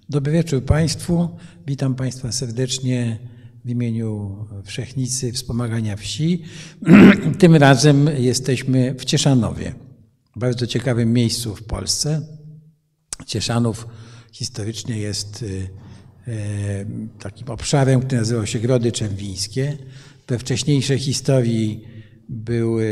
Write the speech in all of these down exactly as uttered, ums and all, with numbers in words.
Dobry wieczór Państwu. Witam Państwa serdecznie w imieniu Wszechnicy Wspomagania Wsi. Tym razem jesteśmy w Cieszanowie, bardzo ciekawym miejscu w Polsce. Cieszanów historycznie jest takim obszarem, który nazywał się Grody Czerwińskie. We wcześniejszej historii były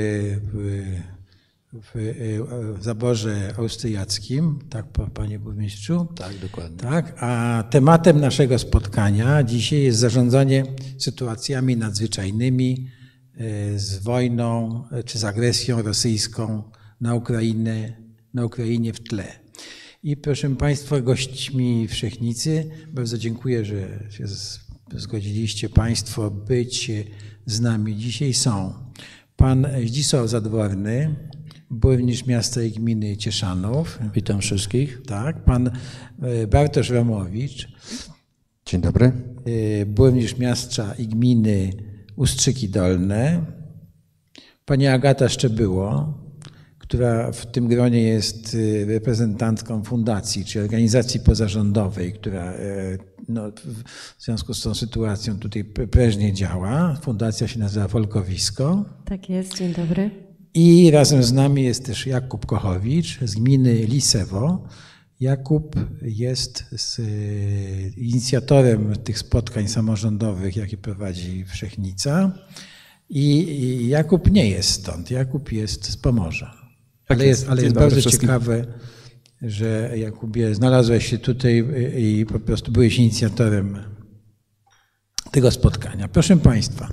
w zaborze austriackim, tak, panie burmistrzu? Tak, dokładnie. Tak, a tematem naszego spotkania dzisiaj jest zarządzanie sytuacjami nadzwyczajnymi z wojną czy z agresją rosyjską na Ukrainę, na Ukrainie w tle. I proszę Państwa, gośćmi Wszechnicy, bardzo dziękuję, że się zgodziliście Państwo być z nami dzisiaj, są pan Zdzisław Zadworny, burmistrz miasta i gminy Cieszanów. Witam wszystkich. Tak, pan Bartosz Romowicz. Dzień dobry. Burmistrz miasta i gminy Ustrzyki Dolne. Pani Agata Szczebyło, która w tym gronie jest reprezentantką fundacji, czy organizacji pozarządowej, która no, w związku z tą sytuacją tutaj prężnie działa. Fundacja się nazywa Folkowisko. Tak jest, dzień dobry. I razem z nami jest też Jakub Kochowicz z gminy Lisewo. Jakub jest z, inicjatorem tych spotkań samorządowych, jakie prowadzi Wszechnica. I Jakub nie jest stąd, Jakub jest z Pomorza. Ale jest, ale jest bardzo ciekawe, że Jakubie znalazłeś się tutaj i po prostu byłeś inicjatorem tego spotkania. Proszę Państwa,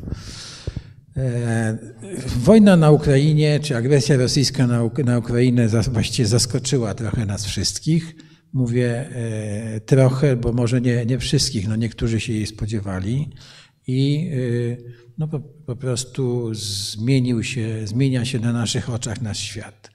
wojna na Ukrainie, czy agresja rosyjska na, na Ukrainę właściwie zaskoczyła trochę nas wszystkich. Mówię trochę, bo może nie, nie wszystkich, no niektórzy się jej spodziewali. I no po, po prostu zmienił się, zmienia się na naszych oczach nasz świat.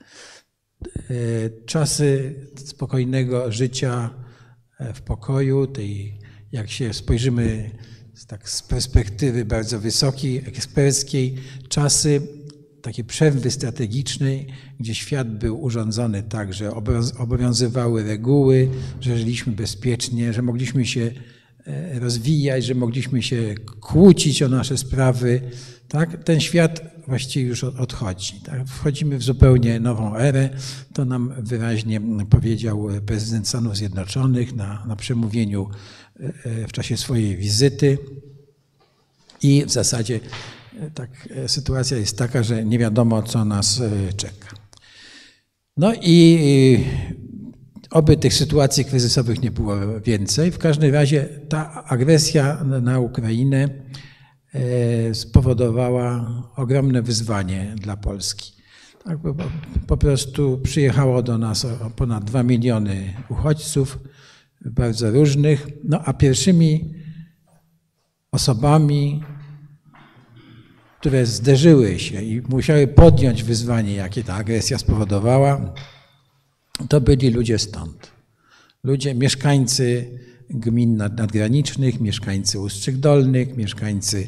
Czasy spokojnego życia w pokoju, tej, jak się spojrzymy tak z perspektywy bardzo wysokiej, eksperckiej, czasy takiej przerwy strategicznej, gdzie świat był urządzony tak, że obowiązywały reguły, że żyliśmy bezpiecznie, że mogliśmy się rozwijać, że mogliśmy się kłócić o nasze sprawy. Tak? Ten świat właściwie już odchodzi. Tak? Wchodzimy w zupełnie nową erę. To nam wyraźnie powiedział prezydent Stanów Zjednoczonych na, na przemówieniu w czasie swojej wizyty. I w zasadzie tak, sytuacja jest taka, że nie wiadomo, co nas czeka. No i oby tych sytuacji kryzysowych nie było więcej. W każdym razie ta agresja na Ukrainę spowodowała ogromne wyzwanie dla Polski. Tak, po prostu przyjechało do nas ponad dwa miliony uchodźców, bardzo różnych, no a pierwszymi osobami, które zderzyły się i musiały podjąć wyzwanie, jakie ta agresja spowodowała, to byli ludzie stąd. Ludzie, mieszkańcy gmin nadgranicznych, mieszkańcy Ustrzyk Dolnych, mieszkańcy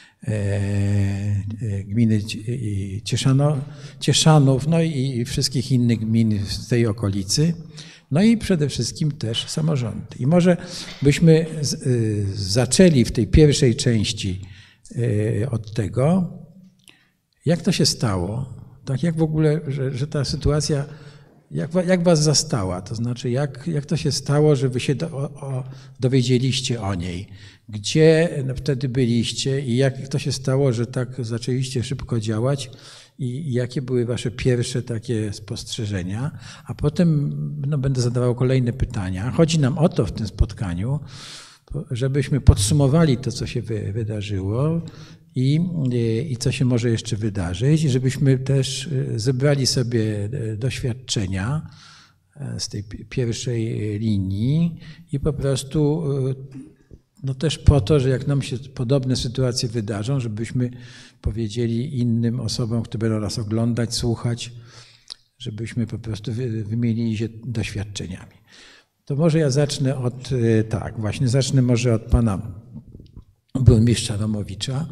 e, gminy Cieszano, Cieszanów, no i wszystkich innych gmin z tej okolicy. No i przede wszystkim też samorządy. I może byśmy z, y, zaczęli w tej pierwszej części y, od tego, jak to się stało, tak jak w ogóle, że, że ta sytuacja, jak, jak was zastała, to znaczy jak, jak to się stało, że wy się do, o, dowiedzieliście o niej, gdzie wtedy byliście i jak to się stało, że tak zaczęliście szybko działać. I jakie były wasze pierwsze takie spostrzeżenia, a potem no, będę zadawał kolejne pytania. Chodzi nam o to w tym spotkaniu, żebyśmy podsumowali to, co się wy, wydarzyło i, i co się może jeszcze wydarzyć, i żebyśmy też zebrali sobie doświadczenia z tej pierwszej linii i po prostu no też po to, że jak nam się podobne sytuacje wydarzą, żebyśmy powiedzieli innym osobom, które będą nas oglądać, słuchać, żebyśmy po prostu wymienili się doświadczeniami. To może ja zacznę od, tak, właśnie zacznę może od pana burmistrza Romowicza.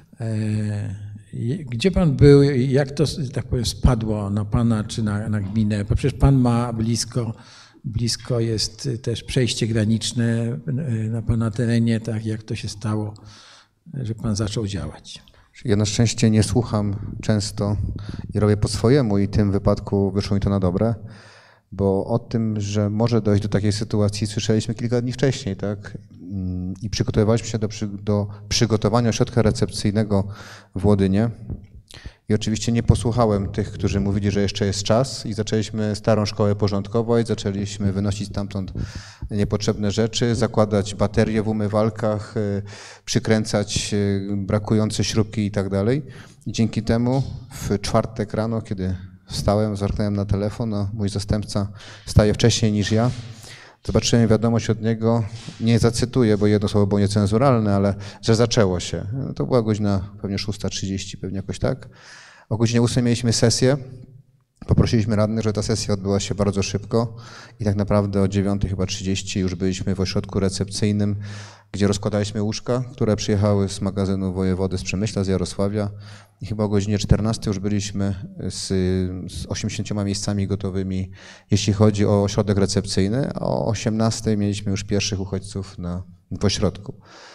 Gdzie pan był, jak to, tak powiem, spadło na pana czy na, na gminę? Bo przecież pan ma blisko blisko jest też przejście graniczne na pana terenie, tak jak to się stało, że pan zaczął działać. Ja na szczęście nie słucham często i robię po swojemu i w tym wypadku wyszło mi to na dobre, bo o tym, że może dojść do takiej sytuacji słyszeliśmy kilka dni wcześniej, tak? I przygotowywaliśmy się do, do przygotowania ośrodka recepcyjnego w Łodynie. I oczywiście nie posłuchałem tych, którzy mówili, że jeszcze jest czas i zaczęliśmy starą szkołę porządkować, zaczęliśmy wynosić stamtąd niepotrzebne rzeczy, zakładać baterie w umywalkach, przykręcać brakujące śrubki i tak dalej. I dzięki temu w czwartek rano, kiedy wstałem, zerknąłem na telefon, a mój zastępca wstaje wcześniej niż ja, zobaczyłem wiadomość od niego, nie zacytuję, bo jedno słowo było niecenzuralne, ale że zaczęło się. To była godzina pewnie szósta trzydzieści, pewnie jakoś tak. O godzinie ósmej mieliśmy sesję. Poprosiliśmy radnych, że ta sesja odbyła się bardzo szybko i tak naprawdę o dziewiątej chyba trzydzieści już byliśmy w ośrodku recepcyjnym, gdzie rozkładaliśmy łóżka, które przyjechały z magazynu wojewody z Przemyśla, z Jarosławia i chyba o godzinie czternastej już byliśmy z, z osiemdziesięcioma miejscami gotowymi, jeśli chodzi o ośrodek recepcyjny, a o osiemnastej mieliśmy już pierwszych uchodźców na, w ośrodku.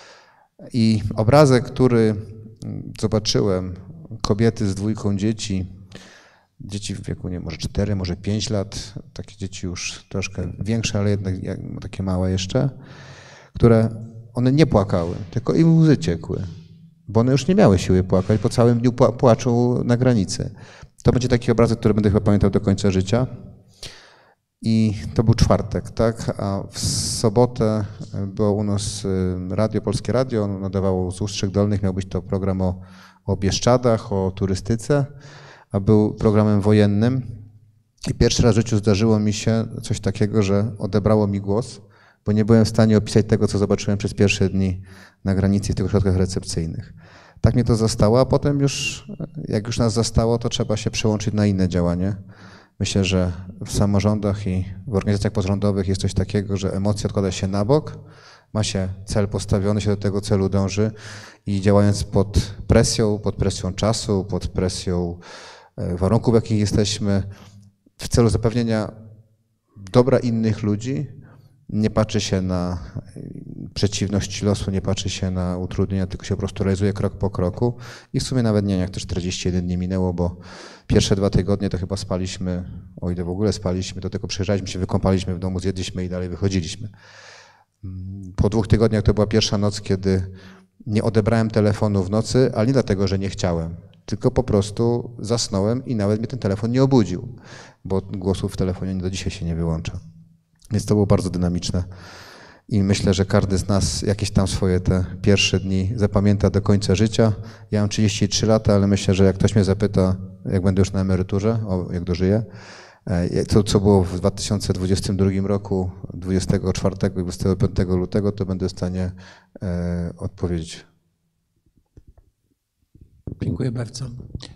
I obrazek, który zobaczyłem, kobiety z dwójką dzieci, dzieci w wieku nie może cztery, może pięć lat, takie dzieci już troszkę większe, ale jednak takie małe jeszcze, które one nie płakały, tylko im łzy ciekły, bo one już nie miały siły płakać, po całym dniu płaczą na granicy. To będzie taki obrazek, który będę chyba pamiętał do końca życia. I to był czwartek, tak? A w sobotę było u nas radio, Polskie Radio, ono nadawało z Ustrzych Dolnych, miał być to program o, o Bieszczadach, o turystyce, a był programem wojennym. I pierwszy raz w życiu zdarzyło mi się coś takiego, że odebrało mi głos, bo nie byłem w stanie opisać tego, co zobaczyłem przez pierwsze dni na granicy w tych ośrodkach recepcyjnych. Tak mnie to zastało, a potem już, jak już nas zastało, to trzeba się przełączyć na inne działanie. Myślę, że w samorządach i w organizacjach pozarządowych jest coś takiego, że emocje odkłada się na bok, ma się cel postawiony, się do tego celu dąży i działając pod presją, pod presją czasu, pod presją warunków, w jakich jesteśmy, w celu zapewnienia dobra innych ludzi, nie patrzy się na przeciwności losu, nie patrzy się na utrudnienia, tylko się po prostu realizuje krok po kroku. I w sumie nawet nie wiem, jak to czterdzieści jeden dni minęło, bo pierwsze dwa tygodnie to chyba spaliśmy, o ile w ogóle spaliśmy, do tego przyjeżdżaliśmy się, wykąpaliśmy w domu, zjedliśmy i dalej wychodziliśmy. Po dwóch tygodniach to była pierwsza noc, kiedy nie odebrałem telefonu w nocy, ale nie dlatego, że nie chciałem, tylko po prostu zasnąłem i nawet mnie ten telefon nie obudził, bo głosów w telefonie do dzisiaj się nie wyłącza. Więc to było bardzo dynamiczne i myślę, że każdy z nas jakieś tam swoje te pierwsze dni zapamięta do końca życia. Ja mam trzydzieści trzy lata, ale myślę, że jak ktoś mnie zapyta, jak będę już na emeryturze, o, jak dożyję, to co było w dwa tysiące dwudziestym drugim roku, dwudziestego czwartego i dwudziestego piątego lutego, to będę w stanie e, odpowiedzieć. Dziękuję bardzo.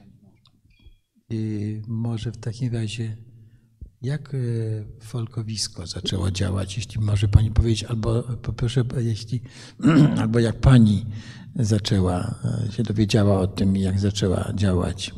I może w takim razie, jak folkowisko zaczęło działać, jeśli może pani powiedzieć, albo poproszę, jeśli, albo jak pani zaczęła, się dowiedziała o tym, jak zaczęła działać?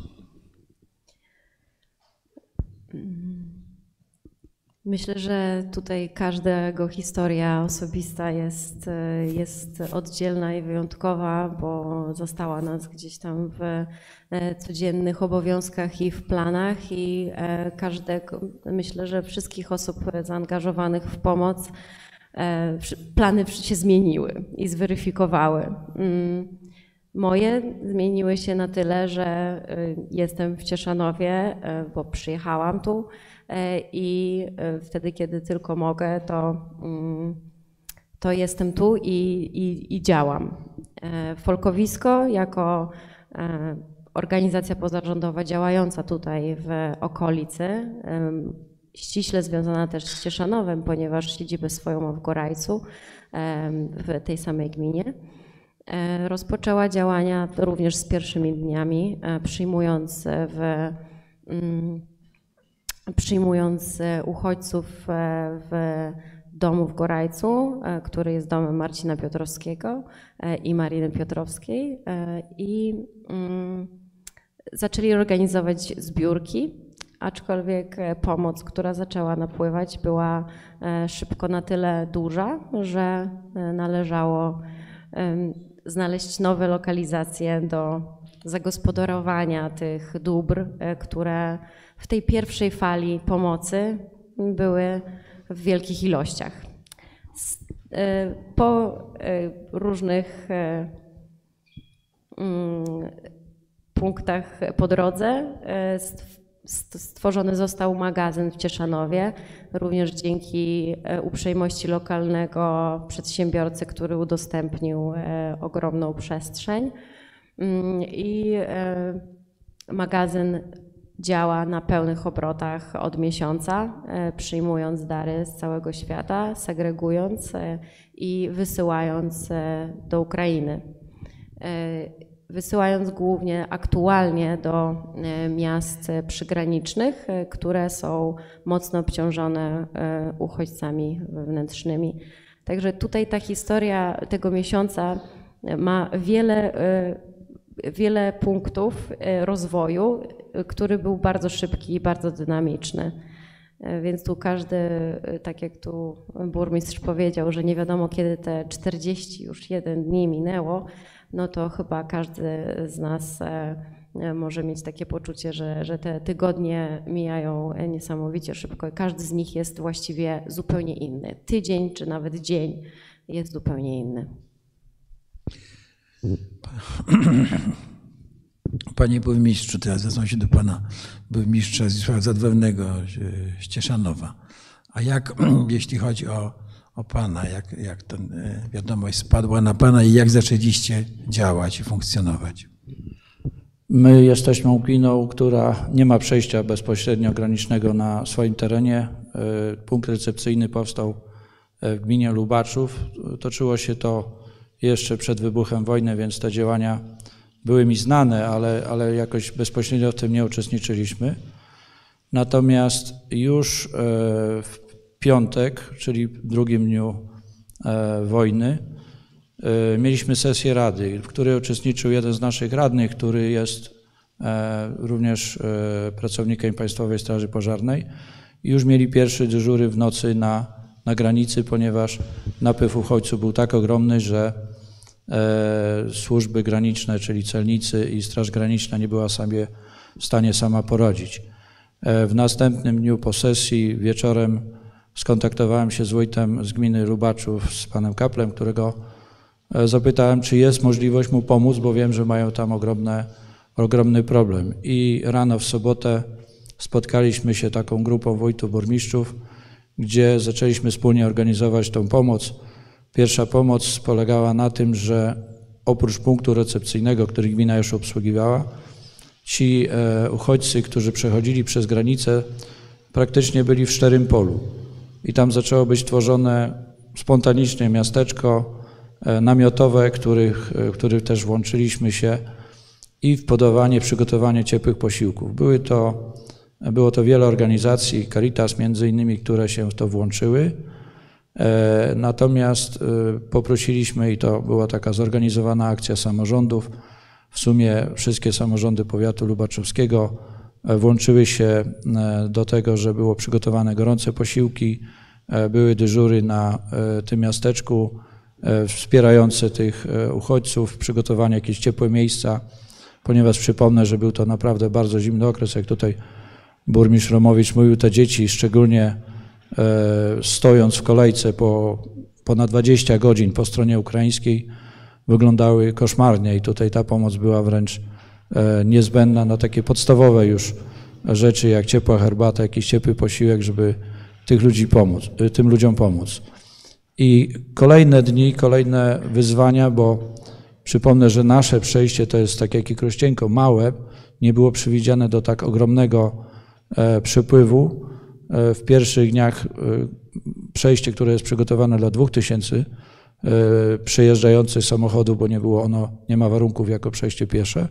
Myślę, że tutaj każdego historia osobista jest, jest oddzielna i wyjątkowa, bo została nas gdzieś tam w codziennych obowiązkach i w planach i każdego, myślę, że wszystkich osób zaangażowanych w pomoc plany się zmieniły i zweryfikowały. Moje zmieniły się na tyle, że jestem w Cieszanowie, bo przyjechałam tu i wtedy, kiedy tylko mogę, to, to jestem tu i, i, i działam. Folkowisko jako organizacja pozarządowa działająca tutaj w okolicy, ściśle związana też z Cieszanowem, ponieważ siedzibę swoją ma w Gorajcu, w tej samej gminie. Rozpoczęła działania również z pierwszymi dniami, przyjmując, w, przyjmując uchodźców w domu w Gorajcu, który jest domem Marcina Piotrowskiego i Mariny Piotrowskiej, i zaczęli organizować zbiórki, aczkolwiek pomoc, która zaczęła napływać, była szybko na tyle duża, że należało znaleźć nowe lokalizacje do zagospodarowania tych dóbr, które w tej pierwszej fali pomocy były w wielkich ilościach. Po różnych punktach po drodze stworzony został magazyn w Cieszanowie, również dzięki uprzejmości lokalnego przedsiębiorcy, który udostępnił ogromną przestrzeń. I magazyn działa na pełnych obrotach od miesiąca, przyjmując dary z całego świata, segregując i wysyłając do Ukrainy. Wysyłając głównie aktualnie do miast przygranicznych, które są mocno obciążone uchodźcami wewnętrznymi. Także tutaj ta historia tego miesiąca ma wiele, wiele punktów rozwoju, który był bardzo szybki i bardzo dynamiczny. Więc tu każdy, tak jak tu burmistrz powiedział, że nie wiadomo kiedy te czterdzieści już jeden dni minęło, no to chyba każdy z nas może mieć takie poczucie, że, że te tygodnie mijają niesamowicie szybko i każdy z nich jest właściwie zupełnie inny. Tydzień czy nawet dzień jest zupełnie inny. Panie burmistrzu, teraz zwracam się do pana burmistrza Zdzisława Zadwewnego z Cieszanowa. A jak, jeśli chodzi o, o pana, jak, jak ta wiadomość spadła na pana i jak zaczęliście działać i funkcjonować? My jesteśmy gminą, która nie ma przejścia bezpośrednio granicznego na swoim terenie. Punkt recepcyjny powstał w gminie Lubaczów. Toczyło się to jeszcze przed wybuchem wojny, więc te działania były mi znane, ale, ale jakoś bezpośrednio w tym nie uczestniczyliśmy. Natomiast już w piątek, czyli w drugim dniu wojny, mieliśmy sesję rady, w której uczestniczył jeden z naszych radnych, który jest również pracownikiem Państwowej Straży Pożarnej. I już mieli pierwsze dyżury w nocy na, na granicy, ponieważ napływ uchodźców był tak ogromny, że służby graniczne, czyli celnicy i Straż Graniczna nie była sobie w stanie sama poradzić. W następnym dniu po sesji wieczorem skontaktowałem się z wójtem z gminy Lubaczów, z panem Kaplem, którego zapytałem, czy jest możliwość mu pomóc, bo wiem, że mają tam ogromne, ogromny problem. I rano w sobotę spotkaliśmy się taką grupą wójtów, burmistrzów, gdzie zaczęliśmy wspólnie organizować tą pomoc. Pierwsza pomoc polegała na tym, że oprócz punktu recepcyjnego, który gmina już obsługiwała, ci uchodźcy, którzy przechodzili przez granicę, praktycznie byli w szczerym polu. I tam zaczęło być tworzone spontanicznie miasteczko namiotowe, których, których też włączyliśmy się i w podawanie, przygotowanie ciepłych posiłków. Były to, było to wiele organizacji, Caritas między innymi, które się w to włączyły. Natomiast poprosiliśmy, i to była taka zorganizowana akcja samorządów, w sumie wszystkie samorządy powiatu lubaczowskiego włączyły się do tego, że było przygotowane gorące posiłki, były dyżury na tym miasteczku wspierające tych uchodźców, przygotowanie jakieś ciepłe miejsca, ponieważ przypomnę, że był to naprawdę bardzo zimny okres, jak tutaj burmistrz Romowicz mówił, te dzieci szczególnie stojąc w kolejce po ponad dwadzieścia godzin po stronie ukraińskiej wyglądały koszmarnie i tutaj ta pomoc była wręcz niezbędna na takie podstawowe już rzeczy jak ciepła herbata, jakiś ciepły posiłek, żeby tych ludzi pomóc, tym ludziom pomóc. I kolejne dni, kolejne wyzwania, bo przypomnę, że nasze przejście to jest tak jak i Krościenko, małe, nie było przewidziane do tak ogromnego przepływu. W pierwszych dniach przejście, które jest przygotowane dla dwóch tysięcy przejeżdżających samochodów, bo nie było ono, nie ma warunków jako przejście piesze.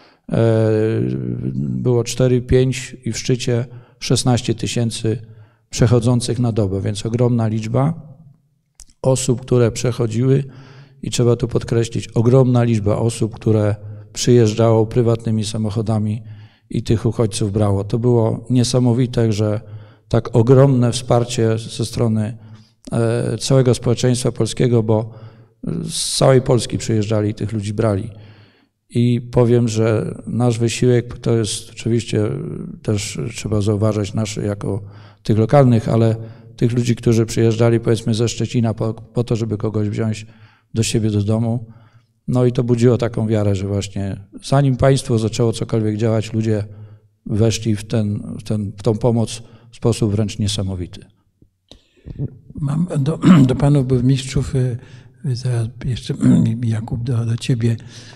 Było cztery, pięć i w szczycie szesnaście tysięcy przechodzących na dobę, więc ogromna liczba osób, które przechodziły i trzeba tu podkreślić, ogromna liczba osób, które przyjeżdżało prywatnymi samochodami i tych uchodźców brało. To było niesamowite, że tak ogromne wsparcie ze strony całego społeczeństwa polskiego, bo z całej Polski przyjeżdżali i tych ludzi brali. I powiem, że nasz wysiłek to jest oczywiście też trzeba zauważać nasz jako tych lokalnych, ale tych ludzi, którzy przyjeżdżali powiedzmy ze Szczecina po, po to, żeby kogoś wziąć do siebie do domu. No i to budziło taką wiarę, że właśnie zanim państwo zaczęło cokolwiek działać, ludzie weszli w, ten, w, ten, w tą pomoc w sposób wręcz niesamowity. Mam do, do panów burmistrzów, zaraz jeszcze Jakub do, do ciebie.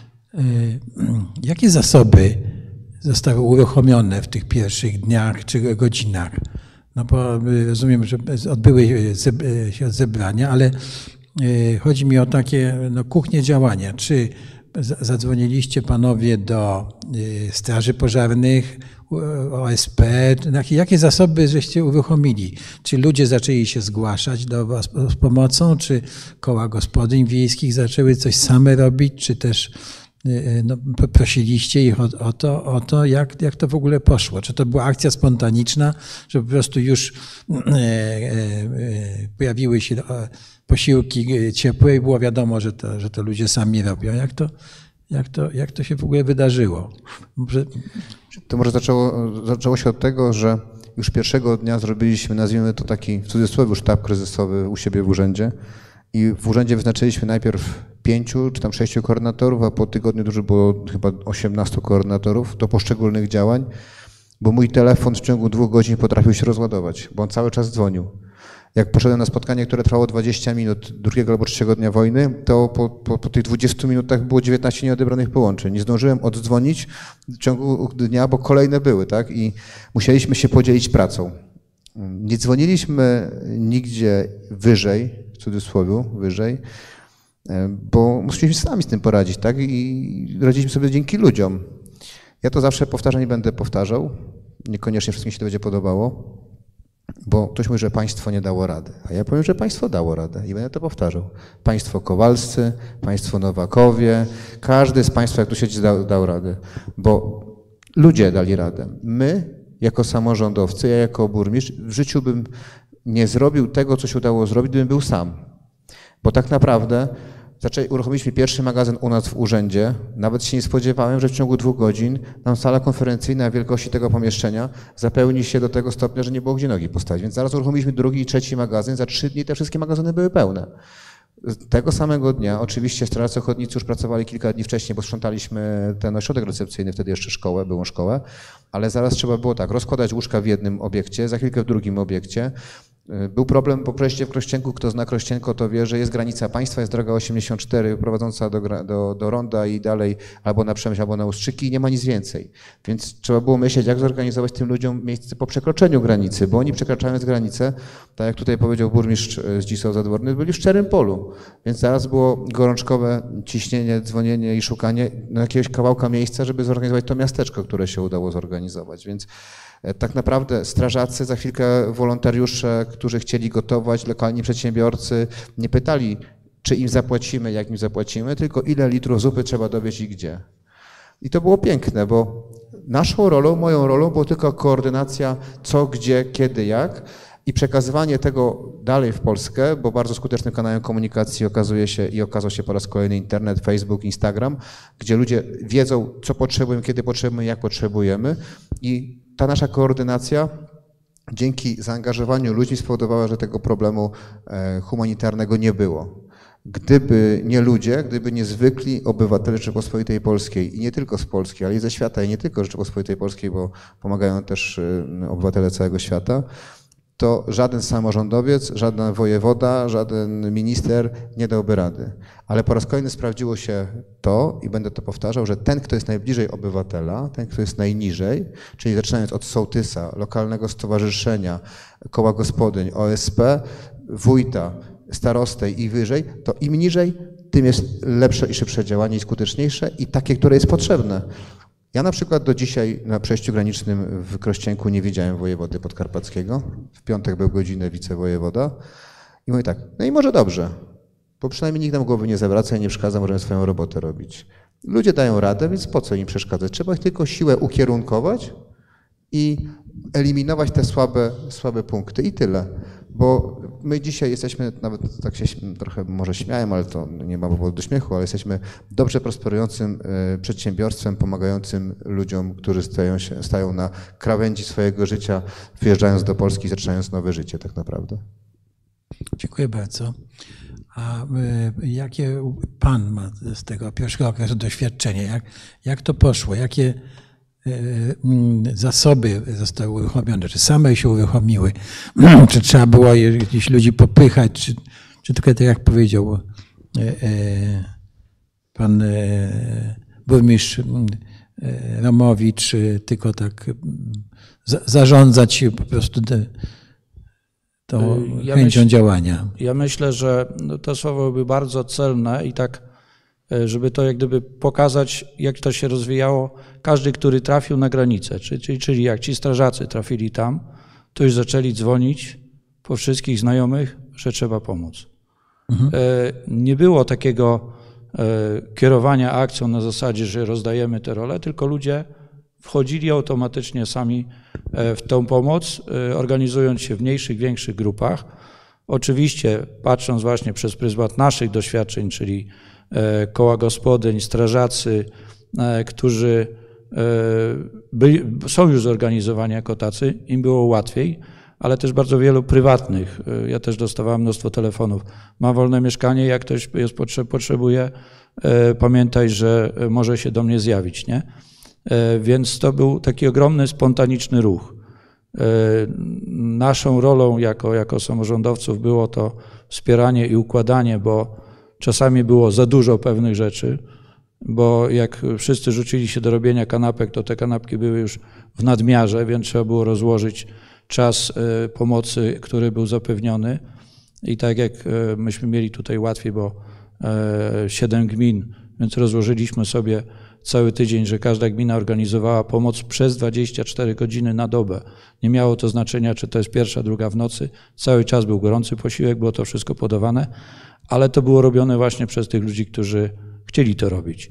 Jakie zasoby zostały uruchomione w tych pierwszych dniach czy godzinach? No bo rozumiem, że odbyły się zebrania, ale chodzi mi o takie no, kuchnie działania. Czy zadzwoniliście panowie do straży pożarnych, O S P? Jakie zasoby żeście uruchomili? Czy ludzie zaczęli się zgłaszać do was z pomocą? Czy koła gospodyń wiejskich zaczęły coś same robić? Czy też no, prosiliście ich o, o to, o to jak, jak to w ogóle poszło? Czy to była akcja spontaniczna, że po prostu już e, e, pojawiły się posiłki ciepłe i było wiadomo, że to, że to ludzie sami robią? Jak to, jak to, jak to się w ogóle wydarzyło? Może... To może zaczęło, zaczęło się od tego, że już pierwszego dnia zrobiliśmy, nazwijmy to taki w cudzysłowie sztab kryzysowy u siebie w urzędzie. I w urzędzie wyznaczyliśmy najpierw pięciu czy tam sześciu koordynatorów, a po tygodniu dużo było chyba osiemnastu koordynatorów do poszczególnych działań, bo mój telefon w ciągu dwóch godzin potrafił się rozładować, bo on cały czas dzwonił. Jak poszedłem na spotkanie, które trwało dwadzieścia minut drugiego albo trzeciego dnia wojny, to po, po, po tych dwudziestu minutach było dziewiętnaście nieodebranych połączeń. Nie zdążyłem oddzwonić w ciągu dnia, bo kolejne były, tak? I musieliśmy się podzielić pracą. Nie dzwoniliśmy nigdzie wyżej, w cudzysłowie wyżej, bo musieliśmy sami z tym poradzić, tak? I radziliśmy sobie dzięki ludziom. Ja to zawsze powtarzam i będę powtarzał. Niekoniecznie wszystkim się to będzie podobało, bo ktoś mówi, że państwo nie dało rady. A ja powiem, że państwo dało radę i będę to powtarzał. Państwo Kowalscy, państwo Nowakowie, każdy z państwa, jak tu siedzi, dał, dał radę, bo ludzie dali radę. My, jako samorządowcy, ja jako burmistrz, w życiu bym nie zrobił tego, co się udało zrobić, gdybym był sam. Bo tak naprawdę zaczęli, uruchomiliśmy pierwszy magazyn u nas w urzędzie. Nawet się nie spodziewałem, że w ciągu dwóch godzin nam sala konferencyjna wielkości tego pomieszczenia zapełni się do tego stopnia, że nie było gdzie nogi postawić. Więc zaraz uruchomiliśmy drugi i trzeci magazyn. Za trzy dni te wszystkie magazyny były pełne. Tego samego dnia, oczywiście strażacy ochotnicy już pracowali kilka dni wcześniej, bo sprzątaliśmy ten ośrodek recepcyjny, wtedy jeszcze szkołę, byłą szkołę, ale zaraz trzeba było tak, rozkładać łóżka w jednym obiekcie, za chwilkę w drugim obiekcie. Był problem po przejściu w Krościenku, kto zna Krościenko, to wie, że jest granica państwa, jest droga osiemdziesiąt cztery prowadząca do, do, do Ronda i dalej albo na Przemyśl, albo na Ustrzyki i nie ma nic więcej. Więc trzeba było myśleć, jak zorganizować tym ludziom miejsce po przekroczeniu granicy, bo oni przekraczając granicę, tak jak tutaj powiedział burmistrz Zdzisław Zadworny, byli w szczerym polu, więc zaraz było gorączkowe ciśnienie, dzwonienie i szukanie jakiegoś kawałka miejsca, żeby zorganizować to miasteczko, które się udało zorganizować. Więc tak naprawdę strażacy, za chwilkę wolontariusze, którzy chcieli gotować, lokalni przedsiębiorcy nie pytali, czy im zapłacimy, jak im zapłacimy, tylko ile litrów zupy trzeba dowieźć i gdzie. I to było piękne, bo naszą rolą, moją rolą było tylko koordynacja co, gdzie, kiedy, jak i przekazywanie tego dalej w Polskę, bo bardzo skutecznym kanałem komunikacji okazuje się i okazał się po raz kolejny internet, Facebook, Instagram, gdzie ludzie wiedzą, co potrzebujemy, kiedy potrzebujemy, jak potrzebujemy i ta nasza koordynacja dzięki zaangażowaniu ludzi spowodowała, że tego problemu humanitarnego nie było. Gdyby nie ludzie, gdyby nie zwykli obywatele Rzeczypospolitej Polskiej i nie tylko z Polski, ale i ze świata i nie tylko Rzeczypospolitej Polskiej, bo pomagają też obywatele całego świata, to żaden samorządowiec, żaden wojewoda, żaden minister nie dałby rady. Ale po raz kolejny sprawdziło się to i będę to powtarzał, że ten, kto jest najbliżej obywatela, ten, kto jest najniżej, czyli zaczynając od sołtysa, lokalnego stowarzyszenia, koła gospodyń, O S P, wójta, starostej i wyżej, to im niżej, tym jest lepsze i szybsze działanie i skuteczniejsze i takie, które jest potrzebne. Ja na przykład do dzisiaj na przejściu granicznym w Krościenku nie widziałem wojewody podkarpackiego. W piątek był godzinę wicewojewoda i mówię tak, no i może dobrze, bo przynajmniej nikt nam głowy nie zawraca i nie przeszkadza, możemy swoją robotę robić. Ludzie dają radę, więc po co im przeszkadzać? Trzeba ich tylko siłę ukierunkować i eliminować te słabe, słabe punkty i tyle. Bo my dzisiaj jesteśmy, nawet tak się trochę może śmiałem, ale to nie ma powodu do śmiechu, ale jesteśmy dobrze prosperującym przedsiębiorstwem, pomagającym ludziom, którzy stają, się, stają na krawędzi swojego życia, wyjeżdżając do Polski, zaczynając nowe życie tak naprawdę. Dziękuję bardzo. A jakie pan ma z tego pierwszego okresu doświadczenie? Jak, jak to poszło? Jakie zasoby zostały uruchomione? Czy same się uruchomiły? Czy trzeba było jakichś ludzi popychać? Czy, czy tylko tak jak powiedział pan burmistrz Romowicz, tylko tak zarządzać po prostu tą ja chęcią myśl, działania? Ja myślę, że to słowo byłoby bardzo celne i tak, żeby to jak gdyby pokazać, jak to się rozwijało. Każdy, który trafił na granicę, czyli, czyli jak ci strażacy trafili tam, to już zaczęli dzwonić po wszystkich znajomych, że trzeba pomóc. Mhm. Nie było takiego kierowania akcją na zasadzie, że rozdajemy te role, tylko ludzie wchodzili automatycznie sami w tą pomoc, organizując się w mniejszych, większych grupach. Oczywiście patrząc właśnie przez pryzmat naszych doświadczeń, czyli koła gospodyń, strażacy, którzy byli, są już zorganizowani jako tacy, im było łatwiej, ale też bardzo wielu prywatnych. Ja też dostawałem mnóstwo telefonów. Mam wolne mieszkanie, jak ktoś jest, potrzebuje, pamiętaj, że może się do mnie zjawić, nie? Więc to był taki ogromny, spontaniczny ruch. Naszą rolą jako, jako samorządowców było to wspieranie i układanie, bo czasami było za dużo pewnych rzeczy, bo jak wszyscy rzucili się do robienia kanapek, to te kanapki były już w nadmiarze, więc trzeba było rozłożyć czas pomocy, który był zapewniony. I tak jak myśmy mieli tutaj łatwiej, bo siedem gmin, więc rozłożyliśmy sobie cały tydzień, że każda gmina organizowała pomoc przez dwadzieścia cztery godziny na dobę. Nie miało to znaczenia, czy to jest pierwsza, druga w nocy. Cały czas był gorący posiłek, było to wszystko podawane, ale to było robione właśnie przez tych ludzi, którzy chcieli to robić.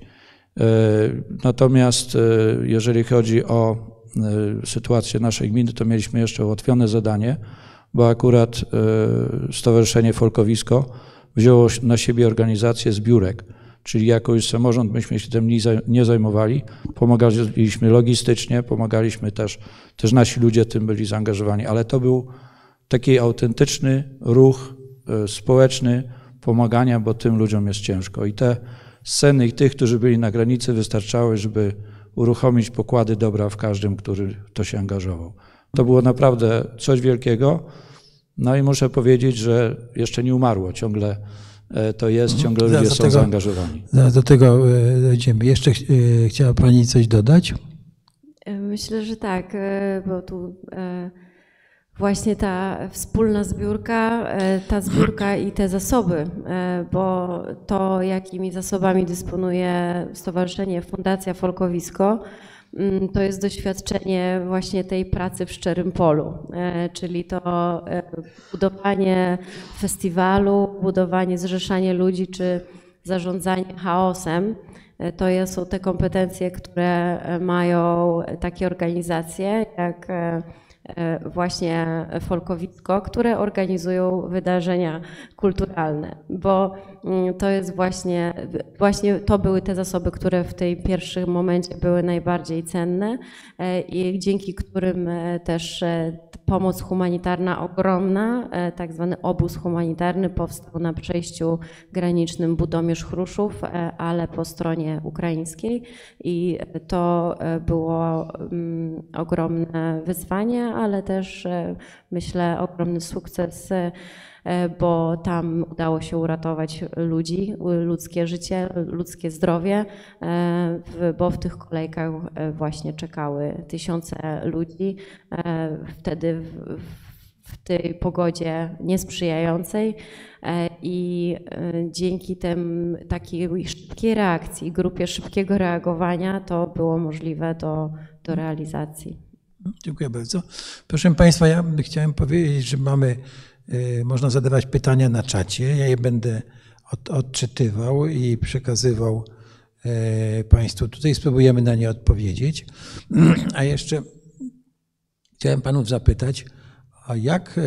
Natomiast jeżeli chodzi o sytuację naszej gminy, to mieliśmy jeszcze ułatwione zadanie, bo akurat Stowarzyszenie Folkowisko wzięło na siebie organizację zbiórek, czyli jako już samorząd myśmy się tym nie zajmowali, pomagaliśmy logistycznie, pomagaliśmy też, też nasi ludzie tym byli zaangażowani, ale to był taki autentyczny ruch społeczny pomagania, bo tym ludziom jest ciężko. I te sceny i tych, którzy byli na granicy, wystarczały, żeby uruchomić pokłady dobra w każdym, który to się angażował. To było naprawdę coś wielkiego. No i muszę powiedzieć, że jeszcze nie umarło, ciągle to jest, ciągle ludzie są tego, zaangażowani. Do tego dojdziemy. Jeszcze chciała Pani coś dodać? Myślę, że tak, bo tu właśnie ta wspólna zbiórka, ta zbiórka i te zasoby, bo to, jakimi zasobami dysponuje Stowarzyszenie Fundacja Folkowisko, to jest doświadczenie właśnie tej pracy w szczerym polu, czyli to budowanie festiwalu, budowanie, zrzeszanie ludzi czy zarządzanie chaosem. To są te kompetencje, które mają takie organizacje jak właśnie Folkowisko, które organizują wydarzenia kulturalne, bo to jest właśnie, właśnie to były te zasoby, które w tej pierwszym momencie były najbardziej cenne i dzięki którym też pomoc humanitarna ogromna, tak zwany obóz humanitarny powstał na przejściu granicznym Budomierz-Chruszów, ale po stronie ukraińskiej i to było ogromne wyzwanie, ale też myślę ogromny sukces, bo tam udało się uratować ludzi, ludzkie życie, ludzkie zdrowie, bo w tych kolejkach właśnie czekały tysiące ludzi. Wtedy w, w tej pogodzie niesprzyjającej i dzięki tym takiej szybkiej reakcji, grupie szybkiego reagowania to było możliwe do, do realizacji. Dziękuję bardzo. Proszę Państwa, ja chciałem powiedzieć, że mamy, można zadawać pytania na czacie. Ja je będę od, odczytywał i przekazywał Państwu tutaj, spróbujemy na nie odpowiedzieć. A jeszcze chciałem Panów zapytać, a jak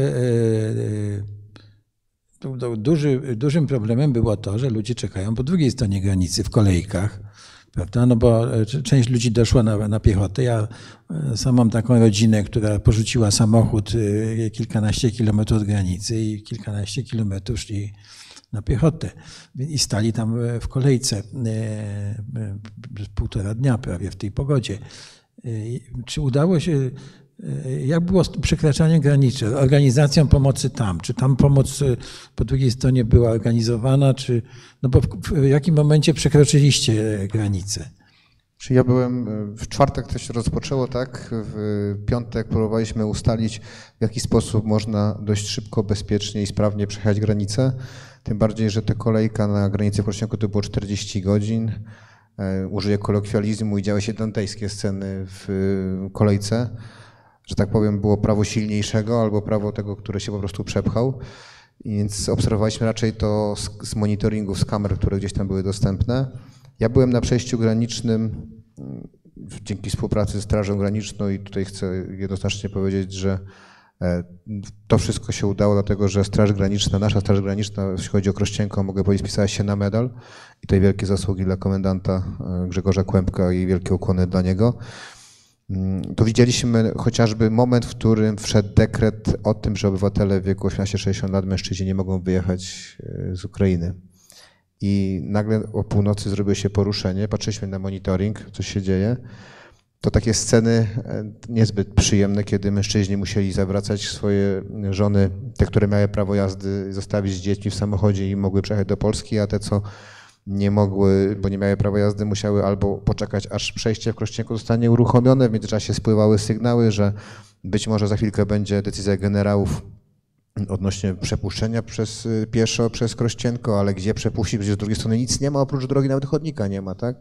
duży, dużym problemem było to, że ludzie czekają po drugiej stronie granicy w kolejkach, prawda? No bo część ludzi doszła na, na piechotę. Ja sam mam taką rodzinę, która porzuciła samochód kilkanaście kilometrów od granicy i kilkanaście kilometrów szli na piechotę i stali tam w kolejce półtora dnia prawie w tej pogodzie. Czy udało się, jak było przekraczanie granicy, organizacją pomocy tam? Czy tam pomoc po drugiej stronie była organizowana? Czy, no bo w, w jakim momencie przekroczyliście granicę? Czy ja byłem, w czwartek to się rozpoczęło, tak? W piątek próbowaliśmy ustalić, w jaki sposób można dość szybko, bezpiecznie i sprawnie przejechać granicę. Tym bardziej, że ta kolejka na granicy w Krośniaku to było czterdzieści godzin. Użyję kolokwializmu i działy się dantejskie sceny w kolejce. Że tak powiem, było prawo silniejszego albo prawo tego, które się po prostu przepchał. Więc obserwowaliśmy raczej to z, z monitoringów, z kamer, które gdzieś tam były dostępne. Ja byłem na przejściu granicznym dzięki współpracy ze Strażą Graniczną i tutaj chcę jednoznacznie powiedzieć, że to wszystko się udało, dlatego że Straż Graniczna, nasza Straż Graniczna, jeśli chodzi o Krościenko, mogę powiedzieć, spisała się na medal i tutaj wielkie zasługi dla komendanta Grzegorza Kłębka i wielkie ukłony dla niego. To widzieliśmy chociażby moment, w którym wszedł dekret o tym, że obywatele w wieku osiemnaście sześćdziesiąt lat, mężczyźni nie mogą wyjechać z Ukrainy. I nagle o północy zrobiło się poruszenie, patrzyliśmy na monitoring, co się dzieje. To takie sceny niezbyt przyjemne, kiedy mężczyźni musieli zawracać swoje żony, te, które miały prawo jazdy, zostawić z dziećmi w samochodzie i mogły przejechać do Polski, a te, co nie mogły, bo nie miały prawa jazdy, musiały albo poczekać, aż przejście w Krośniaku zostanie uruchomione. W międzyczasie spływały sygnały, że być może za chwilkę będzie decyzja generałów odnośnie przepuszczenia przez pieszo, przez Krościenko, ale gdzie przepuścić, przecież z drugiej strony nic nie ma, oprócz drogi, nawet chodnika nie ma, tak?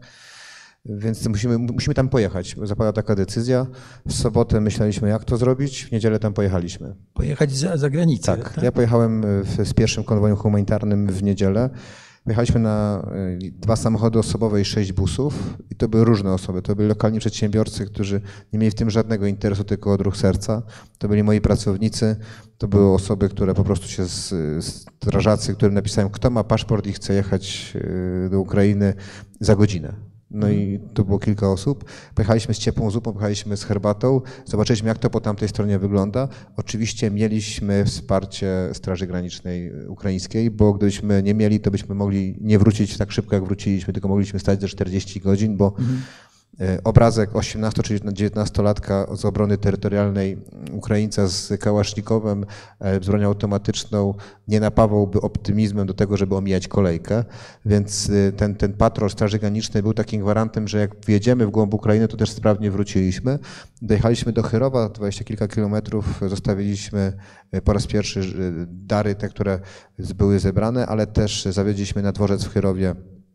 Więc musimy, musimy tam pojechać. Zapadła taka decyzja. W sobotę myśleliśmy, jak to zrobić, w niedzielę tam pojechaliśmy. Pojechać za, za granicę? Tak, tak, ja pojechałem w, z pierwszym konwojem humanitarnym w niedzielę. Jechaliśmy na dwa samochody osobowe i sześć busów i to były różne osoby. To byli lokalni przedsiębiorcy, którzy nie mieli w tym żadnego interesu, tylko odruch serca. To byli moi pracownicy, to były osoby, które po prostu się, z, strażacy, którym napisałem, kto ma paszport i chce jechać do Ukrainy za godzinę. No i to było kilka osób. Pojechaliśmy z ciepłą zupą, pojechaliśmy z herbatą, zobaczyliśmy, jak to po tamtej stronie wygląda. Oczywiście mieliśmy wsparcie Straży Granicznej Ukraińskiej, bo gdybyśmy nie mieli, to byśmy mogli nie wrócić tak szybko, jak wróciliśmy, tylko mogliśmy stać za czterdzieści godzin, bo mhm. obrazek osiemnasto czy dziewiętnastolatka z obrony terytorialnej Ukraińca z kałasznikowem, z bronią automatyczną nie napawałby optymizmem do tego, żeby omijać kolejkę, więc ten, ten patrol Straży Granicznej był takim gwarantem, że jak wjedziemy w głąb Ukrainy, to też sprawnie wróciliśmy. Dojechaliśmy do Chyrowa, dwadzieścia kilka kilometrów, zostawiliśmy po raz pierwszy dary, te, które były zebrane, ale też zawieźliśmy na dworzec w Chyrowie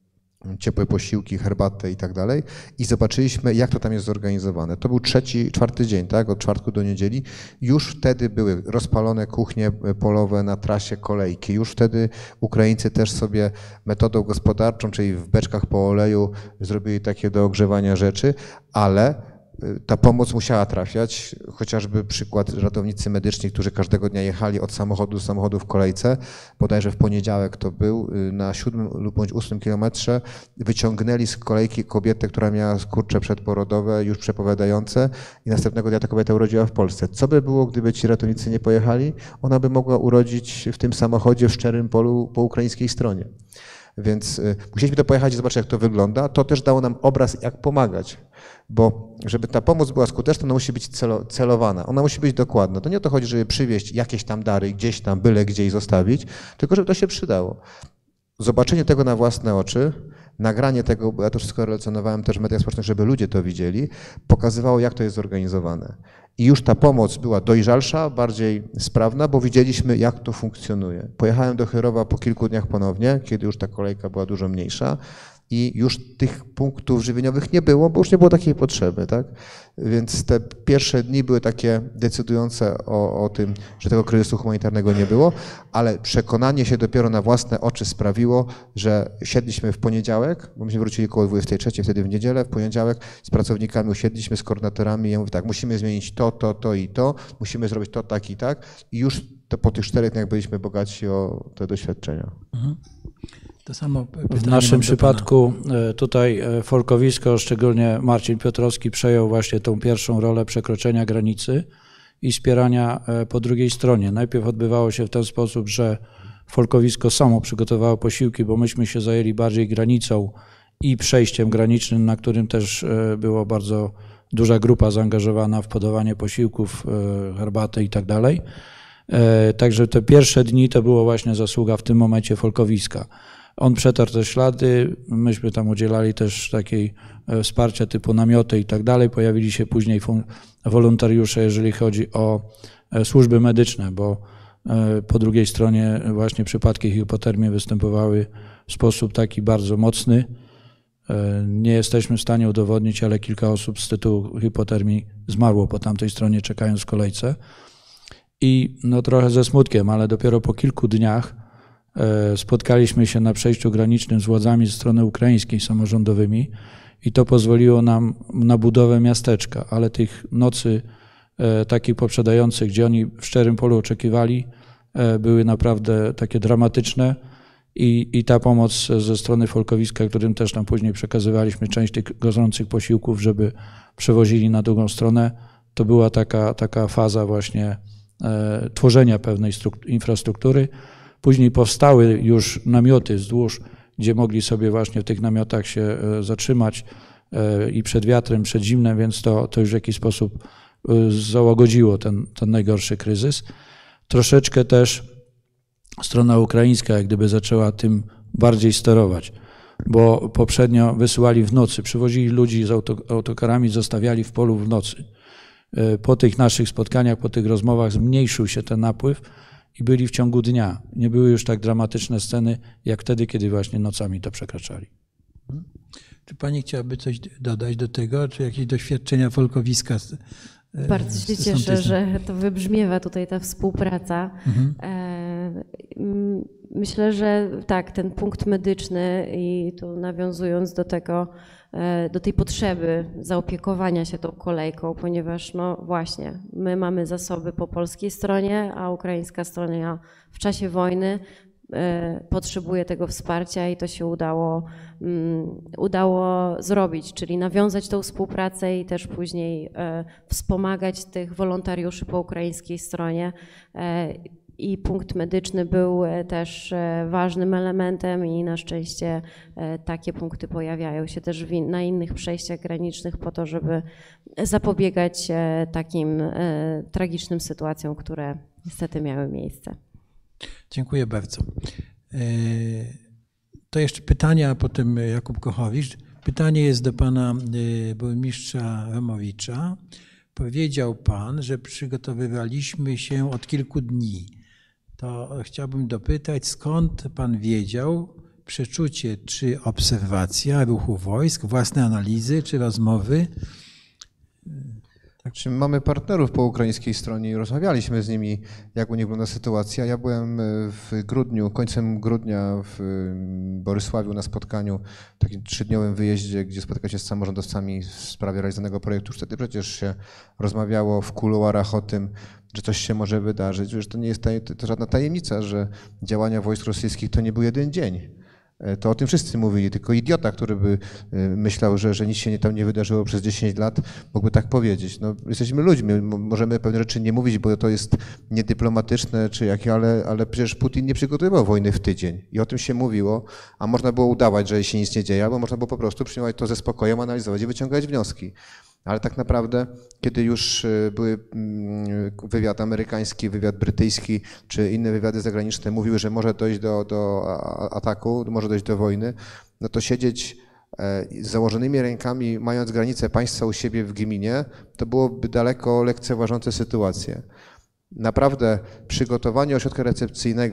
ciepłe posiłki, herbatę i tak dalej i zobaczyliśmy, jak to tam jest zorganizowane. To był trzeci, czwarty dzień, tak, od czwartku do niedzieli. Już wtedy były rozpalone kuchnie polowe na trasie kolejki. Już wtedy Ukraińcy też sobie metodą gospodarczą, czyli w beczkach po oleju zrobili takie do ogrzewania rzeczy, ale ta pomoc musiała trafiać, chociażby przykład ratownicy medyczni, którzy każdego dnia jechali od samochodu do samochodu w kolejce, bodajże w poniedziałek to był, na siódmym lub bądź ósmym kilometrze wyciągnęli z kolejki kobietę, która miała skurcze przedporodowe, już przepowiadające i następnego dnia ta kobieta urodziła w Polsce. Co by było, gdyby ci ratownicy nie pojechali? Ona by mogła urodzić w tym samochodzie w szczerym polu po ukraińskiej stronie. Więc musieliśmy to pojechać i zobaczyć, jak to wygląda. To też dało nam obraz, jak pomagać, bo żeby ta pomoc była skuteczna, ona musi być celo, celowana, ona musi być dokładna. To nie o to chodzi, żeby przywieźć jakieś tam dary gdzieś tam, byle gdzie i zostawić, tylko żeby to się przydało. Zobaczenie tego na własne oczy, nagranie tego, bo ja to wszystko relacjonowałem też w mediach społecznych, żeby ludzie to widzieli, pokazywało, jak to jest zorganizowane. I już ta pomoc była dojrzalsza, bardziej sprawna, bo widzieliśmy, jak to funkcjonuje. Pojechałem do Chyrowa po kilku dniach ponownie, kiedy już ta kolejka była dużo mniejsza. i już tych punktów żywieniowych nie było, bo już nie było takiej potrzeby, tak? Więc te pierwsze dni były takie decydujące o, o tym, że tego kryzysu humanitarnego nie było, ale przekonanie się dopiero na własne oczy sprawiło, że siedliśmy w poniedziałek, bo myśmy wrócili koło dwudziestej trzeciej, wtedy w niedzielę, w poniedziałek z pracownikami usiedliśmy, z koordynatorami i ja mówię tak, musimy zmienić to, to, to i to, musimy zrobić to tak i tak i już to po tych czterech dniach byliśmy bogaci o te doświadczenia. Mhm. To samo w naszym przypadku tutaj Folkowisko, szczególnie Marcin Piotrowski przejął właśnie tą pierwszą rolę przekroczenia granicy i wspierania po drugiej stronie. Najpierw odbywało się w ten sposób, że Folkowisko samo przygotowało posiłki, bo myśmy się zajęli bardziej granicą i przejściem granicznym, na którym też była bardzo duża grupa zaangażowana w podawanie posiłków, herbaty i tak dalej. Także te pierwsze dni to było właśnie zasługa w tym momencie Folkowiska. On przetarł te ślady, myśmy tam udzielali też takiej wsparcia typu namioty i tak dalej. Pojawili się później wolontariusze, jeżeli chodzi o służby medyczne, bo po drugiej stronie właśnie przypadki hipotermii występowały w sposób taki bardzo mocny. Nie jesteśmy w stanie udowodnić, ale kilka osób z tytułu hipotermii zmarło po tamtej stronie, czekając w kolejce. I no trochę ze smutkiem, ale dopiero po kilku dniach spotkaliśmy się na przejściu granicznym z władzami ze strony ukraińskiej, samorządowymi i to pozwoliło nam na budowę miasteczka, ale tych nocy takich poprzedających, gdzie oni w szczerym polu oczekiwali, były naprawdę takie dramatyczne i, i ta pomoc ze strony Folkowiska, którym też nam później przekazywaliśmy część tych gorących posiłków, żeby przewozili na drugą stronę, to była taka, taka faza właśnie e, tworzenia pewnej infrastruktury. Później powstały już namioty wzdłuż, gdzie mogli sobie właśnie w tych namiotach się zatrzymać i przed wiatrem, przed zimnem, więc to, to już w jakiś sposób załagodziło ten, ten najgorszy kryzys. Troszeczkę też strona ukraińska jak gdyby zaczęła tym bardziej sterować, bo poprzednio wysyłali w nocy, przywozili ludzi z autokarami, zostawiali w polu w nocy. Po tych naszych spotkaniach, po tych rozmowach zmniejszył się ten napływ, i byli w ciągu dnia. Nie były już tak dramatyczne sceny, jak wtedy, kiedy właśnie nocami to przekraczali. Czy pani chciałaby coś dodać do tego, czy jakieś doświadczenia Folkowiska? Bardzo się cieszę, że to wybrzmiewa tutaj ta współpraca. Mhm. Myślę, że tak, ten punkt medyczny i tu nawiązując do tego, do tej potrzeby zaopiekowania się tą kolejką, ponieważ no właśnie, my mamy zasoby po polskiej stronie, a ukraińska strona w czasie wojny potrzebuje tego wsparcia i to się udało, udało zrobić, czyli nawiązać tą współpracę i też później wspomagać tych wolontariuszy po ukraińskiej stronie. I punkt medyczny był też ważnym elementem i na szczęście takie punkty pojawiają się też na innych przejściach granicznych po to, żeby zapobiegać takim tragicznym sytuacjom, które niestety miały miejsce. Dziękuję bardzo. To jeszcze pytania, a potem Jakub Kochowicz. Pytanie jest do pana burmistrza Romowicza. Powiedział pan, że przygotowywaliśmy się od kilku dni. To chciałbym dopytać, skąd pan wiedział, przeczucie, czy obserwacja ruchu wojsk, własne analizy, czy rozmowy? Tak, czy mamy partnerów po ukraińskiej stronie i rozmawialiśmy z nimi, jak u nich wygląda sytuacja. Ja byłem w grudniu, końcem grudnia w Borysławiu na spotkaniu, takim trzydniowym wyjeździe, gdzie spotyka się z samorządowcami w sprawie realizowanego projektu. Już wtedy przecież się rozmawiało w kuluarach o tym, że coś się może wydarzyć. Że to nie jest taj, to żadna tajemnica, że działania wojsk rosyjskich to nie był jeden dzień. To o tym wszyscy mówili, tylko idiota, który by myślał, że, że nic się tam nie wydarzyło przez dziesięć lat, mógłby tak powiedzieć. No, jesteśmy ludźmi, możemy pewne rzeczy nie mówić, bo to jest niedyplomatyczne czy jakie, ale, ale przecież Putin nie przygotowywał wojny w tydzień i o tym się mówiło, a można było udawać, że się nic nie dzieje, albo można było po prostu przyjmować to ze spokojem, analizować i wyciągać wnioski. Ale tak naprawdę, kiedy już były wywiad amerykański, wywiad brytyjski, czy inne wywiady zagraniczne mówiły, że może dojść do, do ataku, może dojść do wojny, no to siedzieć z założonymi rękami, mając granicę państwa u siebie w gminie, to byłoby daleko lekceważące sytuację. Naprawdę przygotowanie ośrodka recepcyjnego,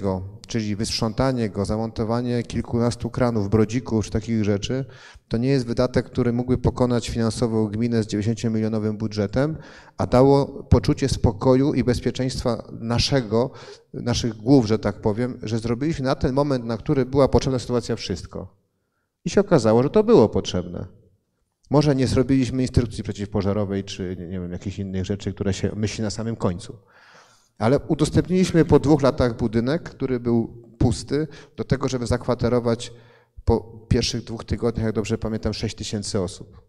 czyli wysprzątanie go, zamontowanie kilkunastu kranów, brodzików czy takich rzeczy, to nie jest wydatek, który mógłby pokonać finansowo gminę z dziewięćdziesięciomilionowym budżetem, a dało poczucie spokoju i bezpieczeństwa naszego, naszych głów, że tak powiem, że zrobiliśmy na ten moment, na który była potrzebna sytuacja, wszystko. I się okazało, że to było potrzebne. Może nie zrobiliśmy instrukcji przeciwpożarowej czy nie wiem, jakichś innych rzeczy, które się myśli na samym końcu. Ale udostępniliśmy po dwóch latach budynek, który był pusty, do tego, żeby zakwaterować po pierwszych dwóch tygodniach, jak dobrze pamiętam, sześć tysięcy osób.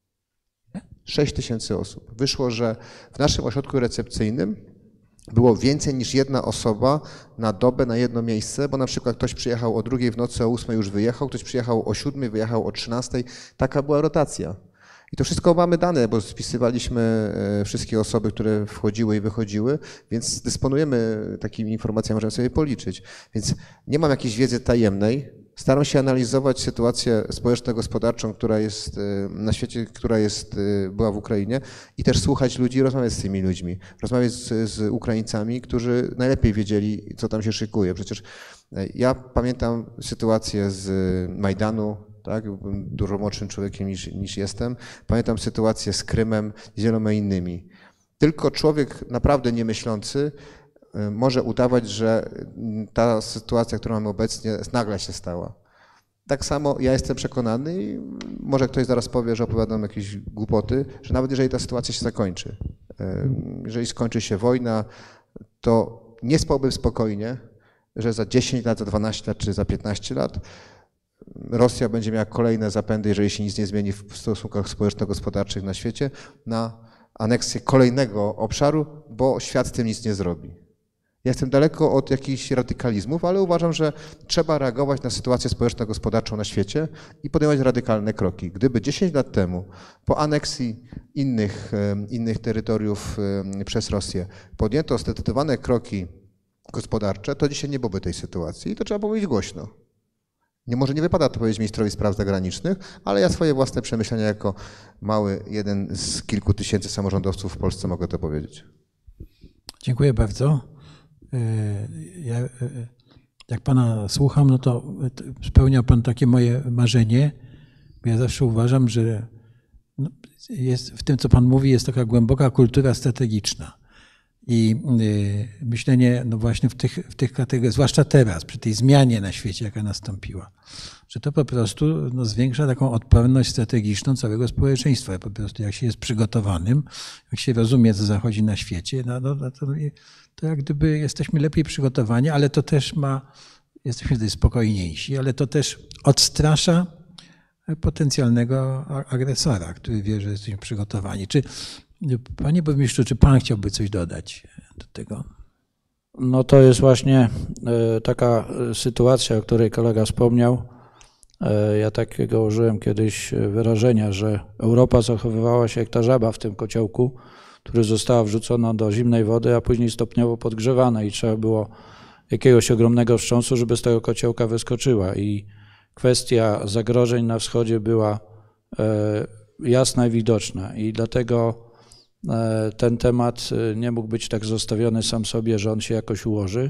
sześć tysięcy osób. Wyszło, że w naszym ośrodku recepcyjnym było więcej niż jedna osoba na dobę, na jedno miejsce, bo na przykład ktoś przyjechał o drugiej w nocy, o ósmej już wyjechał, ktoś przyjechał o siódmej, wyjechał o trzynastej. Taka była rotacja. I to wszystko mamy dane, bo spisywaliśmy wszystkie osoby, które wchodziły i wychodziły, więc dysponujemy takimi informacjami, możemy sobie policzyć. Więc nie mam jakiejś wiedzy tajemnej. Staram się analizować sytuację społeczno-gospodarczą, która jest na świecie, która jest, była w Ukrainie i też słuchać ludzi i rozmawiać z tymi ludźmi. Rozmawiać z, z Ukraińcami, którzy najlepiej wiedzieli, co tam się szykuje. Przecież ja pamiętam sytuację z Majdanu, tak? Byłem dużo młodszym człowiekiem niż, niż jestem. Pamiętam sytuację z Krymem i z wieloma innymi. Tylko człowiek naprawdę niemyślący może udawać, że ta sytuacja, którą mamy obecnie, nagle się stała. Tak samo ja jestem przekonany i może ktoś zaraz powie, że opowiadam jakieś głupoty, że nawet jeżeli ta sytuacja się zakończy, jeżeli skończy się wojna, to nie spałbym spokojnie, że za dziesięć lat, za dwanaście lat czy za piętnaście lat Rosja będzie miała kolejne zapędy, jeżeli się nic nie zmieni w stosunkach społeczno-gospodarczych na świecie, na aneksję kolejnego obszaru, bo świat z tym nic nie zrobi. Ja jestem daleko od jakichś radykalizmów, ale uważam, że trzeba reagować na sytuację społeczno-gospodarczą na świecie i podejmować radykalne kroki. Gdyby dziesięć lat temu, po aneksji innych, innych terytoriów przez Rosję, podjęto zdecydowane kroki gospodarcze, to dzisiaj nie byłoby tej sytuacji i to trzeba powiedzieć głośno. Nie, może nie wypada to powiedzieć ministrowi spraw zagranicznych, ale ja swoje własne przemyślenia jako mały jeden z kilku tysięcy samorządowców w Polsce mogę to powiedzieć. Dziękuję bardzo. Ja, jak pana słucham, no to spełnia pan takie moje marzenie, bo ja zawsze uważam, że jest, w tym, co pan mówi, jest taka głęboka kultura strategiczna. I myślenie, no właśnie w tych, w tych kategoriach, zwłaszcza teraz, przy tej zmianie na świecie, jaka nastąpiła, że to po prostu no, zwiększa taką odporność strategiczną całego społeczeństwa. Po prostu jak się jest przygotowanym, jak się rozumie, co zachodzi na świecie, no, no, to, to jak gdyby jesteśmy lepiej przygotowani, ale to też ma, jesteśmy wtedy spokojniejsi, ale to też odstrasza potencjalnego agresora, który wie, że jesteśmy przygotowani. Czy Panie burmistrzu, czy pan chciałby coś dodać do tego? No to jest właśnie taka sytuacja, o której kolega wspomniał. Ja takiego użyłem kiedyś wyrażenia, że Europa zachowywała się jak ta żaba w tym kociołku, który została wrzucona do zimnej wody, a później stopniowo podgrzewana i trzeba było jakiegoś ogromnego wstrząsu, żeby z tego kociołka wyskoczyła. I kwestia zagrożeń na wschodzie była jasna i widoczna i dlatego ten temat nie mógł być tak zostawiony sam sobie, że on się jakoś ułoży.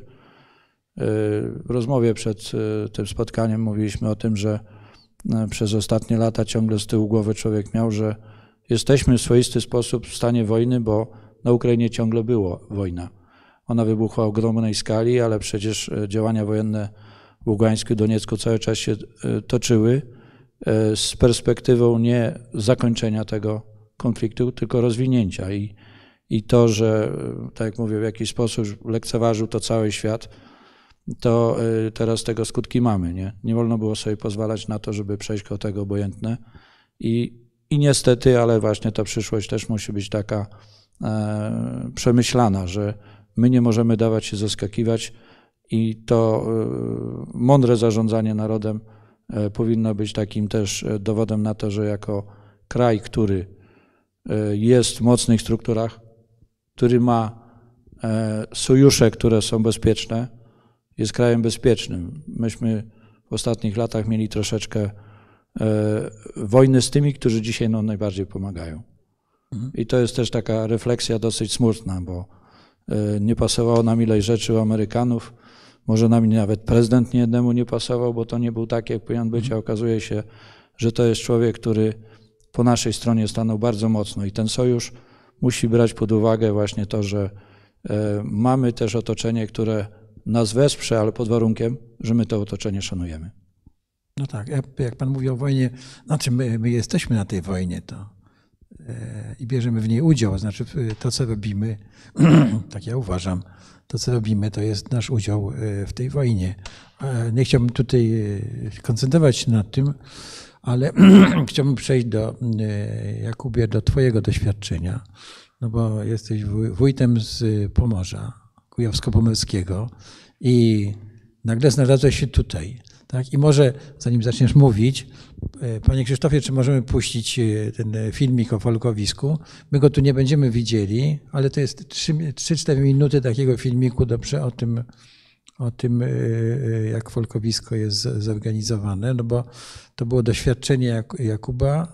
W rozmowie przed tym spotkaniem mówiliśmy o tym, że przez ostatnie lata ciągle z tyłu głowy człowiek miał, że jesteśmy w swoisty sposób w stanie wojny, bo na Ukrainie ciągle była wojna. Ona wybuchła w ogromnej skali, ale przecież działania wojenne w Ługańsku i Doniecku cały czas się toczyły z perspektywą nie zakończenia tego konfliktu, tylko rozwinięcia. I, i to, że, tak jak mówię, w jakiś sposób lekceważył to cały świat, to teraz tego skutki mamy. Nie, nie wolno było sobie pozwalać na to, żeby przejść koło tego obojętne. I, i niestety, ale właśnie ta przyszłość też musi być taka e, przemyślana, że my nie możemy dawać się zaskakiwać i to e, mądre zarządzanie narodem e, powinno być takim też dowodem na to, że jako kraj, który jest w mocnych strukturach, który ma sojusze, które są bezpieczne, jest krajem bezpiecznym. Myśmy w ostatnich latach mieli troszeczkę wojny z tymi, którzy dzisiaj nam najbardziej pomagają. Mhm. I to jest też taka refleksja dosyć smutna, bo nie pasowało nam ileś rzeczy u Amerykanów, Może nam nawet prezydent niejednemu nie pasował, bo to nie był taki, jak powinien być, a okazuje się, że to jest człowiek, który po naszej stronie stanął bardzo mocno i ten sojusz musi brać pod uwagę właśnie to, że mamy też otoczenie, które nas wesprze, ale pod warunkiem, że my to otoczenie szanujemy. No tak, jak pan mówi o wojnie, znaczy my, my jesteśmy na tej wojnie to e, i bierzemy w niej udział, znaczy to, co robimy, tak ja uważam, to, co robimy, to jest nasz udział w tej wojnie. Nie chciałbym tutaj koncentrować się nad tym, ale chciałbym przejść do, Jakubie, do twojego doświadczenia, no bo jesteś wójtem z Pomorza Kujawsko-Pomorskiego i nagle znalazłeś się tutaj. Tak? I może, zanim zaczniesz mówić, panie Krzysztofie, czy możemy puścić ten filmik o folkowisku? My go tu nie będziemy widzieli, ale to jest trzy cztery minuty takiego filmiku dobrze o tym, o tym, jak folkowisko jest zorganizowane, no bo to było doświadczenie Jakuba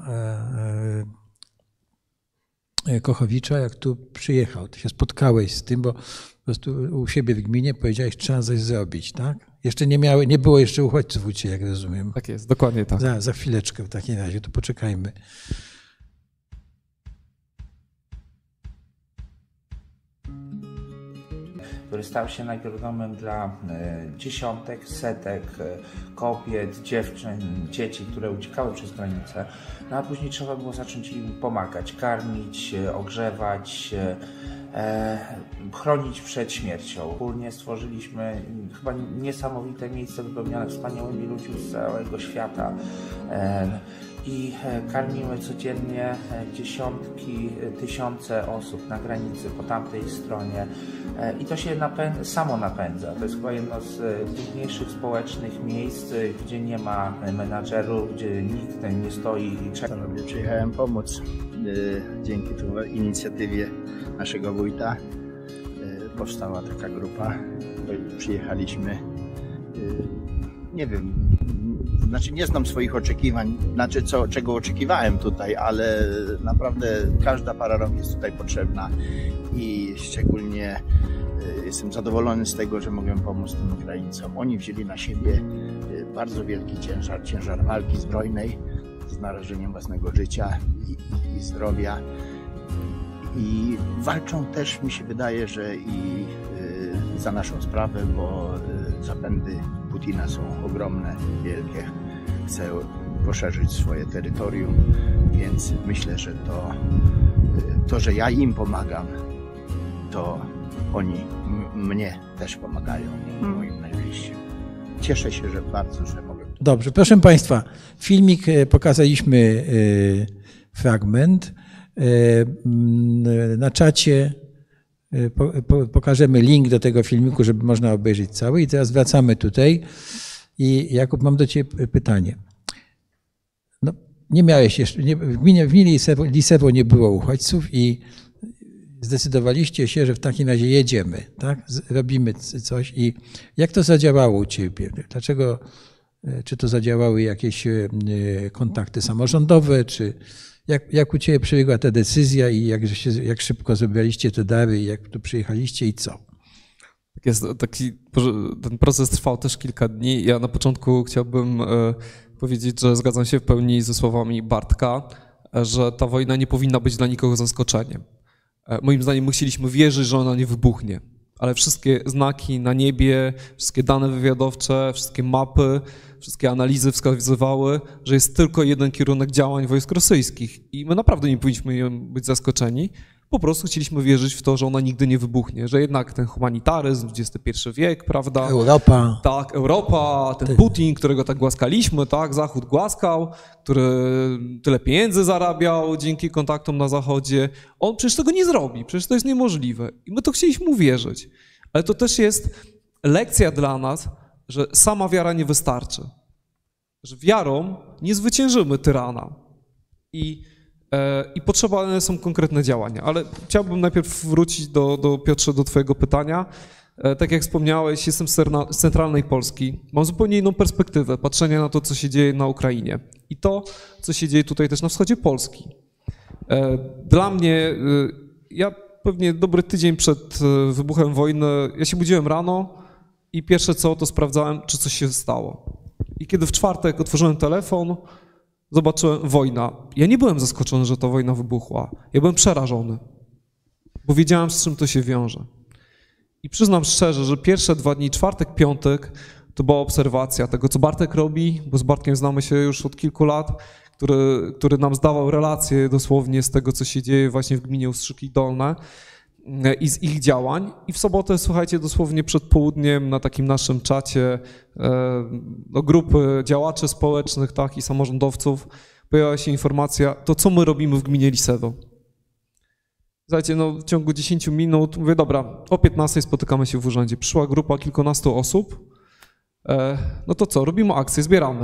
Kochowicza, jak tu przyjechał. Ty się spotkałeś z tym, bo po prostu u siebie w gminie powiedziałeś, trzeba coś zrobić, tak? Jeszcze nie miały, nie było jeszcze uchodźców u ciebie, jak rozumiem. Tak jest, dokładnie tak. Za, za chwileczkę w takim razie, to poczekajmy. Który stał się najpierw domem dla dziesiątek, setek kobiet, dziewczyn, dzieci, które uciekały przez granicę. No a później trzeba było zacząć im pomagać, karmić, ogrzewać, e, chronić przed śmiercią. Wspólnie stworzyliśmy chyba niesamowite miejsce wypełnione wspaniałymi ludźmi z całego świata. E, I karmimy codziennie dziesiątki, tysiące osób na granicy po tamtej stronie. I to się napędza, samo napędza. To jest chyba jedno z piękniejszych społecznych miejsc, gdzie nie ma menadżerów, gdzie nikt nie stoi i czeka. Przyjechałem pomóc. Dzięki tu inicjatywie naszego wójta powstała taka grupa. Przyjechaliśmy, nie wiem, znaczy nie znam swoich oczekiwań, znaczy co, czego oczekiwałem tutaj, ale naprawdę każda para rąk jest tutaj potrzebna i szczególnie jestem zadowolony z tego, że mogę pomóc tym Ukraińcom. Oni wzięli na siebie bardzo wielki ciężar, ciężar walki zbrojnej z narażeniem własnego życia i, i, i zdrowia i walczą też, mi się wydaje, że i y, za naszą sprawę, bo y, zapędy Putina są ogromne, wielkie. Chce poszerzyć swoje terytorium, więc myślę, że to, to że ja im pomagam, to oni mnie też pomagają, moim najbliższym. Cieszę się, że bardzo, że mogę. Dobrze, proszę Państwa, filmik pokazaliśmy fragment. Na czacie pokażemy link do tego filmiku, żeby można obejrzeć cały. I teraz wracamy tutaj. I Jakub, mam do Ciebie pytanie. No, nie miałeś jeszcze, nie, w gminie, w gminie Lisewo nie było uchodźców i zdecydowaliście się, że w takim razie jedziemy, tak? Robimy coś. I jak to zadziałało u Ciebie? Dlaczego, czy to zadziałały jakieś kontakty samorządowe, czy jak, jak u Ciebie przebiegła ta decyzja i jak, się, jak szybko zebraliście te dary i jak tu przyjechaliście i co? Tak jest, taki, ten proces trwał też kilka dni. Ja na początku chciałbym powiedzieć, że zgadzam się w pełni ze słowami Bartka, że ta wojna nie powinna być dla nikogo zaskoczeniem. Moim zdaniem musieliśmy wierzyć, że ona nie wybuchnie, ale wszystkie znaki na niebie, wszystkie dane wywiadowcze, wszystkie mapy, wszystkie analizy wskazywały, że jest tylko jeden kierunek działań wojsk rosyjskich i my naprawdę nie powinniśmy być zaskoczeni. Po prostu chcieliśmy wierzyć w to, że ona nigdy nie wybuchnie, że jednak ten humanitaryzm, dwudziesty pierwszy wiek, prawda? Europa. Tak, Europa, ten Putin, którego tak głaskaliśmy, tak, Zachód głaskał, który tyle pieniędzy zarabiał dzięki kontaktom na Zachodzie. On przecież tego nie zrobi, przecież to jest niemożliwe. I my to chcieliśmy uwierzyć. Ale to też jest lekcja dla nas, że sama wiara nie wystarczy. Że wiarą nie zwyciężymy tyrana. I I potrzebne są konkretne działania, ale chciałbym najpierw wrócić do, do Piotrze, do twojego pytania. Tak jak wspomniałeś, jestem z centralnej Polski, mam zupełnie inną perspektywę patrzenia na to, co się dzieje na Ukrainie i to, co się dzieje tutaj też na wschodzie Polski. Dla mnie, ja pewnie dobry tydzień przed wybuchem wojny, ja się budziłem rano i pierwsze co, to sprawdzałem, czy coś się stało. I kiedy w czwartek otworzyłem telefon, zobaczyłem wojna. Ja nie byłem zaskoczony, że ta wojna wybuchła. Ja byłem przerażony, bo wiedziałem, z czym to się wiąże. I przyznam szczerze, że pierwsze dwa dni, czwartek, piątek, to była obserwacja tego, co Bartek robi, bo z Bartkiem znamy się już od kilku lat, który, który nam zdawał relacje dosłownie z tego, co się dzieje właśnie w gminie Ustrzyki Dolne i z ich działań. I w sobotę, słuchajcie, dosłownie przed południem na takim naszym czacie no, grupy działaczy społecznych, tak, i samorządowców pojawiła się informacja, to co my robimy w gminie Lisewo. Słuchajcie, no w ciągu dziesięciu minut mówię, dobra, o piętnastej spotykamy się w urzędzie. Przyszła grupa kilkunastu osób. No to co, robimy akcję, zbieramy.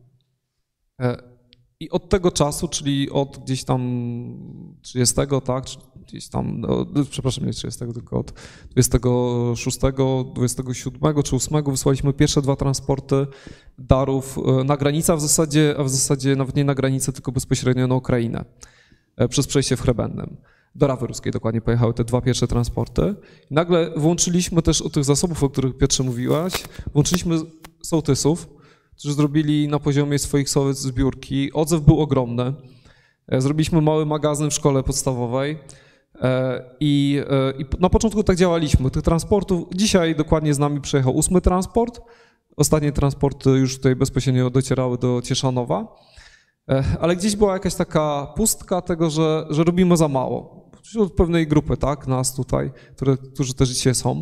I od tego czasu, czyli od gdzieś tam trzydziestego, tak, gdzieś tam, no, przepraszam, nie trzydziestego, tylko od dwudziestego szóstego, dwudziestego siódmego czy ósmego wysłaliśmy pierwsze dwa transporty darów na granicę, a w zasadzie, a w zasadzie nawet nie na granicę, tylko bezpośrednio na Ukrainę, przez przejście w Chrebennem. Do Rawy Ruskiej dokładnie pojechały te dwa pierwsze transporty. I nagle włączyliśmy też od tych zasobów, o których Piotrze mówiłaś, włączyliśmy sołtysów, którzy zrobili na poziomie swoich sołec zbiórki. Odzew był ogromny. Zrobiliśmy mały magazyn w szkole podstawowej i, i na początku tak działaliśmy. Tych transportów, dzisiaj dokładnie z nami przyjechał ósmy transport. Ostatnie transporty już tutaj bezpośrednio docierały do Cieszanowa. Ale gdzieś była jakaś taka pustka tego, że, że robimy za mało. Wśród pewnej grupy, tak, nas tutaj, które, którzy też dzisiaj są,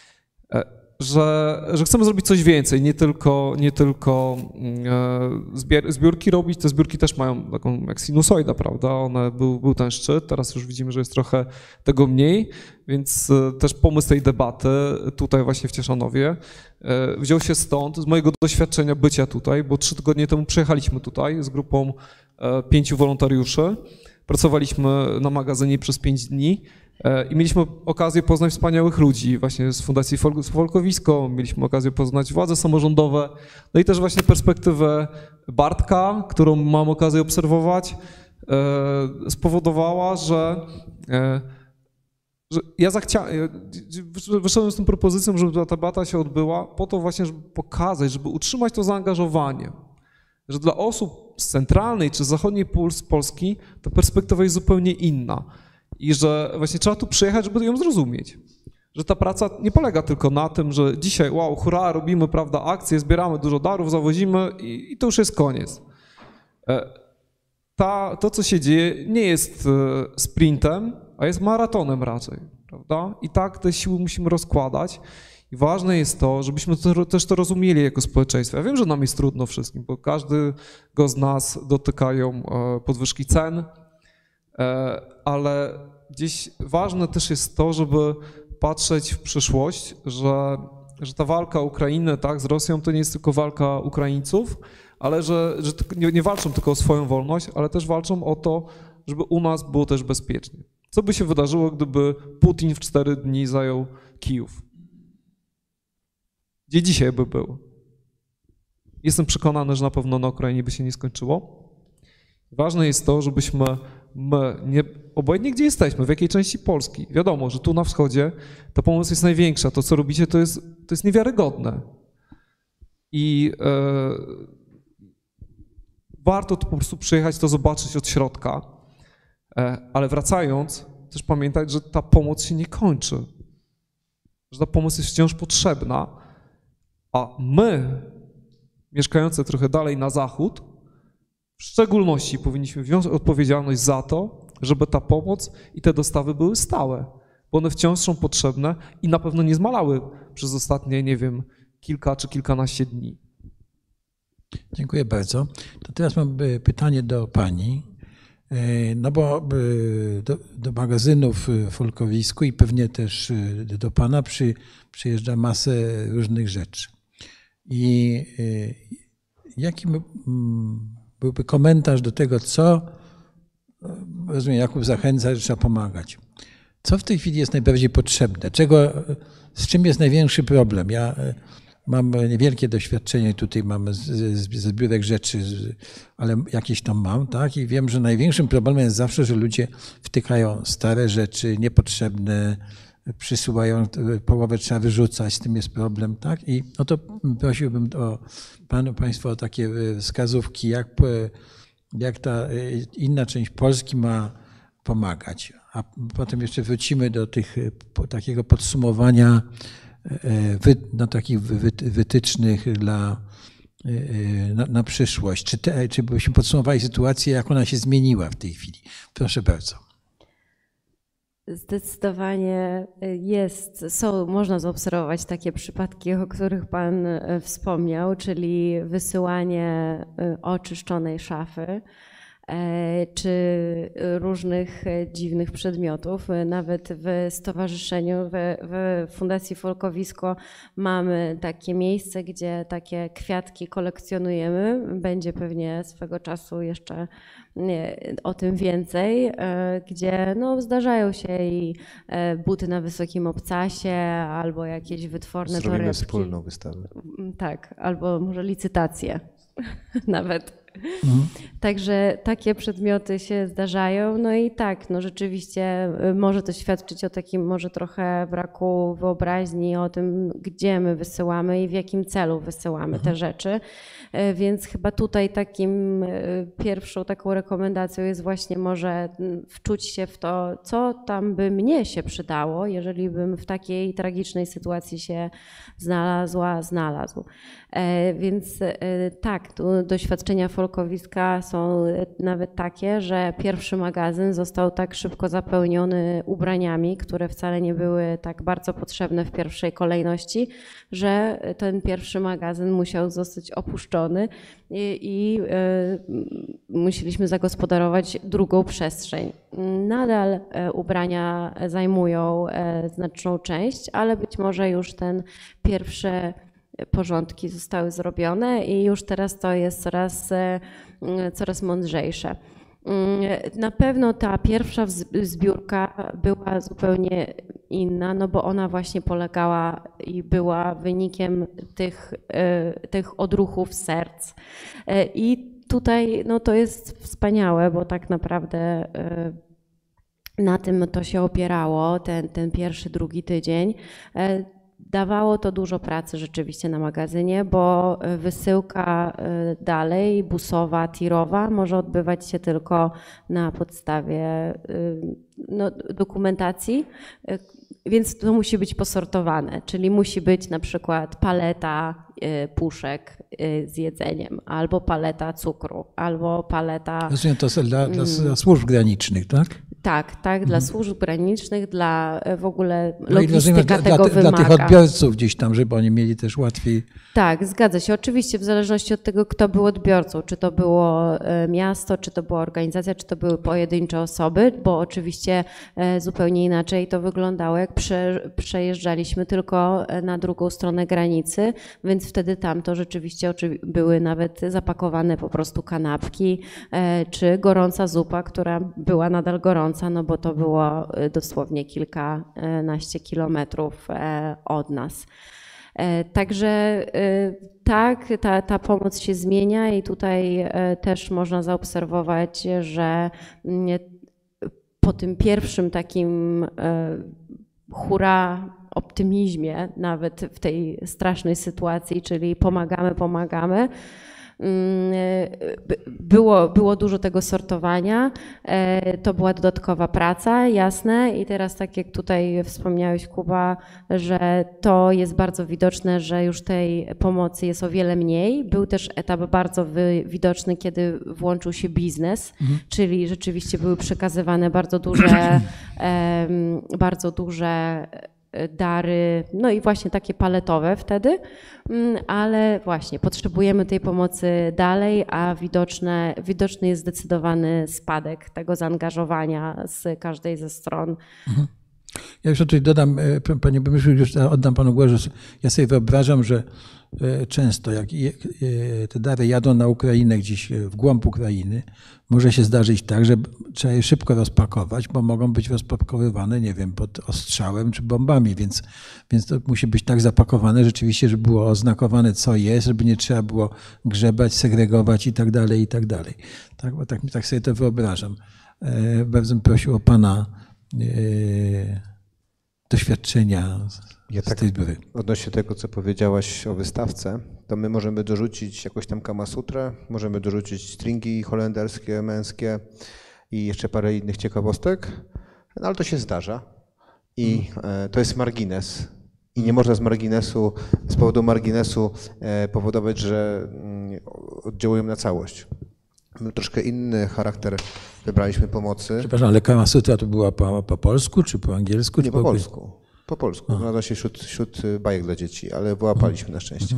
że, że chcemy zrobić coś więcej, nie tylko, nie tylko zbier, zbiórki robić. Te zbiórki też mają taką jak sinusoida, prawda? One, był, był ten szczyt, teraz już widzimy, że jest trochę tego mniej, więc też pomysł tej debaty tutaj właśnie w Cieszanowie wziął się stąd, z mojego doświadczenia bycia tutaj, bo trzy tygodnie temu przyjechaliśmy tutaj z grupą pięciu wolontariuszy. Pracowaliśmy na magazynie przez pięć dni i mieliśmy okazję poznać wspaniałych ludzi właśnie z Fundacji Folkowisko, mieliśmy okazję poznać władze samorządowe, no i też właśnie perspektywę Bartka, którą mam okazję obserwować, spowodowała, że, że ja zachciałem, wyszedłem z tą propozycją, żeby ta debata się odbyła po to właśnie, żeby pokazać, żeby utrzymać to zaangażowanie, że dla osób z centralnej czy z zachodniej Polski ta perspektywa jest zupełnie inna i że właśnie trzeba tu przyjechać, żeby ją zrozumieć. Że ta praca nie polega tylko na tym, że dzisiaj wow, hurra, robimy, prawda, akcje, zbieramy dużo darów, zawozimy i, i to już jest koniec. Ta, to, co się dzieje, nie jest sprintem, a jest maratonem raczej, prawda? I tak te siły musimy rozkładać. I ważne jest to, żebyśmy to, też to rozumieli jako społeczeństwo. Ja wiem, że nam jest trudno wszystkim, bo każdego z nas dotykają podwyżki cen, ale gdzieś ważne też jest to, żeby patrzeć w przyszłość, że, że ta walka Ukrainy, tak, z Rosją to nie jest tylko walka Ukraińców, ale że, że nie, nie walczą tylko o swoją wolność, ale też walczą o to, żeby u nas było też bezpiecznie. Co by się wydarzyło, gdyby Putin w cztery dni zajął Kijów? Gdzie dzisiaj by był? Jestem przekonany, że na pewno na Ukrainie by się nie skończyło. Ważne jest to, żebyśmy my, nie, obojętnie gdzie jesteśmy, w jakiej części Polski, wiadomo, że tu na wschodzie ta pomoc jest największa, to co robicie to jest, to jest niewiarygodne. I e, warto tu po prostu przyjechać, to zobaczyć od środka, e, ale wracając, też pamiętać, że ta pomoc się nie kończy, że ta pomoc jest wciąż potrzebna, a my, mieszkający trochę dalej na zachód, w szczególności powinniśmy wziąć odpowiedzialność za to, żeby ta pomoc i te dostawy były stałe, bo one wciąż są potrzebne i na pewno nie zmalały przez ostatnie, nie wiem, kilka czy kilkanaście dni. Dziękuję bardzo. To teraz mam pytanie do pani, no bo do, do magazynów w Folkowisku i pewnie też do pana przy, przyjeżdża masę różnych rzeczy. I jaki byłby komentarz do tego, co, rozumiem, Jakub zachęca, że trzeba pomagać. Co w tej chwili jest najbardziej potrzebne? Czego, z czym jest największy problem? Ja mam niewielkie doświadczenie, tutaj mam ze zbiórek rzeczy, ale jakieś tam mam, tak? I wiem, że największym problemem jest zawsze, że ludzie wtykają stare rzeczy, niepotrzebne, przysyłają, połowę trzeba wyrzucać, z tym jest problem, tak? I no to prosiłbym o panu, państwa o takie wskazówki, jak, jak ta inna część Polski ma pomagać. A potem jeszcze wrócimy do tych, takiego podsumowania, no, takich wytycznych dla, na, na przyszłość. Czy, te, czy byśmy podsumowali sytuację, jak ona się zmieniła w tej chwili? Proszę bardzo. Zdecydowanie jest, są, można zaobserwować takie przypadki, o których Pan wspomniał, czyli wysyłanie oczyszczonej szafy, czy różnych dziwnych przedmiotów. Nawet w stowarzyszeniu, w, w Fundacji Folkowisko mamy takie miejsce, gdzie takie kwiatki kolekcjonujemy. Będzie pewnie swego czasu jeszcze nie, o tym więcej, gdzie no, zdarzają się i buty na wysokim obcasie, albo jakieś wytworne Zrobimy torebki. Wspólną wystawę. Tak, albo może licytację nawet. Mhm. Także takie przedmioty się zdarzają. No i tak, no rzeczywiście może to świadczyć o takim może trochę braku wyobraźni o tym, gdzie my wysyłamy i w jakim celu wysyłamy mhm. te rzeczy. Więc chyba tutaj takim pierwszą taką rekomendacją jest właśnie może wczuć się w to, co tam by mnie się przydało, jeżeli bym w takiej tragicznej sytuacji się znalazła, znalazł. Więc tak, tu doświadczenia Folkowiska są nawet takie, że pierwszy magazyn został tak szybko zapełniony ubraniami, które wcale nie były tak bardzo potrzebne w pierwszej kolejności, że ten pierwszy magazyn musiał zostać opuszczony i, i y, musieliśmy zagospodarować drugą przestrzeń. Nadal ubrania zajmują znaczną część, ale być może już ten pierwszy porządki zostały zrobione i już teraz to jest coraz, coraz mądrzejsze. Na pewno ta pierwsza zbiórka była zupełnie inna, no bo ona właśnie polegała i była wynikiem tych, tych odruchów serc. I tutaj no to jest wspaniałe, bo tak naprawdę na tym to się opierało, ten, ten pierwszy, drugi tydzień. Dawało to dużo pracy rzeczywiście na magazynie, bo wysyłka dalej, busowa, tirowa może odbywać się tylko na podstawie no, dokumentacji, więc to musi być posortowane, czyli musi być na przykład paleta puszek z jedzeniem, albo paleta cukru, albo paleta... Rozumiem, to dla, dla, dla służb granicznych, tak? Tak, tak, mhm. dla służb granicznych, dla w ogóle no logistyka dla, tego dla, wymaga. Dla tych odbiorców gdzieś tam, żeby oni mieli też łatwiej. Tak, zgadza się. Oczywiście w zależności od tego, kto był odbiorcą, czy to było miasto, czy to była organizacja, czy to były pojedyncze osoby, bo oczywiście zupełnie inaczej to wyglądało, jak prze, przejeżdżaliśmy tylko na drugą stronę granicy, więc wtedy tam to rzeczywiście były nawet zapakowane po prostu kanapki, czy gorąca zupa, która była nadal gorąca, no bo to było dosłownie kilkanaście kilometrów od nas. Także tak, ta, ta pomoc się zmienia i tutaj też można zaobserwować, że po tym pierwszym takim hurra optymizmie, nawet w tej strasznej sytuacji, czyli pomagamy, pomagamy, Było, było dużo tego sortowania, to była dodatkowa praca, jasne, i teraz tak jak tutaj wspomniałeś, Kuba, że to jest bardzo widoczne, że już tej pomocy jest o wiele mniej. Był też etap bardzo widoczny, kiedy włączył się biznes, mhm. czyli rzeczywiście były przekazywane bardzo duże, bardzo duże dary, no i właśnie takie paletowe wtedy, ale właśnie potrzebujemy tej pomocy dalej, a widoczne, widoczny jest zdecydowany spadek tego zaangażowania z każdej ze stron. Mhm. Ja jeszcze tutaj dodam, panie Burmistrzu, już oddam panu głos, że ja sobie wyobrażam, że często jak te dary jadą na Ukrainę, gdzieś w głąb Ukrainy, może się zdarzyć tak, że trzeba je szybko rozpakować, bo mogą być rozpakowywane, nie wiem, pod ostrzałem czy bombami, więc, więc to musi być tak zapakowane rzeczywiście, żeby było oznakowane, co jest, żeby nie trzeba było grzebać, segregować i tak dalej, i tak dalej. Tak, bo tak, tak sobie to wyobrażam. Bardzo bym prosił o pana doświadczenia Ja z tak tej zbiory. Odnośnie tego, co powiedziałaś o wystawce, to my możemy dorzucić jakąś tam kamasutrę, możemy dorzucić stringi holenderskie, męskie i jeszcze parę innych ciekawostek, no ale to się zdarza i e, to jest margines. I nie można z marginesu, z powodu marginesu e, powodować, że mm, oddziałujemy na całość. My troszkę inny charakter wybraliśmy pomocy. Przepraszam, ale Kama Sutra to była po, po polsku, czy po angielsku? Nie, czy po polsku. Po polsku. Znalazła się wśród, wśród bajek dla dzieci, ale wyłapaliśmy na szczęście.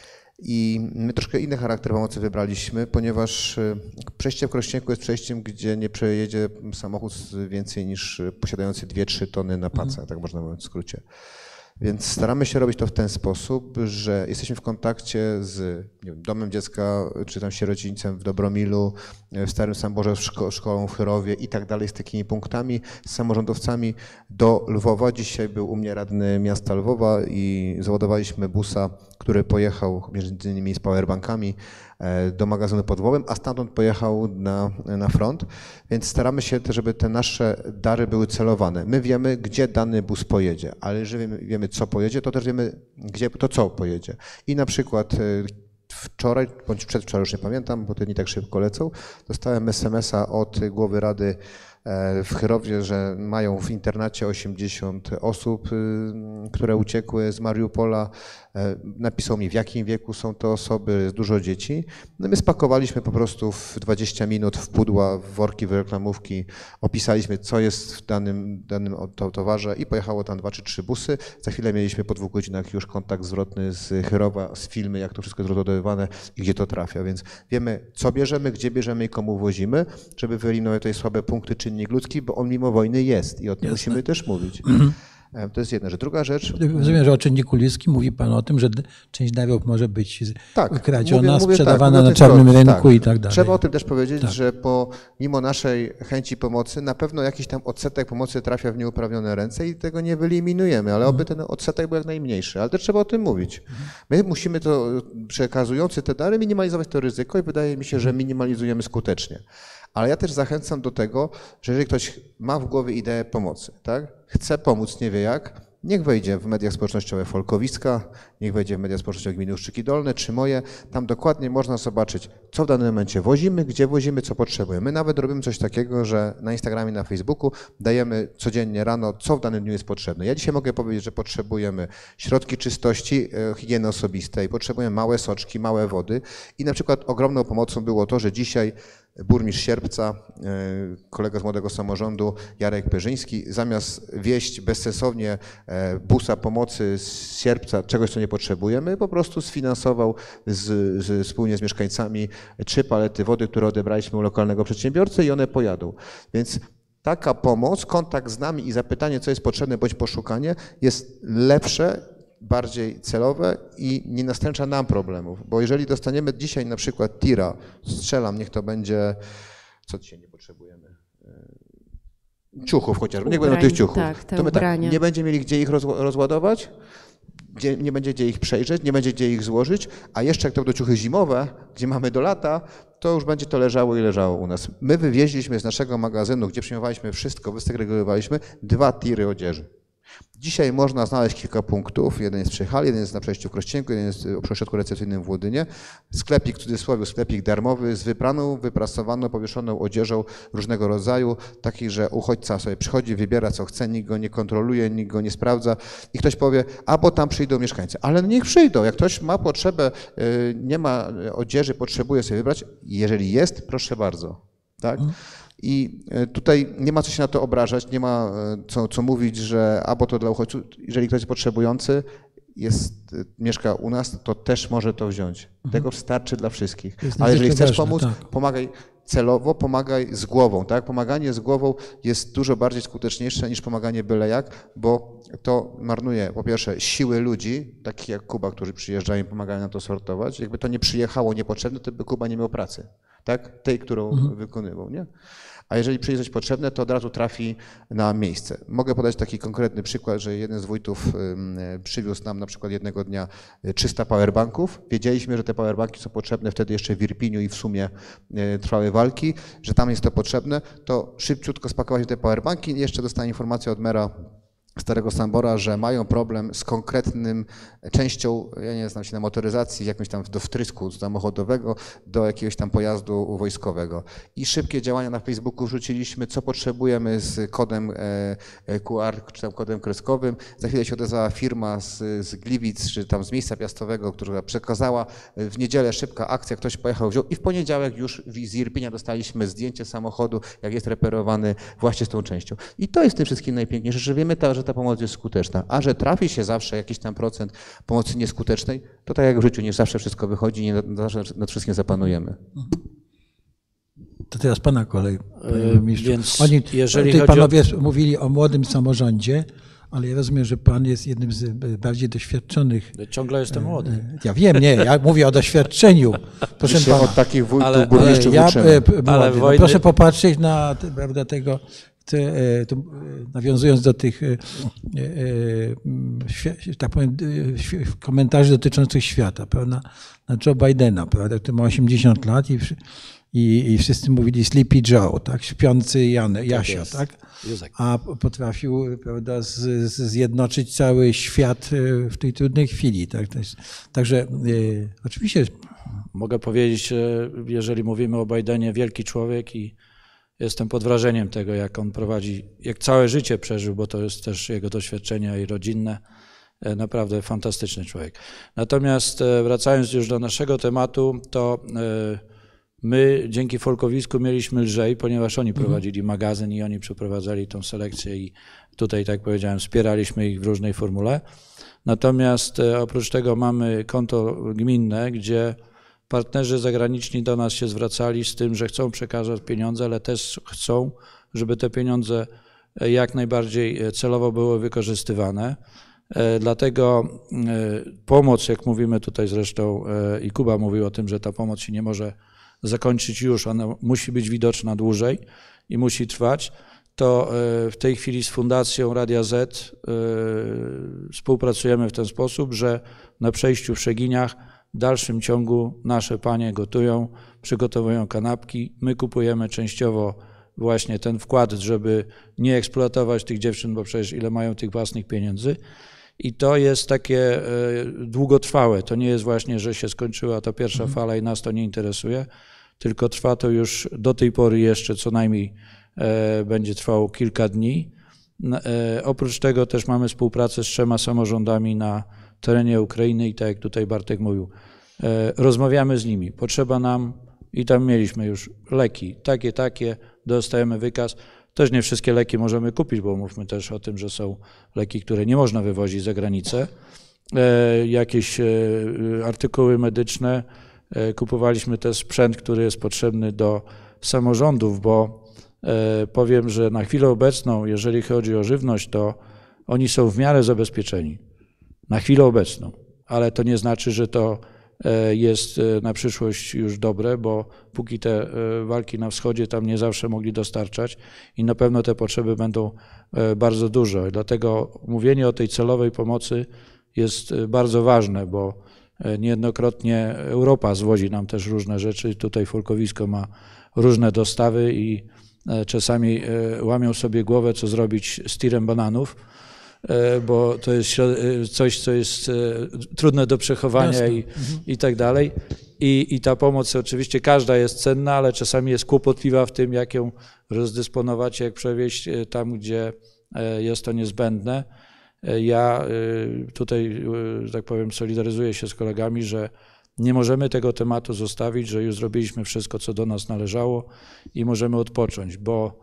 I my troszkę inny charakter pomocy wybraliśmy, ponieważ przejście w Krośnieku jest przejściem, gdzie nie przejedzie samochód więcej niż posiadający dwie trzy tony na pacę, tak można mówić w skrócie. Więc staramy się robić to w ten sposób, że jesteśmy w kontakcie z nie wiem, Domem Dziecka, czy tam sierocińcem w Dobromilu, w Starym Samborze, szko szkołą w Chyrowie i tak dalej, z takimi punktami, z samorządowcami do Lwowa. Dzisiaj był u mnie radny miasta Lwowa i załadowaliśmy busa, który pojechał między innymi z powerbankami do magazynu pod Lwowem, a stamtąd pojechał na, na front. Więc staramy się, żeby te nasze dary były celowane. My wiemy, gdzie dany bus pojedzie, ale jeżeli wiemy, wiemy co pojedzie, to też wiemy, gdzie to co pojedzie. I na przykład wczoraj, bądź przedwczoraj, już nie pamiętam, bo te dni tak szybko lecą, dostałem es em es a od głowy rady w Chyrowie, że mają w internacie osiemdziesiąt osób, które uciekły z Mariupola. Napisał mi, w jakim wieku są te osoby, jest dużo dzieci. No my spakowaliśmy po prostu w dwadzieścia minut w pudła, w worki, w reklamówki, opisaliśmy, co jest w danym, danym towarze i pojechało tam dwa czy trzy busy. Za chwilę mieliśmy po dwóch godzinach już kontakt zwrotny z Chyrowa, z filmy, jak to wszystko jest rozładowywane i gdzie to trafia. Więc wiemy, co bierzemy, gdzie bierzemy i komu wozimy, żeby wyeliminować tutaj słabe punkty, czynnik ludzki, bo on mimo wojny jest i o tym Jasne. musimy też mówić. To jest jedna rzecz. Druga rzecz... Rozumiem, że o czynniku ludzkim mówi Pan o tym, że część darów może być tak, kradziona, mówię, mówię sprzedawana tak, na czarnym rynku tak. i tak dalej. Trzeba o tym też powiedzieć, tak. że pomimo naszej chęci pomocy, na pewno jakiś tam odsetek pomocy trafia w nieuprawnione ręce i tego nie wyeliminujemy, ale oby ten odsetek był jak najmniejszy. Ale też trzeba o tym mówić. My musimy to, przekazujący te dary, minimalizować to ryzyko i wydaje mi się, że minimalizujemy skutecznie. Ale ja też zachęcam do tego, że jeżeli ktoś ma w głowie ideę pomocy, tak, chce pomóc, nie wie jak, niech wejdzie w media społecznościowe Folkowiska, niech wejdzie w media społecznościowe gminy Ustrzyki Dolne czy moje. Tam dokładnie można zobaczyć, co w danym momencie wozimy, gdzie wozimy, co potrzebujemy. My nawet robimy coś takiego, że na Instagramie, na Facebooku dajemy codziennie rano, co w danym dniu jest potrzebne. Ja dzisiaj mogę powiedzieć, że potrzebujemy środki czystości, higieny osobistej, potrzebujemy małe soczki, małe wody i na przykład ogromną pomocą było to, że dzisiaj burmistrz Sierpca, kolega z Młodego Samorządu, Jarek Perzyński, zamiast wieść bezsensownie busa pomocy z Sierpca, czegoś, co nie potrzebujemy, po prostu sfinansował z, z, wspólnie z mieszkańcami trzy palety wody, które odebraliśmy u lokalnego przedsiębiorcy i one pojadą. Więc taka pomoc, kontakt z nami i zapytanie, co jest potrzebne, bądź poszukanie, jest lepsze, bardziej celowe i nie nastręcza nam problemów, bo jeżeli dostaniemy dzisiaj na przykład tira, strzelam, niech to będzie, co dzisiaj nie potrzebujemy, ciuchów chociażby, niech będą tych ciuchów, tak, to my tak, nie będziemy mieli gdzie ich rozładować, gdzie, nie będzie gdzie ich przejrzeć, nie będzie gdzie ich złożyć, a jeszcze jak to będą ciuchy zimowe, gdzie mamy do lata, to już będzie to leżało i leżało u nas. My wywieźliśmy z naszego magazynu, gdzie przyjmowaliśmy wszystko, wysegregowaliśmy dwa tiry odzieży. Dzisiaj można znaleźć kilka punktów. Jeden jest przy hali, jeden jest na przejściu w Krośnieku, jeden jest w ośrodku recepcyjnym w Łodynie. Sklepik, w cudzysłowie, sklepik darmowy z wypraną, wyprasowaną, powieszoną odzieżą różnego rodzaju, taki, że uchodźca sobie przychodzi, wybiera co chce, nikt go nie kontroluje, nikt go nie sprawdza i ktoś powie, a bo tam przyjdą mieszkańcy. Ale niech przyjdą. Jak ktoś ma potrzebę, nie ma odzieży, potrzebuje sobie wybrać, jeżeli jest, proszę bardzo. Tak? I tutaj nie ma co się na to obrażać, nie ma co, co mówić, że albo to dla uchodźców, jeżeli ktoś jest potrzebujący, jest, mieszka u nas, to też może to wziąć. Tego starczy dla wszystkich. Ale jeżeli chcesz ważne, pomóc, tak. pomagaj celowo, pomagaj z głową. Tak? Pomaganie z głową jest dużo bardziej skuteczniejsze niż pomaganie byle jak, bo to marnuje po pierwsze siły ludzi, takich jak Kuba, którzy przyjeżdżają i pomagają nam to sortować. Jakby to nie przyjechało niepotrzebne, to by Kuba nie miał pracy. Tak? Tej, którą mhm. wykonywał. Nie? A jeżeli przyjdzie coś potrzebne, to od razu trafi na miejsce. Mogę podać taki konkretny przykład, że jeden z wójtów przywiózł nam na przykład jednego dnia trzysta powerbanków. Wiedzieliśmy, że te powerbanki są potrzebne wtedy jeszcze w Irpiniu i w Sumie trwały walki, że tam jest to potrzebne, to szybciutko spakowaliśmy te powerbanki i jeszcze dostałem informację od mera Starego Sambora, że mają problem z konkretnym częścią, ja nie znam się na motoryzacji, jakimś tam do wtrysku samochodowego do jakiegoś tam pojazdu wojskowego. I szybkie działania na Facebooku wrzuciliśmy, co potrzebujemy z kodem Q R, czy tam kodem kreskowym. Za chwilę się odezwała firma z, z Gliwic, czy tam z miejsca piastowego, która przekazała w niedzielę szybka akcja, ktoś pojechał, wziął i w poniedziałek już z Irpinia dostaliśmy zdjęcie samochodu, jak jest reperowany właśnie z tą częścią. I to jest w tym wszystkim najpiękniejsze, że wiemy, że ta pomoc jest skuteczna, a że trafi się zawsze jakiś tam procent pomocy nieskutecznej, to tak jak w życiu, nie zawsze wszystko wychodzi, nie zawsze nad wszystkim zapanujemy. To teraz pana kolej, panie mistrzu. Więc Oni, jeżeli tutaj chodzi panowie o... mówili o młodym samorządzie, ale ja rozumiem, że pan jest jednym z bardziej doświadczonych. Ciągle jestem młody. Ja wiem, nie, ja mówię o doświadczeniu. Proszę pana. Od takich wójtów, Ale- burmistrzów ja, uczymy. e, p- młody, Ale no wojny- proszę popatrzeć na te, prawda, tego, te, e, tu, e, nawiązując do tych e, e, m, świ- tak powiem, e, świ- komentarzy dotyczących świata, prawda, na Joe Bidena, prawda, który ma osiemdziesiąt lat i, wszy- i, i wszyscy mówili Sleepy Joe, tak, śpiący Jan, Jasia, jest. tak, Józek. a potrafił, prawda, z, z, zjednoczyć cały świat e, w tej trudnej chwili, tak, to jest, także e, oczywiście Mogę powiedzieć, że jeżeli mówimy o Bidenie, wielki człowiek i jestem pod wrażeniem tego, jak on prowadzi, jak całe życie przeżył, bo to jest też jego doświadczenia i rodzinne. Naprawdę fantastyczny człowiek. Natomiast wracając już do naszego tematu, to my dzięki Folkowisku mieliśmy lżej, ponieważ oni prowadzili magazyn i oni przeprowadzali tą selekcję i tutaj, tak jak powiedziałem, wspieraliśmy ich w różnej formule. Natomiast oprócz tego mamy konto gminne, gdzie partnerzy zagraniczni do nas się zwracali z tym, że chcą przekazać pieniądze, ale też chcą, żeby te pieniądze jak najbardziej celowo były wykorzystywane. Dlatego pomoc, jak mówimy tutaj zresztą i Kuba mówił o tym, że ta pomoc się nie może zakończyć już, ona musi być widoczna dłużej i musi trwać, to w tej chwili z Fundacją Radia Z współpracujemy w ten sposób, że na przejściu w Szeginiach w dalszym ciągu nasze panie gotują, przygotowują kanapki, my kupujemy częściowo właśnie ten wkład, żeby nie eksploatować tych dziewczyn, bo przecież ile mają tych własnych pieniędzy. I to jest takie długotrwałe, to nie jest właśnie, że się skończyła ta pierwsza fala i nas to nie interesuje, tylko trwa to już do tej pory jeszcze co najmniej będzie trwało kilka dni. Oprócz tego też mamy współpracę z trzema samorządami na terenie Ukrainy i tak jak tutaj Bartek mówił, rozmawiamy z nimi, potrzeba nam i tam mieliśmy już leki, takie, takie, dostajemy wykaz. Też nie wszystkie leki możemy kupić, bo mówmy też o tym, że są leki, które nie można wywozić za granicę. E, jakieś e, artykuły medyczne. E, kupowaliśmy też sprzęt, który jest potrzebny do samorządów, bo e, powiem, że na chwilę obecną, jeżeli chodzi o żywność, to oni są w miarę zabezpieczeni. Na chwilę obecną. Ale to nie znaczy, że to jest na przyszłość już dobre, bo póki te walki na wschodzie tam nie zawsze mogli dostarczać i na pewno te potrzeby będą bardzo duże. Dlatego mówienie o tej celowej pomocy jest bardzo ważne, bo niejednokrotnie Europa zwozi nam też różne rzeczy. Tutaj Folkowisko ma różne dostawy i czasami łamią sobie głowę, co zrobić z tirem bananów, bo to jest coś, co jest trudne do przechowania i, i tak dalej. I, I ta pomoc oczywiście każda jest cenna, ale czasami jest kłopotliwa w tym, jak ją rozdysponować, jak przewieźć tam, gdzie jest to niezbędne. Ja tutaj, tak powiem, solidaryzuję się z kolegami, że nie możemy tego tematu zostawić, że już zrobiliśmy wszystko, co do nas należało i możemy odpocząć, bo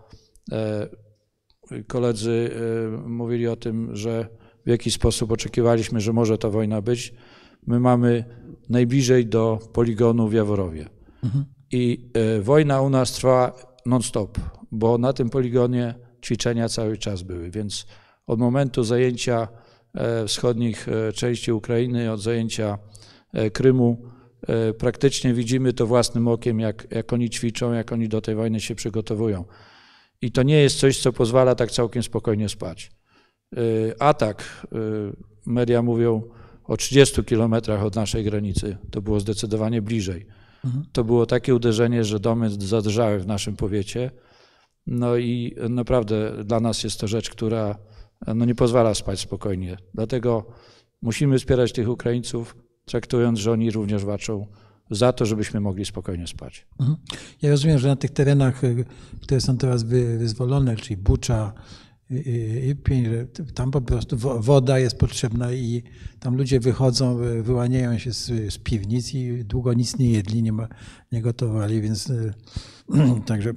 koledzy mówili o tym, że w jaki sposób oczekiwaliśmy, że może ta wojna być. My mamy najbliżej do poligonu w Jaworowie. Mhm. I wojna u nas trwa non-stop, bo na tym poligonie ćwiczenia cały czas były, więc od momentu zajęcia wschodnich części Ukrainy, od zajęcia Krymu, praktycznie widzimy to własnym okiem, jak, jak oni ćwiczą, jak oni do tej wojny się przygotowują. I to nie jest coś, co pozwala tak całkiem spokojnie spać. Atak, media mówią o trzydziestu kilometrach od naszej granicy, to było zdecydowanie bliżej. Mhm. To było takie uderzenie, że domy zadrżały w naszym powiecie. No i naprawdę dla nas jest to rzecz, która no nie pozwala spać spokojnie. Dlatego musimy wspierać tych Ukraińców, traktując, że oni również walczą za to, żebyśmy mogli spokojnie spać. Mhm. Ja rozumiem, że na tych terenach, które są teraz wyzwolone, czyli Bucza, Irpień, tam po prostu woda jest potrzebna i tam ludzie wychodzą, wyłaniają się z, z piwnic i długo nic nie jedli, nie, ma, nie gotowali, więc także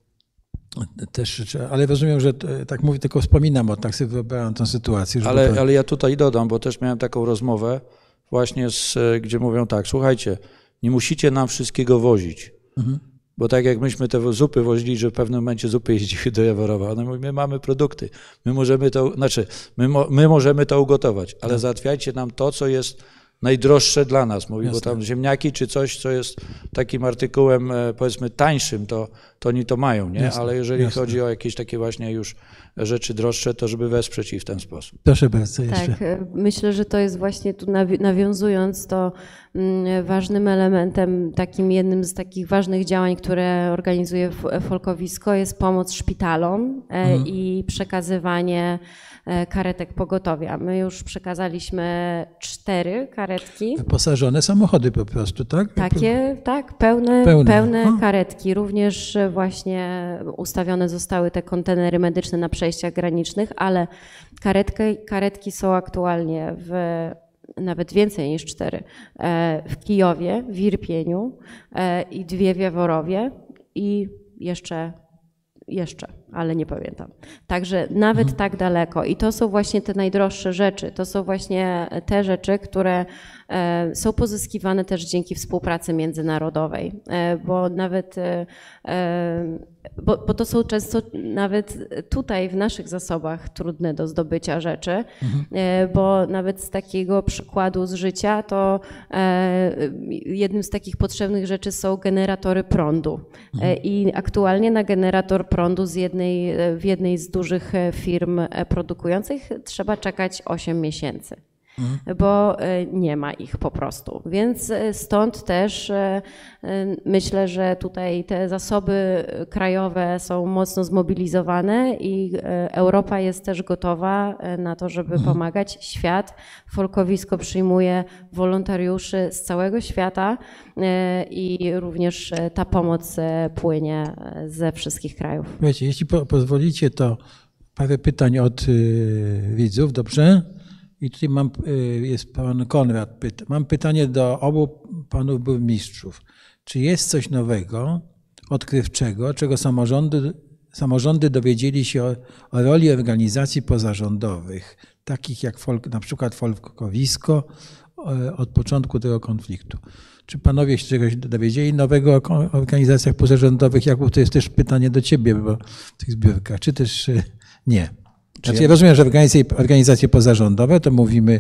też, ale rozumiem, że tak mówię, tylko wspominam, bo tak sobie wyobrażam tę sytuację. Ale, to... ale ja tutaj dodam, bo też miałem taką rozmowę właśnie, z, gdzie mówią tak, słuchajcie, nie musicie nam wszystkiego wozić. Mhm. Bo tak jak myśmy te zupy wozili, że w pewnym momencie zupy jeździły do Jaworowa, one mówią, my mamy produkty, my możemy to, znaczy, my, my możemy to ugotować, ale załatwiajcie nam to, co jest najdroższe dla nas, mówi, bo tam ziemniaki czy coś, co jest takim artykułem, powiedzmy, tańszym, to, to oni to mają, nie? Jasne, ale jeżeli jasne. chodzi o jakieś takie właśnie już rzeczy droższe, to żeby wesprzeć ich w ten sposób. Proszę bardzo jeszcze. Tak, myślę, że to jest właśnie tu nawiązując, to ważnym elementem, takim jednym z takich ważnych działań, które organizuje Folkowisko, jest pomoc szpitalom mhm. i przekazywanie karetek pogotowia. My już przekazaliśmy cztery karetki. Wyposażone samochody po prostu, tak? Takie, tak, pełne, pełne. pełne karetki. Również właśnie ustawione zostały te kontenery medyczne na przejściach granicznych, ale karetki, karetki są aktualnie w nawet więcej niż cztery, w Kijowie, w Irpieniu i dwie w Jaworowie i jeszcze Jeszcze, ale nie pamiętam. Także nawet mhm. tak daleko. I to są właśnie te najdroższe rzeczy. To są właśnie te rzeczy, które e, są pozyskiwane też dzięki współpracy międzynarodowej. E, bo nawet, e, bo, bo to są często nawet tutaj w naszych zasobach trudne do zdobycia rzeczy, mhm. e, bo nawet z takiego przykładu z życia to e, jednym z takich potrzebnych rzeczy są generatory prądu. Mhm. E, I aktualnie na generator prądu z jednej, w jednej z dużych firm produkujących trzeba czekać osiem miesięcy, mhm. bo nie ma ich po prostu. Więc stąd też myślę, że tutaj te zasoby krajowe są mocno zmobilizowane i Europa jest też gotowa na to, żeby mhm. pomagać. Świat, Folkowisko przyjmuje wolontariuszy z całego świata i również ta pomoc płynie ze wszystkich krajów. Wiecie, jeśli po, pozwolicie, to parę pytań od y, widzów, dobrze? I tutaj mam, y, jest pan Konrad pyta. Mam pytanie do obu panów burmistrzów. Czy jest coś nowego, odkrywczego, czego samorządy, samorządy dowiedzieli się o, o roli organizacji pozarządowych, takich jak folk, na przykład Folkowisko, od początku tego konfliktu? Czy panowie się czegoś dowiedzieli nowego o organizacjach pozarządowych? Jakub, to jest też pytanie do ciebie, bo w tych zbiórkach, czy też nie? Znaczy, ja rozumiem, że organizacje, organizacje pozarządowe, to mówimy,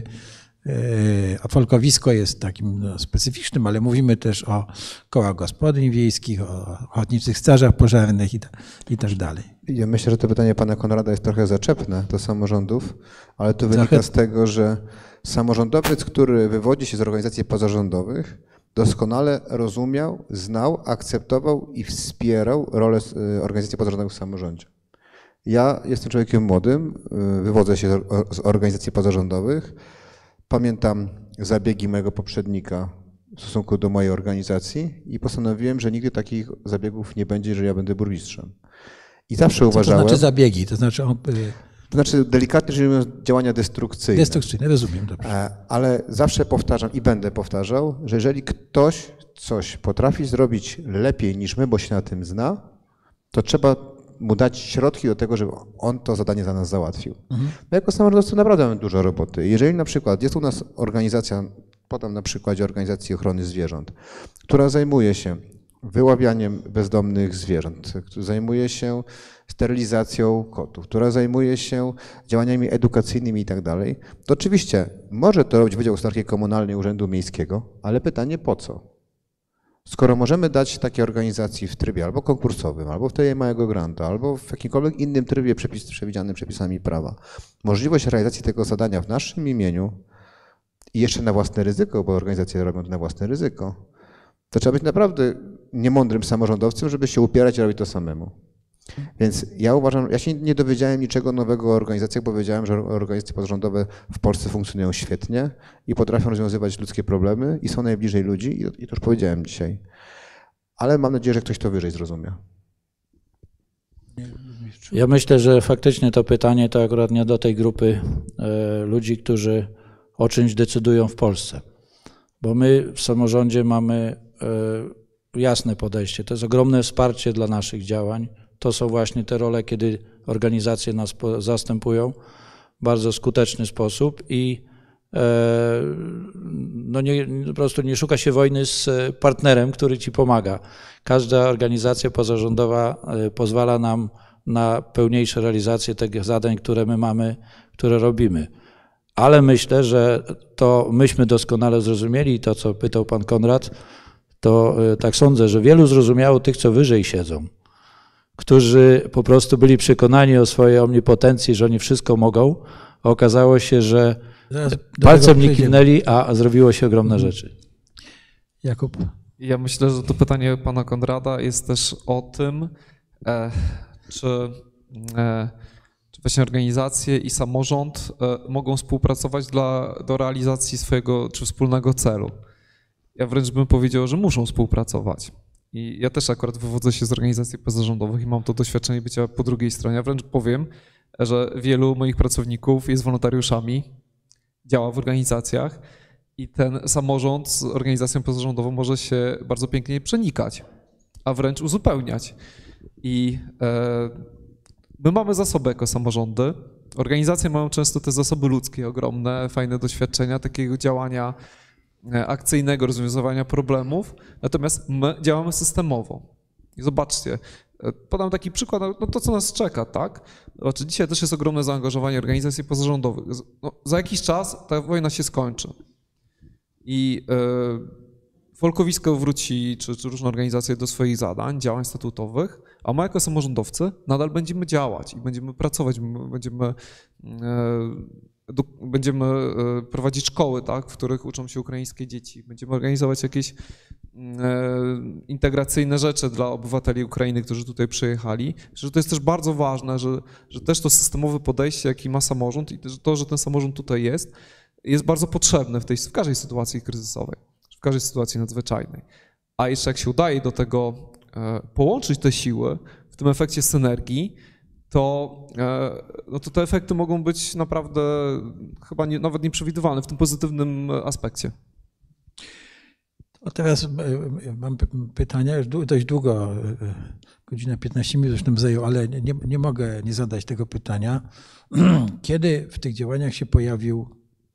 a Folkowisko jest takim no, specyficznym, ale mówimy też o kołach gospodyń wiejskich, o ochotniczych strażach pożarnych i, i tak dalej. Ja myślę, że to pytanie pana Konrada jest trochę zaczepne do samorządów, ale to wynika z tego, że samorządowiec, który wywodzi się z organizacji pozarządowych, doskonale rozumiał, znał, akceptował i wspierał rolę organizacji pozarządowych w samorządzie. Ja jestem człowiekiem młodym, wywodzę się z organizacji pozarządowych. Pamiętam zabiegi mojego poprzednika w stosunku do mojej organizacji i postanowiłem, że nigdy takich zabiegów nie będzie, że ja będę burmistrzem. I zawsze Co uważałem... To znaczy zabiegi, to znaczy... On... To znaczy delikatnie rzecz mówiąc działania destrukcyjne. Destrukcyjne, rozumiem dobrze. Ale zawsze powtarzam i będę powtarzał, że jeżeli ktoś coś potrafi zrobić lepiej niż my, bo się na tym zna, to trzeba mu dać środki do tego, żeby on to zadanie za nas załatwił. Mhm. My jako samorządowcy naprawdę mamy dużo roboty. Jeżeli na przykład jest u nas organizacja, podam na przykładzie organizacji ochrony zwierząt, która zajmuje się wyławianiem bezdomnych zwierząt, która zajmuje się sterylizacją kotów, która zajmuje się działaniami edukacyjnymi i tak dalej, to oczywiście może to robić Wydział Gospodarki Komunalnej Urzędu Miejskiego, ale pytanie po co? Skoro możemy dać takiej organizacji w trybie albo konkursowym, albo w trybie małego granta, albo w jakimkolwiek innym trybie przepis, przewidzianym przepisami prawa, możliwość realizacji tego zadania w naszym imieniu i jeszcze na własne ryzyko, bo organizacje robią to na własne ryzyko, to trzeba być naprawdę niemądrym samorządowcem, żeby się upierać i robić to samemu. Więc ja uważam, ja się nie dowiedziałem niczego nowego o organizacjach, bo wiedziałem, że organizacje pozarządowe w Polsce funkcjonują świetnie i potrafią rozwiązywać ludzkie problemy i są najbliżej ludzi i to już powiedziałem dzisiaj. Ale mam nadzieję, że ktoś to wyżej zrozumie. Ja myślę, że faktycznie to pytanie to akurat nie do tej grupy ludzi, którzy o czymś decydują w Polsce. Bo my w samorządzie mamy jasne podejście. To jest ogromne wsparcie dla naszych działań. To są właśnie te role, kiedy organizacje nas zastępują w bardzo skuteczny sposób i no nie, po prostu nie szuka się wojny z partnerem, który ci pomaga. Każda organizacja pozarządowa pozwala nam na pełniejszą realizację tych zadań, które my mamy, które robimy. Ale myślę, że to myśmy doskonale zrozumieli to, co pytał pan Konrad, to tak sądzę, że wielu zrozumiało tych, co wyżej siedzą, którzy po prostu byli przekonani o swojej omnipotencji, że oni wszystko mogą, a okazało się, że palcem nie kiwnęli, a zrobiło się ogromne rzeczy. Jakub? Ja myślę, że to pytanie pana Konrada jest też o tym, e, czy, e, czy właśnie organizacje i samorząd e, mogą współpracować dla, do realizacji swojego czy wspólnego celu. Ja wręcz bym powiedział, że muszą współpracować. I ja też akurat wywodzę się z organizacji pozarządowych i mam to doświadczenie bycia po drugiej stronie. Ja wręcz powiem, że wielu moich pracowników jest wolontariuszami, działa w organizacjach i ten samorząd z organizacją pozarządową może się bardzo pięknie przenikać, a wręcz uzupełniać. I e, my mamy zasoby jako samorządy. Organizacje mają często te zasoby ludzkie ogromne, fajne doświadczenia takiego działania akcyjnego, rozwiązywania problemów, natomiast my działamy systemowo. I zobaczcie, podam taki przykład, no to co nas czeka, tak? Znaczy dzisiaj też jest ogromne zaangażowanie organizacji pozarządowych. No, za jakiś czas ta wojna się skończy i y, folkowisko wróci, czy, czy różne organizacje do swoich zadań, działań statutowych, a my jako samorządowcy nadal będziemy działać i będziemy pracować, będziemy y, Będziemy prowadzić szkoły, tak, w których uczą się ukraińskie dzieci. Będziemy organizować jakieś integracyjne rzeczy dla obywateli Ukrainy, którzy tutaj przyjechali. Że to jest też bardzo ważne, że, że też to systemowe podejście, jaki ma samorząd i to, że ten samorząd tutaj jest, jest bardzo potrzebne w, tej, w każdej sytuacji kryzysowej, w każdej sytuacji nadzwyczajnej. A jeszcze jak się udaje do tego połączyć te siły w tym efekcie synergii, to, no to te efekty mogą być naprawdę chyba nie, nawet nieprzewidywalne w tym pozytywnym aspekcie. To teraz mam pytania, już dość długo, godzina piętnaście minut już nam zajęło, ale nie, nie mogę nie zadać tego pytania. Kiedy w tych działaniach się pojawił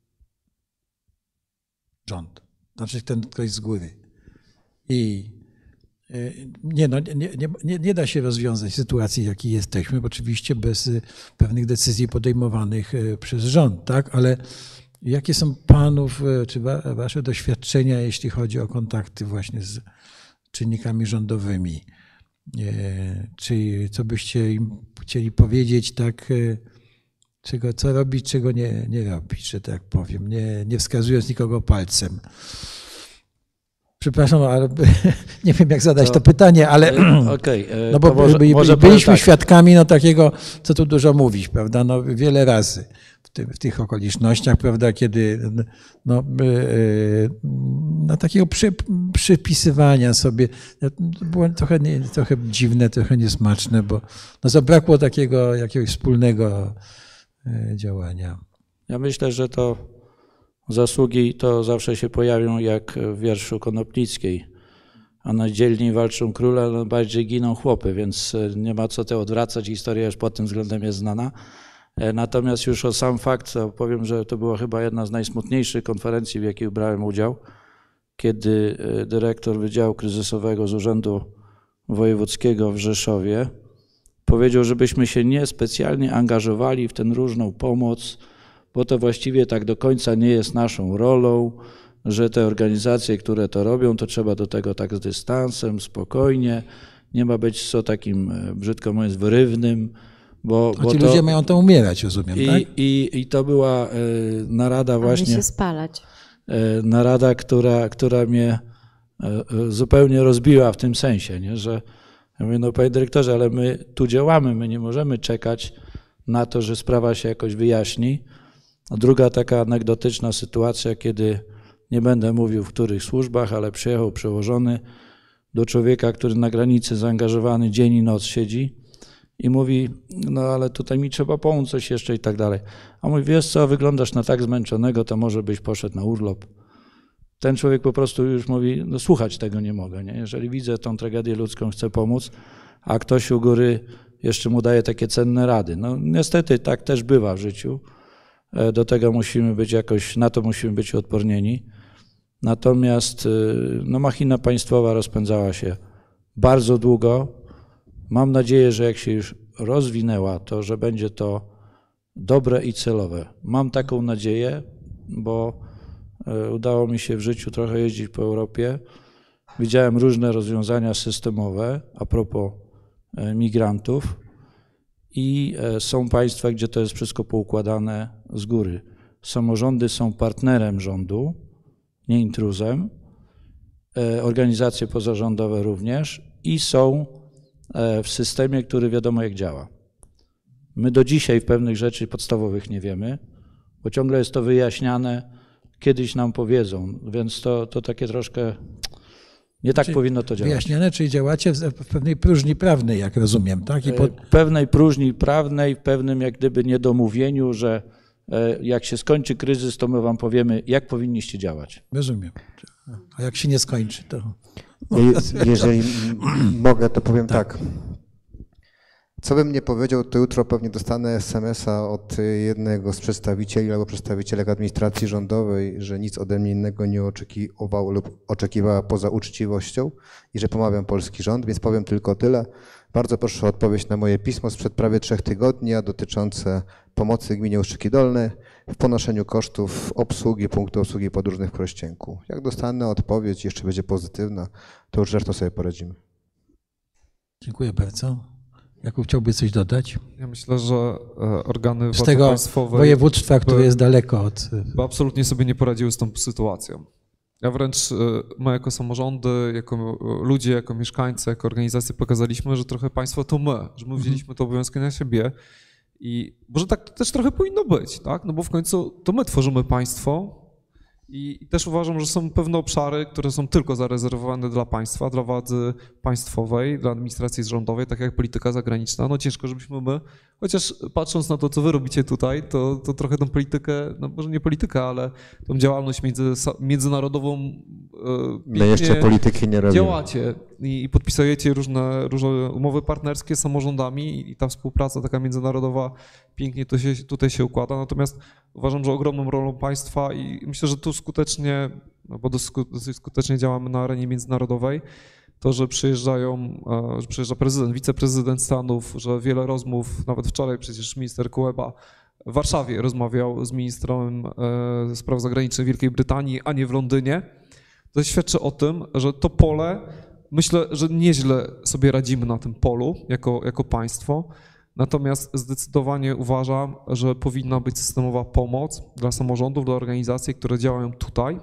rząd? Znaczy ten ktoś z góry. I Nie, no, nie, nie, nie da się rozwiązać sytuacji, w jakiej jesteśmy, oczywiście bez pewnych decyzji podejmowanych przez rząd, tak? Ale jakie są panów, czy wasze doświadczenia, jeśli chodzi o kontakty właśnie z czynnikami rządowymi? Czy co byście im chcieli powiedzieć, tak, czego, co robić, czego nie, nie robić, że tak powiem, nie, nie wskazując nikogo palcem? Przepraszam, ale nie wiem, jak zadać to, to pytanie, ale okay, no bo może, by, może byliśmy tak. świadkami no, takiego, co tu dużo mówić, prawda, no, wiele razy w, ty, w tych okolicznościach, prawda, kiedy no, no, takiego przy, przypisywania sobie, było trochę, nie, trochę dziwne, trochę niesmaczne, bo no, zabrakło takiego jakiegoś wspólnego działania. Ja myślę, że to zasługi to zawsze się pojawią jak w wierszu Konopnickiej. A najdzielniej walczą króle, ale bardziej giną chłopy, więc nie ma co to odwracać. Historia już pod tym względem jest znana. Natomiast już o sam fakt, to powiem, że to była chyba jedna z najsmutniejszych konferencji, w jakich brałem udział, kiedy dyrektor Wydziału Kryzysowego z Urzędu Wojewódzkiego w Rzeszowie powiedział, żebyśmy się nie specjalnie angażowali w tę różną pomoc, bo to właściwie tak do końca nie jest naszą rolą, że te organizacje, które to robią, to trzeba do tego tak z dystansem, spokojnie, nie ma być co takim, brzydko mówiąc, wyrywnym. Bo, A bo ci to, ludzie mają to umierać, rozumiem, i, tak? I, I to była y, narada właśnie, się spalać. Y, narada, która, która mnie y, zupełnie rozbiła w tym sensie, nie? Że Ja mówię, no panie dyrektorze, ale my tu działamy, my nie możemy czekać na to, że sprawa się jakoś wyjaśni. A druga taka anegdotyczna sytuacja, kiedy nie będę mówił w których służbach, ale przyjechał przełożony do człowieka, który na granicy zaangażowany dzień i noc siedzi i mówi, no ale tutaj mi trzeba pomóc coś jeszcze i tak dalej. A mówi, wiesz co, wyglądasz na tak zmęczonego, to może byś poszedł na urlop. Ten człowiek po prostu już mówi, no słuchać tego nie mogę, nie? Jeżeli widzę tą tragedię ludzką, chcę pomóc, a ktoś u góry jeszcze mu daje takie cenne rady. No niestety tak też bywa w życiu. Do tego musimy być jakoś, na to musimy być odpornieni. Natomiast no, machina państwowa rozpędzała się bardzo długo. Mam nadzieję, że jak się już rozwinęła, to że będzie to dobre i celowe. Mam taką nadzieję, bo udało mi się w życiu trochę jeździć po Europie. Widziałem różne rozwiązania systemowe a propos migrantów i są państwa, gdzie to jest wszystko poukładane z góry. Samorządy są partnerem rządu, nie intruzem, organizacje pozarządowe również i są w systemie, który wiadomo jak działa. My do dzisiaj w pewnych rzeczy podstawowych nie wiemy, bo ciągle jest to wyjaśniane, kiedyś nam powiedzą, więc to, to takie troszkę nie tak czyli powinno to działać. Wyjaśniane, czyli działacie w, w pewnej próżni prawnej, jak rozumiem, tak? I pod... W pewnej próżni prawnej, w pewnym jak gdyby niedomówieniu, że jak się skończy kryzys, to my wam powiemy, jak powinniście działać. Rozumiem. A jak się nie skończy, to... Je, jeżeli mogę, to powiem tak. tak. Co bym nie powiedział, to jutro pewnie dostanę es em es a od jednego z przedstawicieli albo przedstawicielek administracji rządowej, że nic ode mnie innego nie oczekiwał lub oczekiwała poza uczciwością i że pomawiam polski rząd, więc powiem tylko tyle. Bardzo proszę o odpowiedź na moje pismo sprzed prawie trzech tygodni dotyczące pomocy gminie Ustrzyki Dolne w ponoszeniu kosztów obsługi punktu obsługi podróżnych w Krościenku. Jak dostanę odpowiedź, jeszcze będzie pozytywna, to już zresztą sobie poradzimy. Dziękuję bardzo. Jakub, chciałby coś dodać? Ja myślę, że organy z tego państwowej województwa, by, które jest daleko od... By absolutnie sobie nie poradziły z tą sytuacją. Ja wręcz, my jako samorządy, jako ludzie, jako mieszkańcy, jako organizacje pokazaliśmy, że trochę państwo to my, że my wzięliśmy te obowiązki na siebie i może tak to też trochę powinno być, tak? No bo w końcu to my tworzymy państwo i też uważam, że są pewne obszary, które są tylko zarezerwowane dla państwa, dla władzy państwowej, dla administracji rządowej, tak jak polityka zagraniczna. No ciężko, żebyśmy my, chociaż patrząc na to, co wy robicie tutaj, to, to trochę tą politykę, no może nie politykę, ale tą działalność między, międzynarodową My jeszcze polityki nie robimy. Działacie i, i podpisujecie różne, różne umowy partnerskie z samorządami i ta współpraca taka międzynarodowa pięknie to się, tutaj się układa. Natomiast uważam, że ogromną rolą państwa i myślę, że tu skutecznie, no bo dosyć skutecznie działamy na arenie międzynarodowej, to, że przyjeżdżają, że przyjeżdża prezydent, wiceprezydent Stanów, że wiele rozmów, nawet wczoraj przecież minister Kuleba w Warszawie rozmawiał z ministrem spraw zagranicznych Wielkiej Brytanii, a nie w Londynie. To świadczy o tym, że to pole, myślę, że nieźle sobie radzimy na tym polu jako, jako państwo. Natomiast zdecydowanie uważam, że powinna być systemowa pomoc dla samorządów, dla organizacji, które działają tutaj.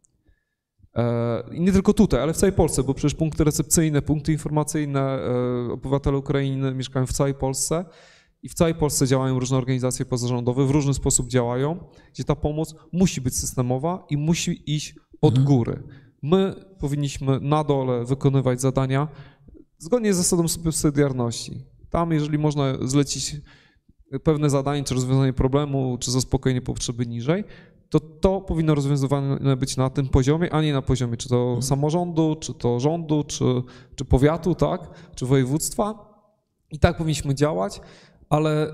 I nie tylko tutaj, ale w całej Polsce, bo przecież punkty recepcyjne, punkty informacyjne, obywatele Ukrainy mieszkają w całej Polsce i w całej Polsce działają różne organizacje pozarządowe, w różny sposób działają, gdzie ta pomoc musi być systemowa i musi iść od góry. My powinniśmy na dole wykonywać zadania zgodnie z zasadą subsydiarności. Tam, jeżeli można zlecić pewne zadanie, czy rozwiązanie problemu, czy zaspokojenie potrzeby niżej, to to powinno rozwiązywane być na tym poziomie, a nie na poziomie czy to samorządu, czy to rządu, czy, czy powiatu, tak, czy województwa. I tak powinniśmy działać, ale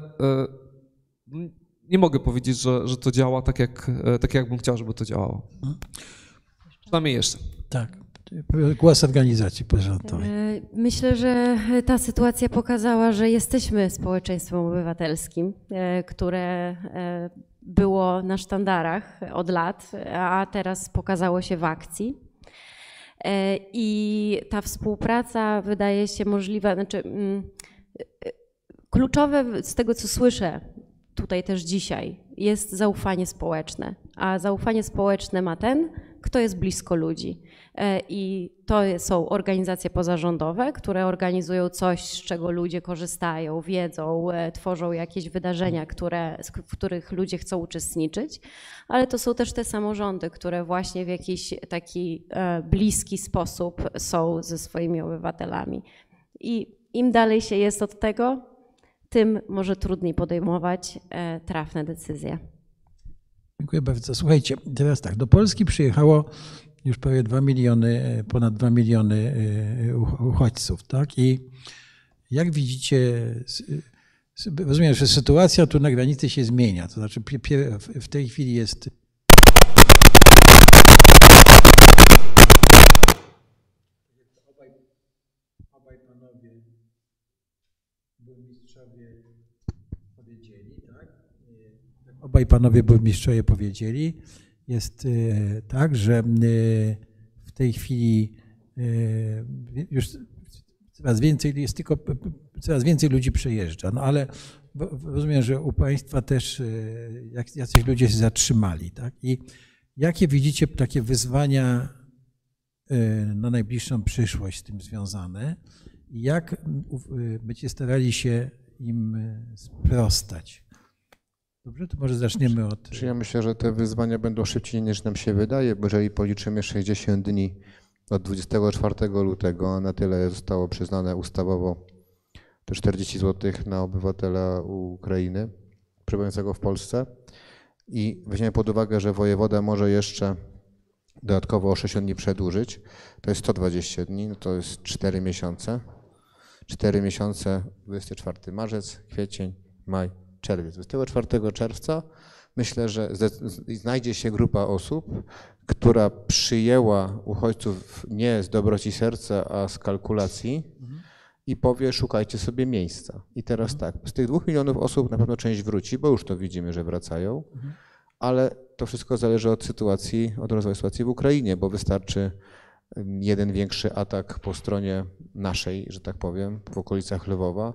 nie mogę powiedzieć, że, że to działa tak jak, tak, jak bym chciał, żeby to działało. Przynajmniej jeszcze. Tak. Głos organizacji pozarządowej. Myślę, że ta sytuacja pokazała, że jesteśmy społeczeństwem obywatelskim, które było na sztandarach od lat, a teraz pokazało się w akcji. I ta współpraca wydaje się możliwa, znaczy kluczowe z tego, co słyszę tutaj też dzisiaj, jest zaufanie społeczne. A zaufanie społeczne ma ten, kto jest blisko ludzi. I to są organizacje pozarządowe, które organizują coś, z czego ludzie korzystają, wiedzą, tworzą jakieś wydarzenia, które, w których ludzie chcą uczestniczyć, ale to są też te samorządy, które właśnie w jakiś taki bliski sposób są ze swoimi obywatelami. I im dalej się jest od tego, tym może trudniej podejmować trafne decyzje. Dziękuję bardzo. Słuchajcie, teraz tak, do Polski przyjechało już prawie dwa miliony, ponad dwa miliony uchodźców, tak? I jak widzicie, rozumiem, że sytuacja tu na granicy się zmienia, to znaczy w tej chwili jest obaj panowie burmistrzowie powiedzieli, tak? Obaj panowie burmistrzowie powiedzieli, jest tak, że w tej chwili już coraz więcej jest tylko coraz więcej ludzi przejeżdża, no ale rozumiem, że u państwa też jacyś ludzie się zatrzymali, tak? I jakie widzicie takie wyzwania na najbliższą przyszłość z tym związane i jak będziecie starali się im sprostać? Dobrze, to może zaczniemy od... Ja myślę, że te wyzwania będą szybciej niż nam się wydaje, bo jeżeli policzymy sześćdziesiąt dni od dwudziestego czwartego lutego, a na tyle zostało przyznane ustawowo te czterdzieści złotych na obywatela Ukrainy przebywającego w Polsce i weźmiemy pod uwagę, że wojewoda może jeszcze dodatkowo o sześćdziesiąt dni przedłużyć, to jest sto dwadzieścia dni, no to jest cztery miesiące. cztery miesiące, dwudziesty czwarty marzec, kwiecień, maj, czerwiec. dwudziestego czwartego czerwca myślę, że znajdzie się grupa osób, która przyjęła uchodźców nie z dobroci serca, a z kalkulacji mhm. i powie, szukajcie sobie miejsca. I teraz mhm. tak, z tych dwóch milionów osób na pewno część wróci, bo już to widzimy, że wracają, mhm. ale to wszystko zależy od sytuacji, od rozwoju sytuacji w Ukrainie, bo wystarczy jeden większy atak po stronie naszej, że tak powiem, w okolicach Lwowa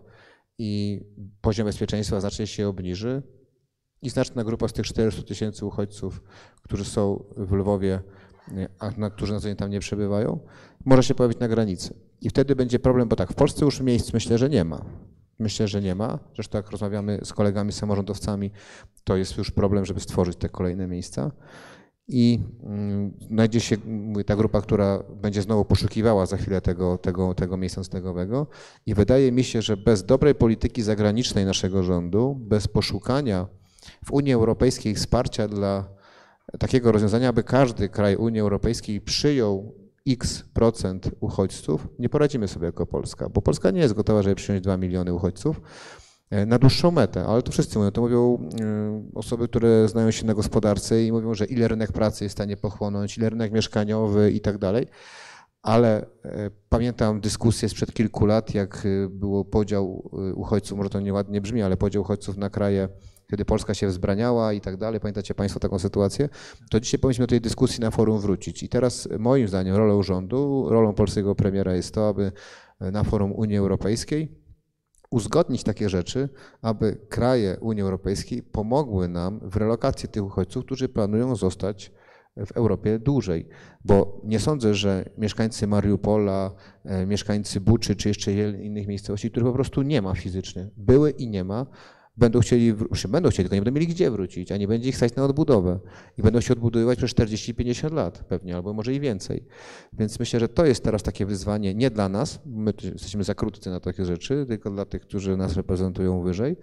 i poziom bezpieczeństwa znacznie się obniży i znaczna grupa z tych czterystu tysięcy uchodźców, którzy są w Lwowie, a na, którzy na co dzień tam nie przebywają, może się pojawić na granicy. I wtedy będzie problem, bo tak, w Polsce już miejsc myślę, że nie ma. Myślę, że nie ma. Zresztą jak rozmawiamy z kolegami samorządowcami, to jest już problem, żeby stworzyć te kolejne miejsca. I znajdzie się ta grupa, która będzie znowu poszukiwała za chwilę tego, tego, tego miejsca noclegowego. I wydaje mi się, że bez dobrej polityki zagranicznej naszego rządu, bez poszukania w Unii Europejskiej wsparcia dla takiego rozwiązania, aby każdy kraj Unii Europejskiej przyjął X procent uchodźców, nie poradzimy sobie jako Polska, bo Polska nie jest gotowa, żeby przyjąć dwa miliony uchodźców na dłuższą metę, ale to wszyscy mówią, to mówią osoby, które znają się na gospodarce i mówią, że ile rynek pracy jest w stanie pochłonąć, ile rynek mieszkaniowy i tak dalej, ale pamiętam dyskusję sprzed kilku lat, jak było podział uchodźców, może to nieładnie brzmi, ale podział uchodźców na kraje, kiedy Polska się wzbraniała i tak dalej, pamiętacie Państwo taką sytuację, to dzisiaj powinniśmy do tej dyskusji na forum wrócić. I teraz moim zdaniem rolą rządu, rolą polskiego premiera jest to, aby na forum Unii Europejskiej uzgodnić takie rzeczy, aby kraje Unii Europejskiej pomogły nam w relokacji tych uchodźców, którzy planują zostać w Europie dłużej. Bo nie sądzę, że mieszkańcy Mariupola, mieszkańcy Buczy czy jeszcze innych miejscowości, których po prostu nie ma fizycznie, były i nie ma, będą chcieli, będą chcieli, tylko nie będą mieli gdzie wrócić, a nie będzie ich stać na odbudowę. I będą się odbudowywać przez czterdzieści pięćdziesiąt lat pewnie, albo może i więcej. Więc myślę, że to jest teraz takie wyzwanie nie dla nas, my jesteśmy za krótcy na takie rzeczy, tylko dla tych, którzy nas reprezentują wyżej,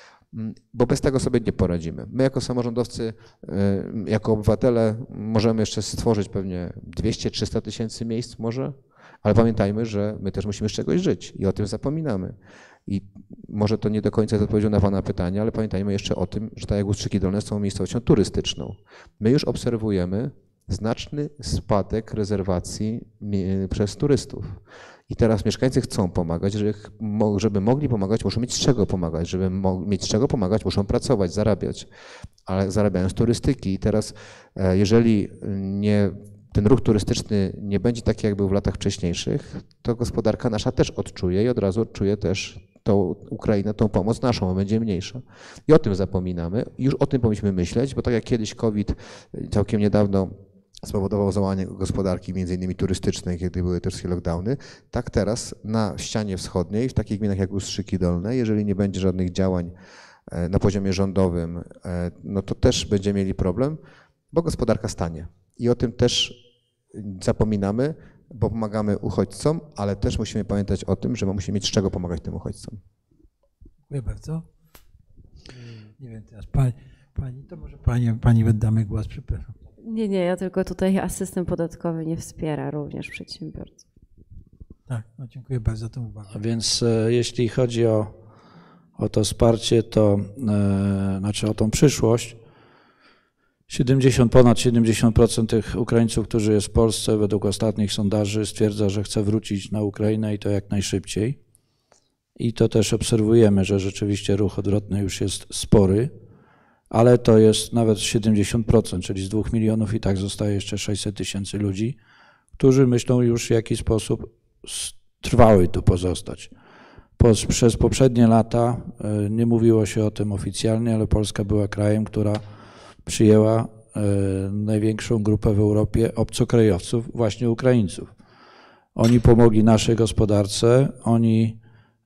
bo bez tego sobie nie poradzimy. My jako samorządowcy, jako obywatele możemy jeszcze stworzyć pewnie dwieście trzysta tysięcy miejsc może, ale pamiętajmy, że my też musimy z czegoś żyć i o tym zapominamy. I może to nie do końca jest odpowiedzią na Pana pytanie, ale pamiętajmy jeszcze o tym, że tak jak Ustrzyki Dolne są miejscowością turystyczną. My już obserwujemy znaczny spadek rezerwacji przez turystów. I teraz mieszkańcy chcą pomagać, żeby, żeby mogli pomagać, muszą mieć z czego pomagać. Żeby mieć z czego pomagać, muszą pracować, zarabiać, ale zarabiają z turystyki. I teraz jeżeli nie, ten ruch turystyczny nie będzie taki, jak był w latach wcześniejszych, to gospodarka nasza też odczuje i od razu odczuje też tą Ukrainę, tą pomoc naszą, będzie mniejsza. I o tym zapominamy. Już o tym powinniśmy myśleć, bo tak jak kiedyś COVID całkiem niedawno spowodował załamanie gospodarki, między innymi turystycznej, kiedy były też wszystkie lockdowny, tak teraz na ścianie wschodniej, w takich gminach jak Ustrzyki Dolne, jeżeli nie będzie żadnych działań na poziomie rządowym, no to też będziemy mieli problem, bo gospodarka stanie. I o tym też zapominamy, bo pomagamy uchodźcom, ale też musimy pamiętać o tym, że musimy mieć z czego pomagać tym uchodźcom. Dziękuję bardzo. Nie wiem, teraz pani, pani to może pani, pani oddamy głos, przepraszam. Nie, nie, ja tylko tutaj asystent podatkowy nie wspiera również przedsiębiorców. Tak, no dziękuję bardzo za tę uwagę. A więc e, jeśli chodzi o, o to wsparcie, to e, znaczy o tą przyszłość, siedemdziesiąt, ponad siedemdziesiąt procent tych Ukraińców, którzy jest w Polsce, według ostatnich sondaży stwierdza, że chce wrócić na Ukrainę i to jak najszybciej. I to też obserwujemy, że rzeczywiście ruch odwrotny już jest spory, ale to jest nawet siedemdziesiąt procent, czyli z dwóch milionów i tak zostaje jeszcze sześćset tysięcy ludzi, którzy myślą już w jaki sposób trwały tu pozostać. Po, przez poprzednie lata nie mówiło się o tym oficjalnie, ale Polska była krajem, która przyjęła największą grupę w Europie obcokrajowców, właśnie Ukraińców. Oni pomogli naszej gospodarce, oni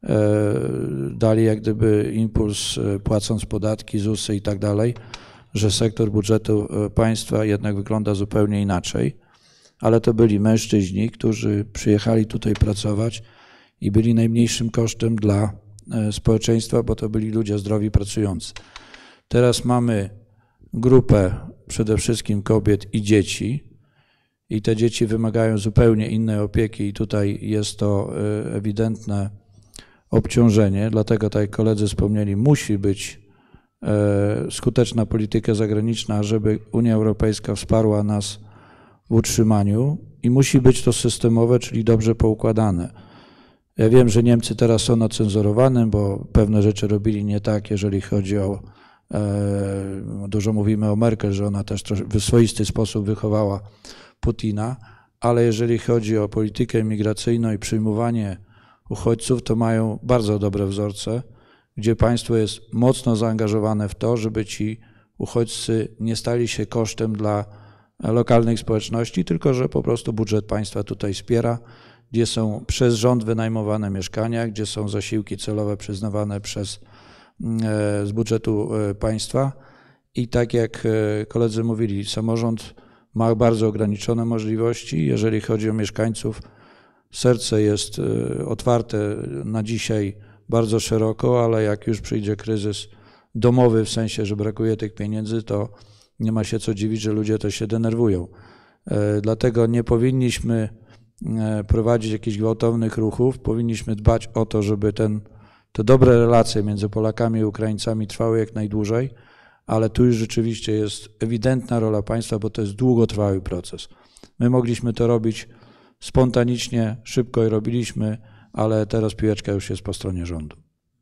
dali jak gdyby impuls, płacąc podatki, zusy i tak dalej, że sektor budżetu państwa jednak wygląda zupełnie inaczej, ale to byli mężczyźni, którzy przyjechali tutaj pracować i byli najmniejszym kosztem dla społeczeństwa, bo to byli ludzie zdrowi, pracujący. Teraz mamy grupę przede wszystkim kobiet i dzieci i te dzieci wymagają zupełnie innej opieki i tutaj jest to ewidentne obciążenie, dlatego tak jak koledzy wspomnieli, musi być skuteczna polityka zagraniczna, żeby Unia Europejska wsparła nas w utrzymaniu i musi być to systemowe, czyli dobrze poukładane. Ja wiem, że Niemcy teraz są na cenzurowanym, bo pewne rzeczy robili nie tak, jeżeli chodzi o, dużo mówimy o Merkel, że ona też w swoisty sposób wychowała Putina, ale jeżeli chodzi o politykę imigracyjną i przyjmowanie uchodźców, to mają bardzo dobre wzorce, gdzie państwo jest mocno zaangażowane w to, żeby ci uchodźcy nie stali się kosztem dla lokalnych społeczności, tylko że po prostu budżet państwa tutaj wspiera, gdzie są przez rząd wynajmowane mieszkania, gdzie są zasiłki celowe przyznawane przez, z budżetu państwa i tak jak koledzy mówili, samorząd ma bardzo ograniczone możliwości, jeżeli chodzi o mieszkańców. Serce jest otwarte na dzisiaj bardzo szeroko, ale jak już przyjdzie kryzys domowy, w sensie, że brakuje tych pieniędzy, to nie ma się co dziwić, że ludzie to się denerwują. Dlatego nie powinniśmy prowadzić jakichś gwałtownych ruchów, powinniśmy dbać o to, żeby ten, te dobre relacje między Polakami i Ukraińcami trwały jak najdłużej, ale tu już rzeczywiście jest ewidentna rola państwa, bo to jest długotrwały proces. My mogliśmy to robić spontanicznie, szybko i robiliśmy, ale teraz piłeczka już jest po stronie rządu.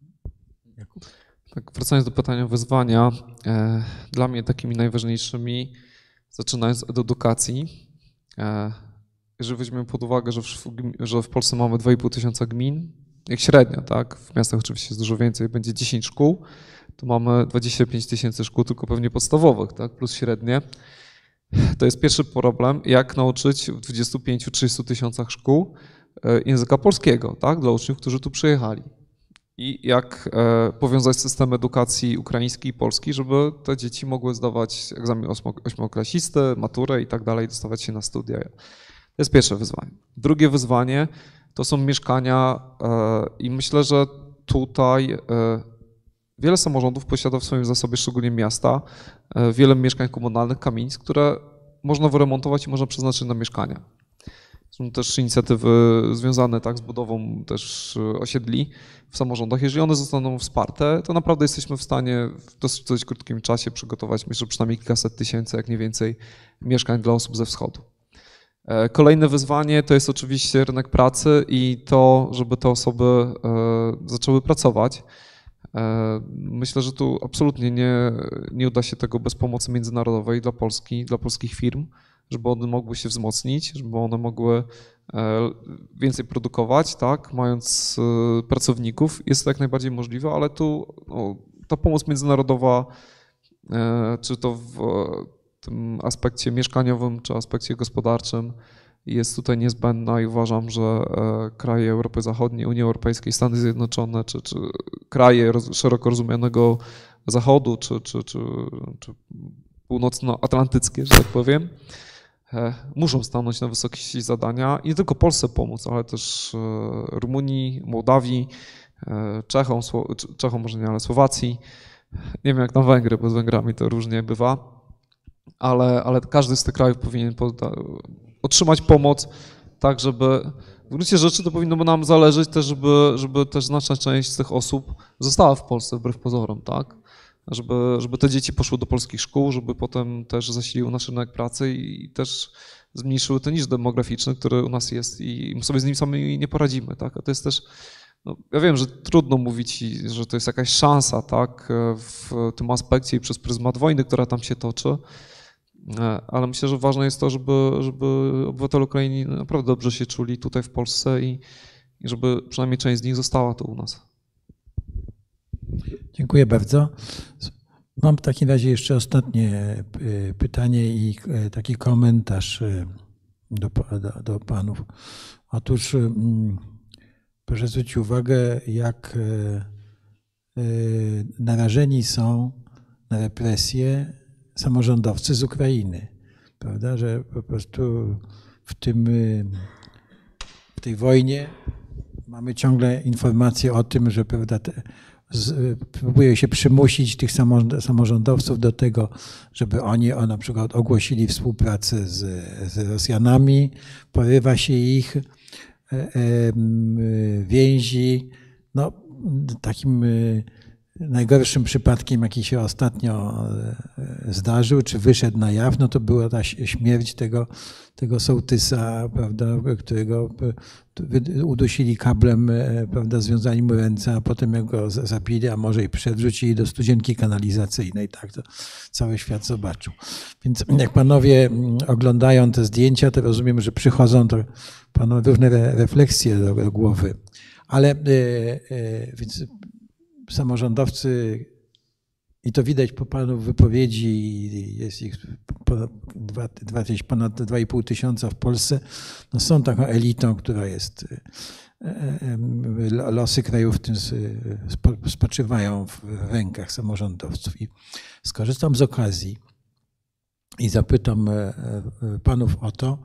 Tak, wracając do pytania o wyzwania, e, dla mnie takimi najważniejszymi, zaczynając od edukacji, e, jeżeli weźmiemy pod uwagę, że w, że w Polsce mamy dwa i pół tysiąca gmin, jak średnio, tak, w miastach oczywiście jest dużo więcej, będzie dziesięć szkół, to mamy dwadzieścia pięć tysięcy szkół, tylko pewnie podstawowych, tak, plus średnie. To jest pierwszy problem, jak nauczyć w dwudziestu pięciu do trzydziestu tysiącach szkół języka polskiego, tak, dla uczniów, którzy tu przyjechali. I jak powiązać system edukacji ukraiński i polski, żeby te dzieci mogły zdawać egzamin ośmioklasisty, maturę i tak dalej, dostawać się na studia. To jest pierwsze wyzwanie. Drugie wyzwanie to są mieszkania i myślę, że tutaj wiele samorządów posiada w swoim zasobie, szczególnie miasta, wiele mieszkań komunalnych, kamienic, które można wyremontować i można przeznaczyć na mieszkania. Są też inicjatywy związane tak z budową też osiedli w samorządach. Jeżeli one zostaną wsparte, to naprawdę jesteśmy w stanie w dosyć, dosyć krótkim czasie przygotować, myślę, przynajmniej kilkaset tysięcy, jak nie więcej, mieszkań dla osób ze wschodu. Kolejne wyzwanie to jest oczywiście rynek pracy i to, żeby te osoby zaczęły pracować. Myślę, że tu absolutnie nie, nie uda się tego bez pomocy międzynarodowej dla Polski, dla polskich firm, żeby one mogły się wzmocnić, żeby one mogły więcej produkować, tak, mając pracowników. Jest to jak najbardziej możliwe, ale tu no, ta pomoc międzynarodowa, czy to w, tym aspekcie mieszkaniowym czy aspekcie gospodarczym jest tutaj niezbędna i uważam, że kraje Europy Zachodniej, Unii Europejskiej, Stany Zjednoczone czy, czy kraje roz, szeroko rozumianego Zachodu czy, czy, czy, czy północnoatlantyckie, że tak powiem, muszą stanąć na wysokości zadania i nie tylko Polsce pomóc, ale też Rumunii, Mołdawii, Czechom, Czechom może nie, ale Słowacji. Nie wiem jak na Węgry, bo z Węgrami to różnie bywa, ale, ale każdy z tych krajów powinien otrzymać pomoc, tak żeby w gruncie rzeczy to powinno nam zależeć też, żeby, żeby też znaczna część z tych osób została w Polsce wbrew pozorom, tak? Żeby, żeby te dzieci poszły do polskich szkół, żeby potem też zasiliły nasz rynek pracy i też zmniejszyły ten niż demograficzny, który u nas jest i my sobie z nim sami nie poradzimy, tak? A to jest też, no, ja wiem, że trudno mówić, że to jest jakaś szansa, tak, w tym aspekcie i przez pryzmat wojny, która tam się toczy, ale myślę, że ważne jest to, żeby, żeby obywatele Ukrainy naprawdę dobrze się czuli tutaj w Polsce i, i żeby przynajmniej część z nich została tu u nas. Dziękuję bardzo. Mam w takim razie jeszcze ostatnie pytanie i taki komentarz do, do, do panów. Otóż proszę zwrócić uwagę, jak narażeni są na represje samorządowcy z Ukrainy, prawda, że po prostu w tym, w tej wojnie mamy ciągle informacje o tym, że prawda, te, z, próbuje się przymusić tych samorządowców do tego, żeby oni o, na przykład ogłosili współpracę z, z Rosjanami, porywa się ich, e, e, więzi. No, takim najgorszym przypadkiem, jaki się ostatnio zdarzył, czy wyszedł na jaw, no to była ta śmierć tego, tego sołtysa, prawda, którego udusili kablem, prawda, związali mu ręce, a potem jak go zabili, a może i przedrzucili do studzienki kanalizacyjnej. Tak to cały świat zobaczył. Więc jak panowie oglądają te zdjęcia, to rozumiem, że przychodzą to panu różne refleksje do, do głowy. Ale więc samorządowcy, i to widać po panu wypowiedzi, jest ich ponad dwa, ponad dwa i pół tysiąca w Polsce, no są taką elitą, która jest, losy krajów w tym spoczywają w rękach samorządowców. I skorzystam z okazji i zapytam panów o to,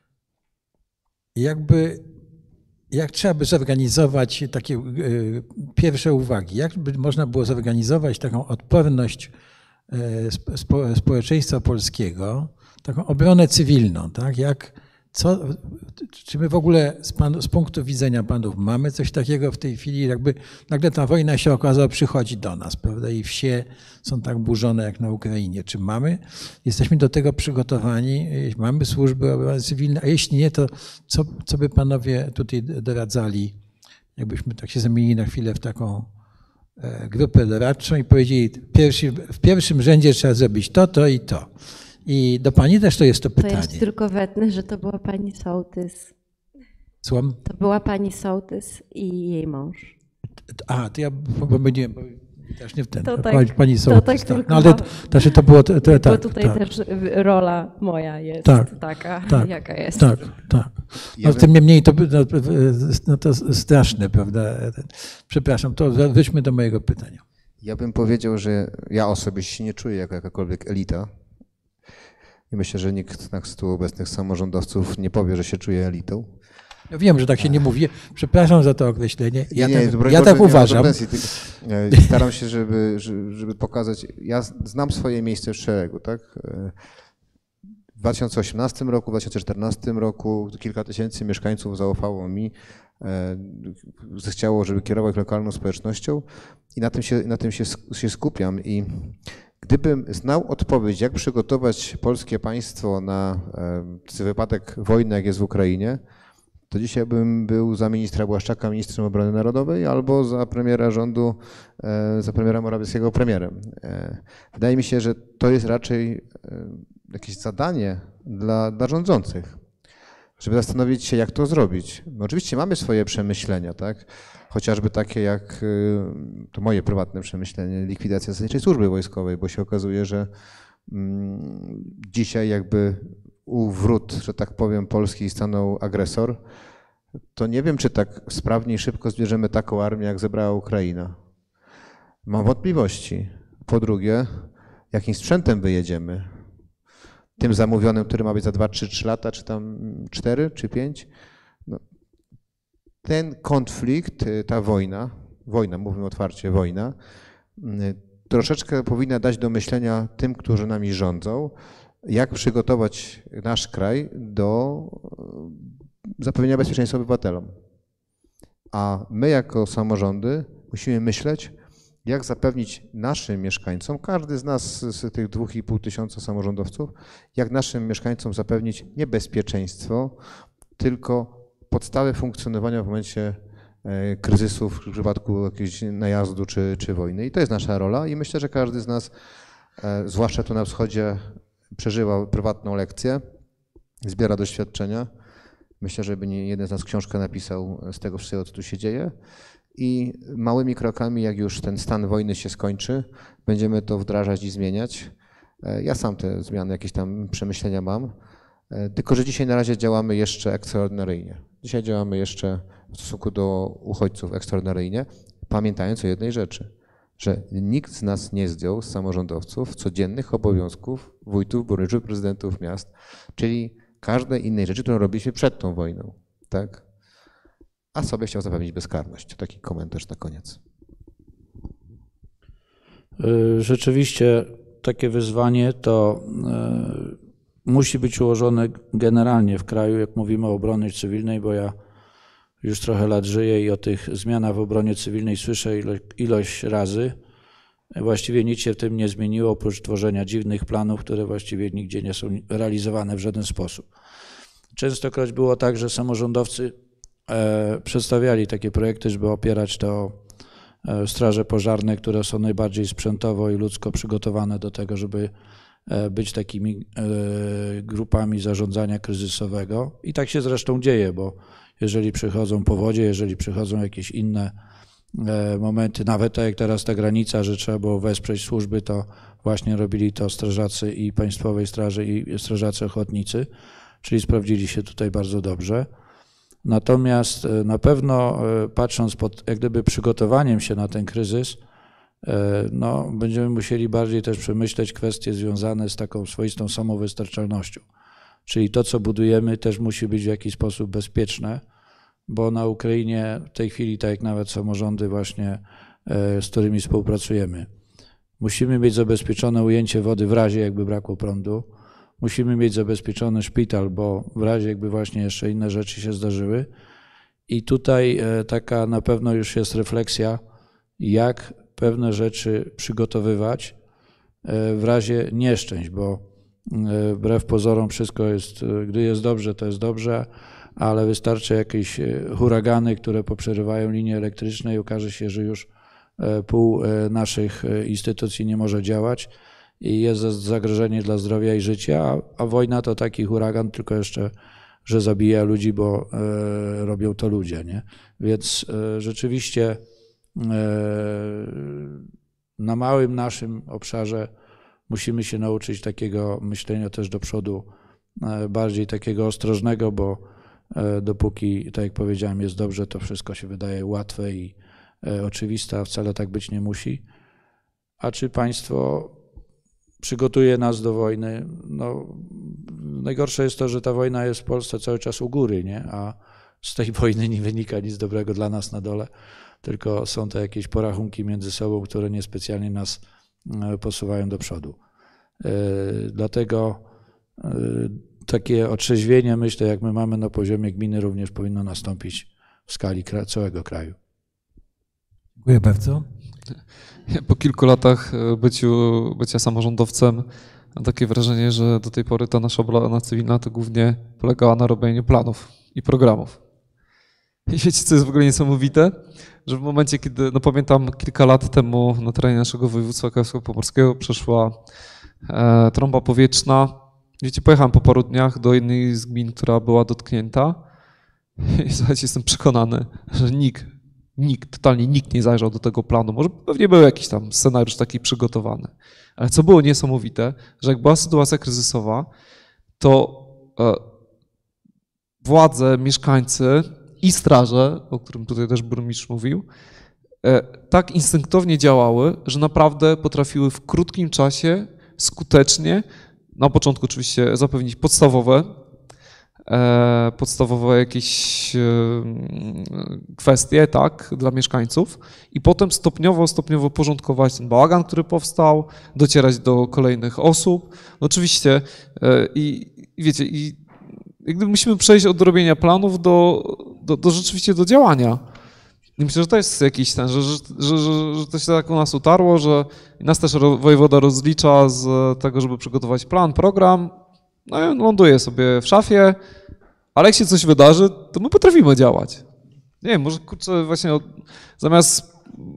jakby Jak trzeba by zorganizować takie pierwsze uwagi? Jak by można było zorganizować taką odporność społeczeństwa polskiego, taką obronę cywilną, tak? Jak, co, czy my w ogóle z, pan, z punktu widzenia panów mamy coś takiego w tej chwili? Jakby nagle ta wojna się okazała, przychodzi do nas, prawda? I wsie są tak burzone jak na Ukrainie. Czy mamy? Jesteśmy do tego przygotowani? Mamy służby obrony cywilnej? A jeśli nie, to co, co by panowie tutaj doradzali? Jakbyśmy tak się zamienili na chwilę w taką grupę doradczą i powiedzieli, pierwszy, w pierwszym rzędzie trzeba zrobić to, to i to. I do pani też to jest to pytanie. To jest tylko wetnę, że to była pani sołtys. Słucham? To była pani sołtys i jej mąż. A, to ja pomyliłem, bo też nie w ten. To tak, pani sołtys, to tak, tak. tylko No ale to, to, to było... To, to, bo tak, tutaj tak. też rola moja jest tak, taka, tak, jaka jest. Tak, tak. No, tym niemniej to, no, no, to straszne, prawda? Przepraszam, to wróćmy do mojego pytania. Ja bym powiedział, że ja osobiście się nie czuję jako jakakolwiek elita. I myślę, że nikt z tu obecnych samorządowców nie powie, że się czuje elitą. Ja wiem, że tak się nie mówi. Przepraszam za to określenie. Ja nie, tak, nie, ja tak uważam. Staram się, żeby, żeby pokazać. Ja znam swoje miejsce w szeregu, tak? W dwa tysiące osiemnastym roku, w dwa tysiące czternastym roku kilka tysięcy mieszkańców zaufało mi, zechciało, żeby kierować lokalną społecznością i na tym się, na tym się, się skupiam. I gdybym znał odpowiedź, jak przygotować polskie państwo na wypadek wojny, jak jest w Ukrainie, to dzisiaj bym był za ministra Błaszczaka ministrem obrony narodowej albo za premiera rządu, za premiera Morawieckiego premierem. Wydaje mi się, że to jest raczej jakieś zadanie dla, dla rządzących, żeby zastanowić się, jak to zrobić. No oczywiście mamy swoje przemyślenia, tak? Chociażby takie jak, to moje prywatne przemyślenie, likwidacja zasadniczej służby wojskowej, bo się okazuje, że Dzisiaj jakby u wrót, że tak powiem, Polski stanął agresor, to nie wiem, czy tak sprawnie i szybko zbierzemy taką armię, jak zebrała Ukraina. Mam wątpliwości. Po drugie, jakim sprzętem wyjedziemy? Tym zamówionym, który ma być za dwa, trzy, trzy lata, czy tam cztery, czy pięć? No, ten konflikt, ta wojna, wojna, mówimy otwarcie, wojna, troszeczkę powinna dać do myślenia tym, którzy nami rządzą, jak przygotować nasz kraj do zapewnienia bezpieczeństwa obywatelom. A my jako samorządy musimy myśleć, jak zapewnić naszym mieszkańcom, każdy z nas z tych dwóch i pół tysiąca samorządowców, jak naszym mieszkańcom zapewnić nie bezpieczeństwo, tylko podstawę funkcjonowania w momencie kryzysów, w przypadku jakiegoś najazdu czy, czy wojny. I to jest nasza rola i myślę, że każdy z nas, zwłaszcza tu na wschodzie, przeżywał prywatną lekcję, zbiera doświadczenia. Myślę, że by nie jeden z nas książkę napisał z tego wszystkiego, co tu się dzieje. I małymi krokami, jak już ten stan wojny się skończy, będziemy to wdrażać i zmieniać. Ja sam te zmiany, jakieś tam przemyślenia mam, tylko że dzisiaj na razie działamy jeszcze ekstraordynaryjnie. Dzisiaj działamy jeszcze w stosunku do uchodźców ekstraordynaryjnie, pamiętając o jednej rzeczy, że nikt z nas nie zdjął, z samorządowców, codziennych obowiązków wójtów, burmistrzów, prezydentów miast, czyli każdej innej rzeczy, którą robiliśmy przed tą wojną, tak? A sobie chciał zapewnić bezkarność. Taki komentarz na koniec. Rzeczywiście takie wyzwanie to musi być ułożone generalnie w kraju, jak mówimy o obronie cywilnej, bo ja już trochę lat żyję i o tych zmianach w obronie cywilnej słyszę ilość, ilość razy. Właściwie nic się w tym nie zmieniło, oprócz tworzenia dziwnych planów, które właściwie nigdzie nie są realizowane w żaden sposób. Częstokroć było tak, że samorządowcy e, przedstawiali takie projekty, żeby opierać to e, straże pożarne, które są najbardziej sprzętowo i ludzko przygotowane do tego, żeby e, być takimi e, grupami zarządzania kryzysowego. I tak się zresztą dzieje, bo jeżeli przychodzą powodzie, jeżeli przychodzą jakieś inne momenty, nawet tak jak teraz ta granica, że trzeba było wesprzeć służby, to właśnie robili to strażacy i Państwowej Straży i strażacy ochotnicy, czyli sprawdzili się tutaj bardzo dobrze. Natomiast na pewno patrząc pod jak gdyby przygotowaniem się na ten kryzys, no, będziemy musieli bardziej też przemyśleć kwestie związane z taką swoistą samowystarczalnością. Czyli to, co budujemy, też musi być w jakiś sposób bezpieczne, bo na Ukrainie w tej chwili, tak jak nawet samorządy właśnie, z którymi współpracujemy, musimy mieć zabezpieczone ujęcie wody w razie jakby brakło prądu, musimy mieć zabezpieczony szpital, bo w razie jakby właśnie jeszcze inne rzeczy się zdarzyły. I tutaj taka na pewno już jest refleksja, jak pewne rzeczy przygotowywać w razie nieszczęść, bo wbrew pozorom wszystko jest, gdy jest dobrze, to jest dobrze, ale wystarczy jakieś huragany, które poprzerywają linie elektryczne i okaże się, że już pół naszych instytucji nie może działać i jest zagrożenie dla zdrowia i życia, a, a wojna to taki huragan, tylko jeszcze, że zabija ludzi, bo e, robią to ludzie, nie? Więc e, rzeczywiście e, na małym naszym obszarze musimy się nauczyć takiego myślenia też do przodu, e, bardziej takiego ostrożnego, bo e, dopóki, tak jak powiedziałem, jest dobrze, to wszystko się wydaje łatwe i e, oczywiste, a wcale tak być nie musi. A czy państwo przygotuje nas do wojny? No, najgorsze jest to, że ta wojna jest w Polsce cały czas u góry, nie? A z tej wojny nie wynika nic dobrego dla nas na dole, tylko są to jakieś porachunki między sobą, które niespecjalnie nas posuwają do przodu. Dlatego takie otrzeźwienie, myślę, jak my mamy na poziomie gminy, również powinno nastąpić w skali całego kraju. Dziękuję bardzo. Po kilku latach byciu, bycia samorządowcem mam takie wrażenie, że do tej pory ta nasza obrona cywilna to głównie polegała na robieniu planów i programów. I wiecie, co jest w ogóle niesamowite? Że w momencie, kiedy, no pamiętam kilka lat temu na terenie naszego województwa kujawsko-pomorskiego przeszła e, trąba powietrzna. Wiecie, pojechałem po paru dniach do jednej z gmin, która była dotknięta i słuchajcie, jestem przekonany, że nikt, nikt, totalnie nikt nie zajrzał do tego planu. Może pewnie był jakiś tam scenariusz taki przygotowany, Ale co było niesamowite, że jak była sytuacja kryzysowa, to władze, mieszkańcy i straże, o którym tutaj też burmistrz mówił, tak instynktownie działały, że naprawdę potrafiły w krótkim czasie skutecznie, na początku oczywiście zapewnić podstawowe, podstawowe jakieś kwestie, tak, dla mieszkańców i potem stopniowo, stopniowo porządkować ten bałagan, który powstał, docierać do kolejnych osób. Oczywiście i, i wiecie, i jakby musimy przejść od robienia planów do, do, do rzeczywiście do działania. I myślę, że to jest jakiś ten, że, że, że, że to się tak u nas utarło, że nas też wojewoda rozlicza z tego, żeby przygotować plan, program, no i on ląduje sobie w szafie, ale jak się coś wydarzy, to my potrafimy działać. Nie wiem, może kurczę właśnie od, zamiast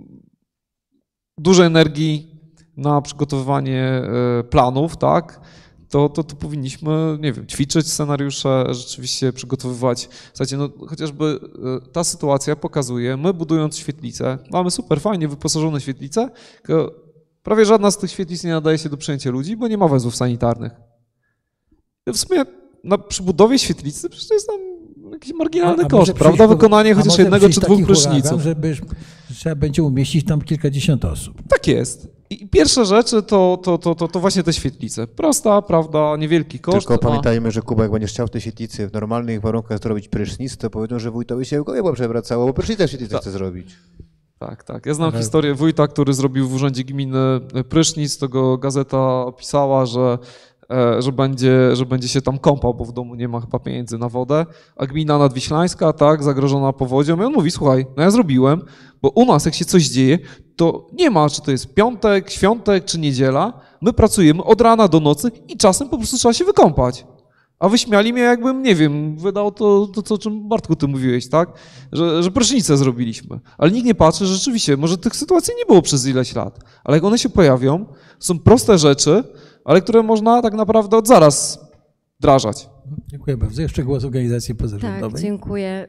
dużej energii na przygotowywanie planów, tak, to, to, to powinniśmy, nie wiem, ćwiczyć scenariusze, rzeczywiście przygotowywać. Słuchajcie, no chociażby ta sytuacja pokazuje, my budując świetlicę, mamy super fajnie wyposażone świetlice, tylko prawie żadna z tych świetlic nie nadaje się do przyjęcia ludzi, bo nie ma węzłów sanitarnych. W sumie na, przy budowie świetlicy przecież to jest tam jakiś marginalny a, a koszt, prawda? Wykonanie chociaż jednego czy dwóch pryszniców. Żeby trzeba będzie umieścić tam kilkadziesiąt osób. Tak jest. I pierwsze rzeczy to, to, to, to, to właśnie te świetlice. Prosta, prawda, niewielki koszt. Tylko pamiętajmy, że Kuba, jak będziesz chciał w tej świetlicy w normalnych warunkach zrobić prysznic, to powiedzą, że wójtowi się w głowie bo przewracało, bo prysznica w świetlicy chce zrobić. Tak, tak. Ja znam historię wójta, który zrobił w urzędzie gminy prysznic, to go gazeta opisała, że że będzie, że będzie się tam kąpał, bo w domu nie ma chyba pieniędzy na wodę, a gmina nadwiślańska, tak, zagrożona powodzią i on mówi, słuchaj, no ja zrobiłem, bo u nas jak się coś dzieje, to nie ma, czy to jest piątek, świątek, czy niedziela, my pracujemy od rana do nocy i czasem po prostu trzeba się wykąpać. A wyśmiali mnie, jakbym, nie wiem, wydał to, to co, o czym Bartku ty mówiłeś, tak, że, że prysznicę zrobiliśmy. Ale nikt nie patrzy, że rzeczywiście, może tych sytuacji nie było przez ileś lat, ale jak one się pojawią, są proste rzeczy, ale które można tak naprawdę od zaraz wdrażać. Dziękuję bardzo. Jeszcze głos organizacji pozarządowej. Tak, dziękuję.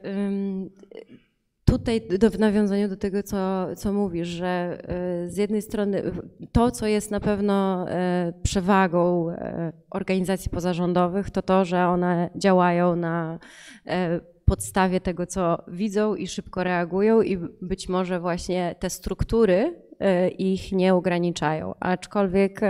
Tutaj do, w nawiązaniu do tego, co, co mówisz, że z jednej strony to, co jest na pewno przewagą organizacji pozarządowych, to to, że one działają na podstawie tego, co widzą i szybko reagują i być może właśnie te struktury ich nie ograniczają, aczkolwiek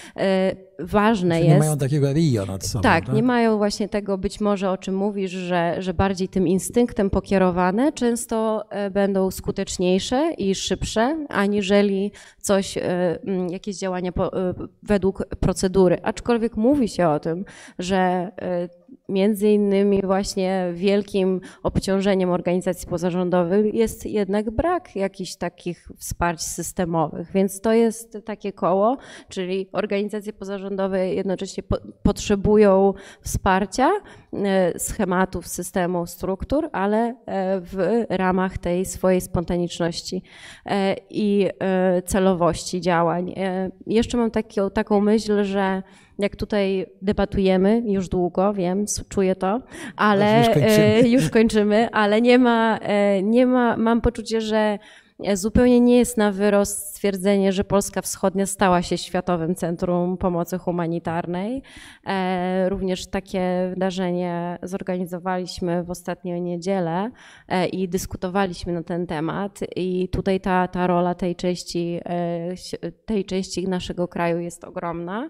ważne jest... Nie mają takiego rio nad sobą. Tak, tak, nie mają właśnie tego być może, o czym mówisz, że, że bardziej tym instynktem pokierowane często będą skuteczniejsze i szybsze, aniżeli coś, jakieś działania po, według procedury. Aczkolwiek mówi się o tym, że między innymi właśnie wielkim obciążeniem organizacji pozarządowych jest jednak brak jakichś takich wsparć systemowych, więc to jest takie koło, czyli organizacje pozarządowe jednocześnie po, potrzebują wsparcia, schematów, systemów, struktur, ale w ramach tej swojej spontaniczności i celowości działań. Jeszcze mam taki, taką myśl, że jak tutaj debatujemy już długo, wiem, czuję to, ale już kończymy, już kończymy ale nie ma, nie ma, mam poczucie, że zupełnie nie jest na wyrost stwierdzenie, że Polska Wschodnia stała się Światowym Centrum Pomocy Humanitarnej. Również takie wydarzenie zorganizowaliśmy w ostatnią niedzielę i dyskutowaliśmy na ten temat i tutaj ta, ta rola tej części, tej części naszego kraju jest ogromna.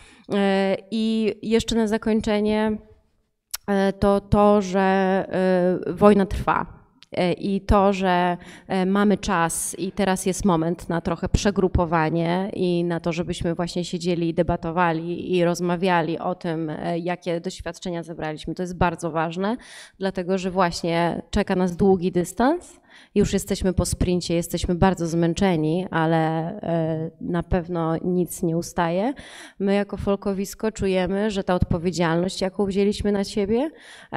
I jeszcze na zakończenie to to, że wojna trwa. I to, że mamy czas i teraz jest moment na trochę przegrupowanie i na to, żebyśmy właśnie siedzieli i debatowali i rozmawiali o tym, jakie doświadczenia zebraliśmy, to jest bardzo ważne, dlatego że właśnie czeka nas długi dystans. Już jesteśmy po sprincie, jesteśmy bardzo zmęczeni, ale na pewno nic nie ustaje. My jako Folkowisko czujemy, że ta odpowiedzialność, jaką wzięliśmy na siebie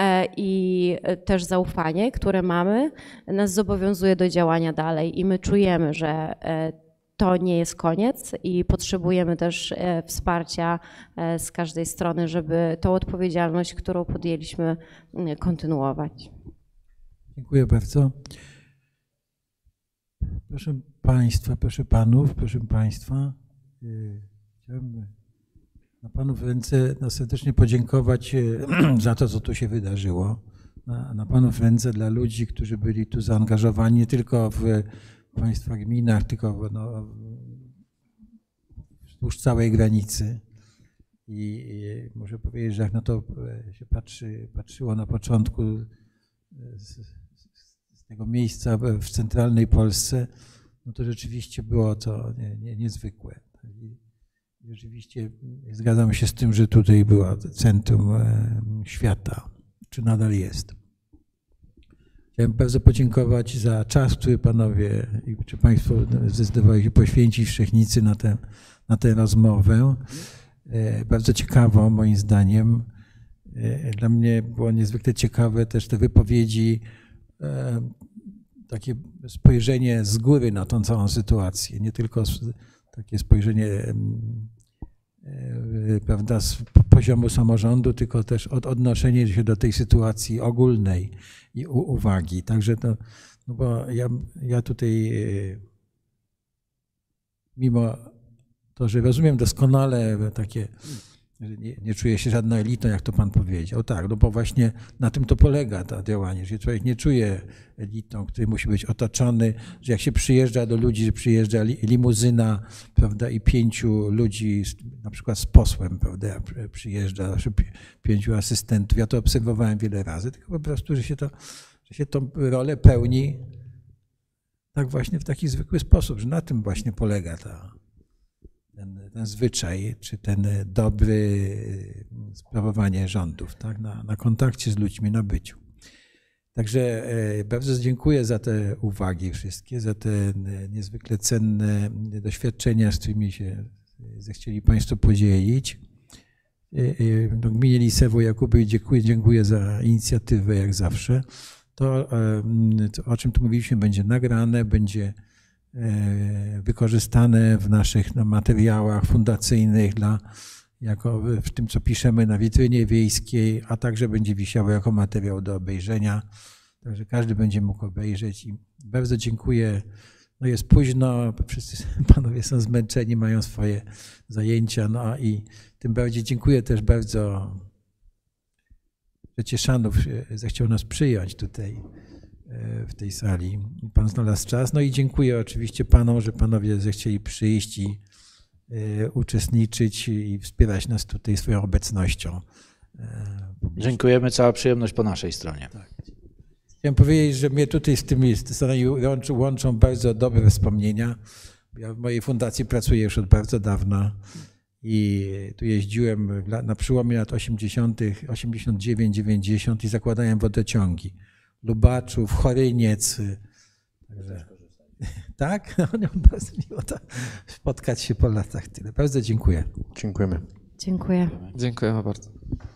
i też zaufanie, które mamy, nas zobowiązuje do działania dalej i my czujemy, że to nie jest koniec i potrzebujemy też wsparcia z każdej strony, żeby tą odpowiedzialność, którą podjęliśmy, kontynuować. Dziękuję bardzo. Proszę Państwa, proszę Panów, proszę Państwa, Chciałem na Panów ręce no, serdecznie podziękować za to, co tu się wydarzyło. Na, na Panów ręce dla ludzi, którzy byli tu zaangażowani nie tylko w Państwa gminach, tylko w, no, wzdłuż całej granicy. I, I muszę powiedzieć, że jak na to się patrzy, patrzyło na początku z, z tego miejsca w centralnej Polsce, no to rzeczywiście było to nie, nie, niezwykłe. I rzeczywiście zgadzam się z tym, że tutaj było centrum świata, czy nadal jest. Chciałem bardzo podziękować za czas, który Panowie i czy Państwo zdecydowali się poświęcić w Szczechnicy na tę, na tę rozmowę. Bardzo ciekawą moim zdaniem. Dla mnie było niezwykle ciekawe też te wypowiedzi, takie spojrzenie z góry na tą całą sytuację, nie tylko takie spojrzenie, prawda, z poziomu samorządu, tylko też od, odnoszenie się do tej sytuacji ogólnej i u, uwagi. Także to, no bo ja, ja tutaj mimo to, że rozumiem doskonale takie, że nie, nie czuję się żadną elitą, jak to Pan powiedział. Tak, no bo właśnie na tym to polega to działanie, że człowiek nie czuje elitą, który musi być otoczony, że jak się przyjeżdża do ludzi, że przyjeżdża limuzyna, prawda, i pięciu ludzi, na przykład z posłem, prawda, przyjeżdża, pięciu asystentów. Ja to obserwowałem wiele razy, tylko po prostu, że się to, że się tą rolę pełni tak właśnie w taki zwykły sposób, że na tym właśnie polega ta Ten, ten zwyczaj, czy ten dobry sprawowanie rządów, tak? na, na kontakcie z ludźmi, na byciu. Także bardzo dziękuję za te uwagi wszystkie, za te niezwykle cenne doświadczenia, z którymi się zechcieli Państwo podzielić. No, gminie Lisewo Jakuby dziękuję, dziękuję za inicjatywę, jak zawsze. To, o czym tu mówiliśmy, będzie nagrane, będzie wykorzystane w naszych materiałach fundacyjnych dla, jako w tym, co piszemy na witrynie wiejskiej, a także będzie wisiało jako materiał do obejrzenia. Także każdy będzie mógł obejrzeć i bardzo dziękuję. No jest późno, wszyscy Panowie są zmęczeni, mają swoje zajęcia, no i tym bardziej dziękuję też bardzo, że Cieszanów zechciał nas przyjąć tutaj w tej sali. Pan znalazł czas. No i dziękuję oczywiście Panom, że Panowie zechcieli przyjść i uczestniczyć i wspierać nas tutaj swoją obecnością. Dziękujemy, cała przyjemność po naszej stronie. Tak. Chciałem powiedzieć, że mnie tutaj z tymi stronami łączą, łączą bardzo dobre wspomnienia. Ja w mojej fundacji pracuję już od bardzo dawna i tu jeździłem na przełomie lat osiemdziesiątych, osiemdziesiąt dziewięć dziewięćdziesiąt i zakładałem wodociągi. Lubaczów, Choryniec. Także, tak? No, bardzo miło to spotkać się po latach. Tyle. Bardzo dziękuję. Dziękujemy. Dziękuję. Dziękujemy bardzo.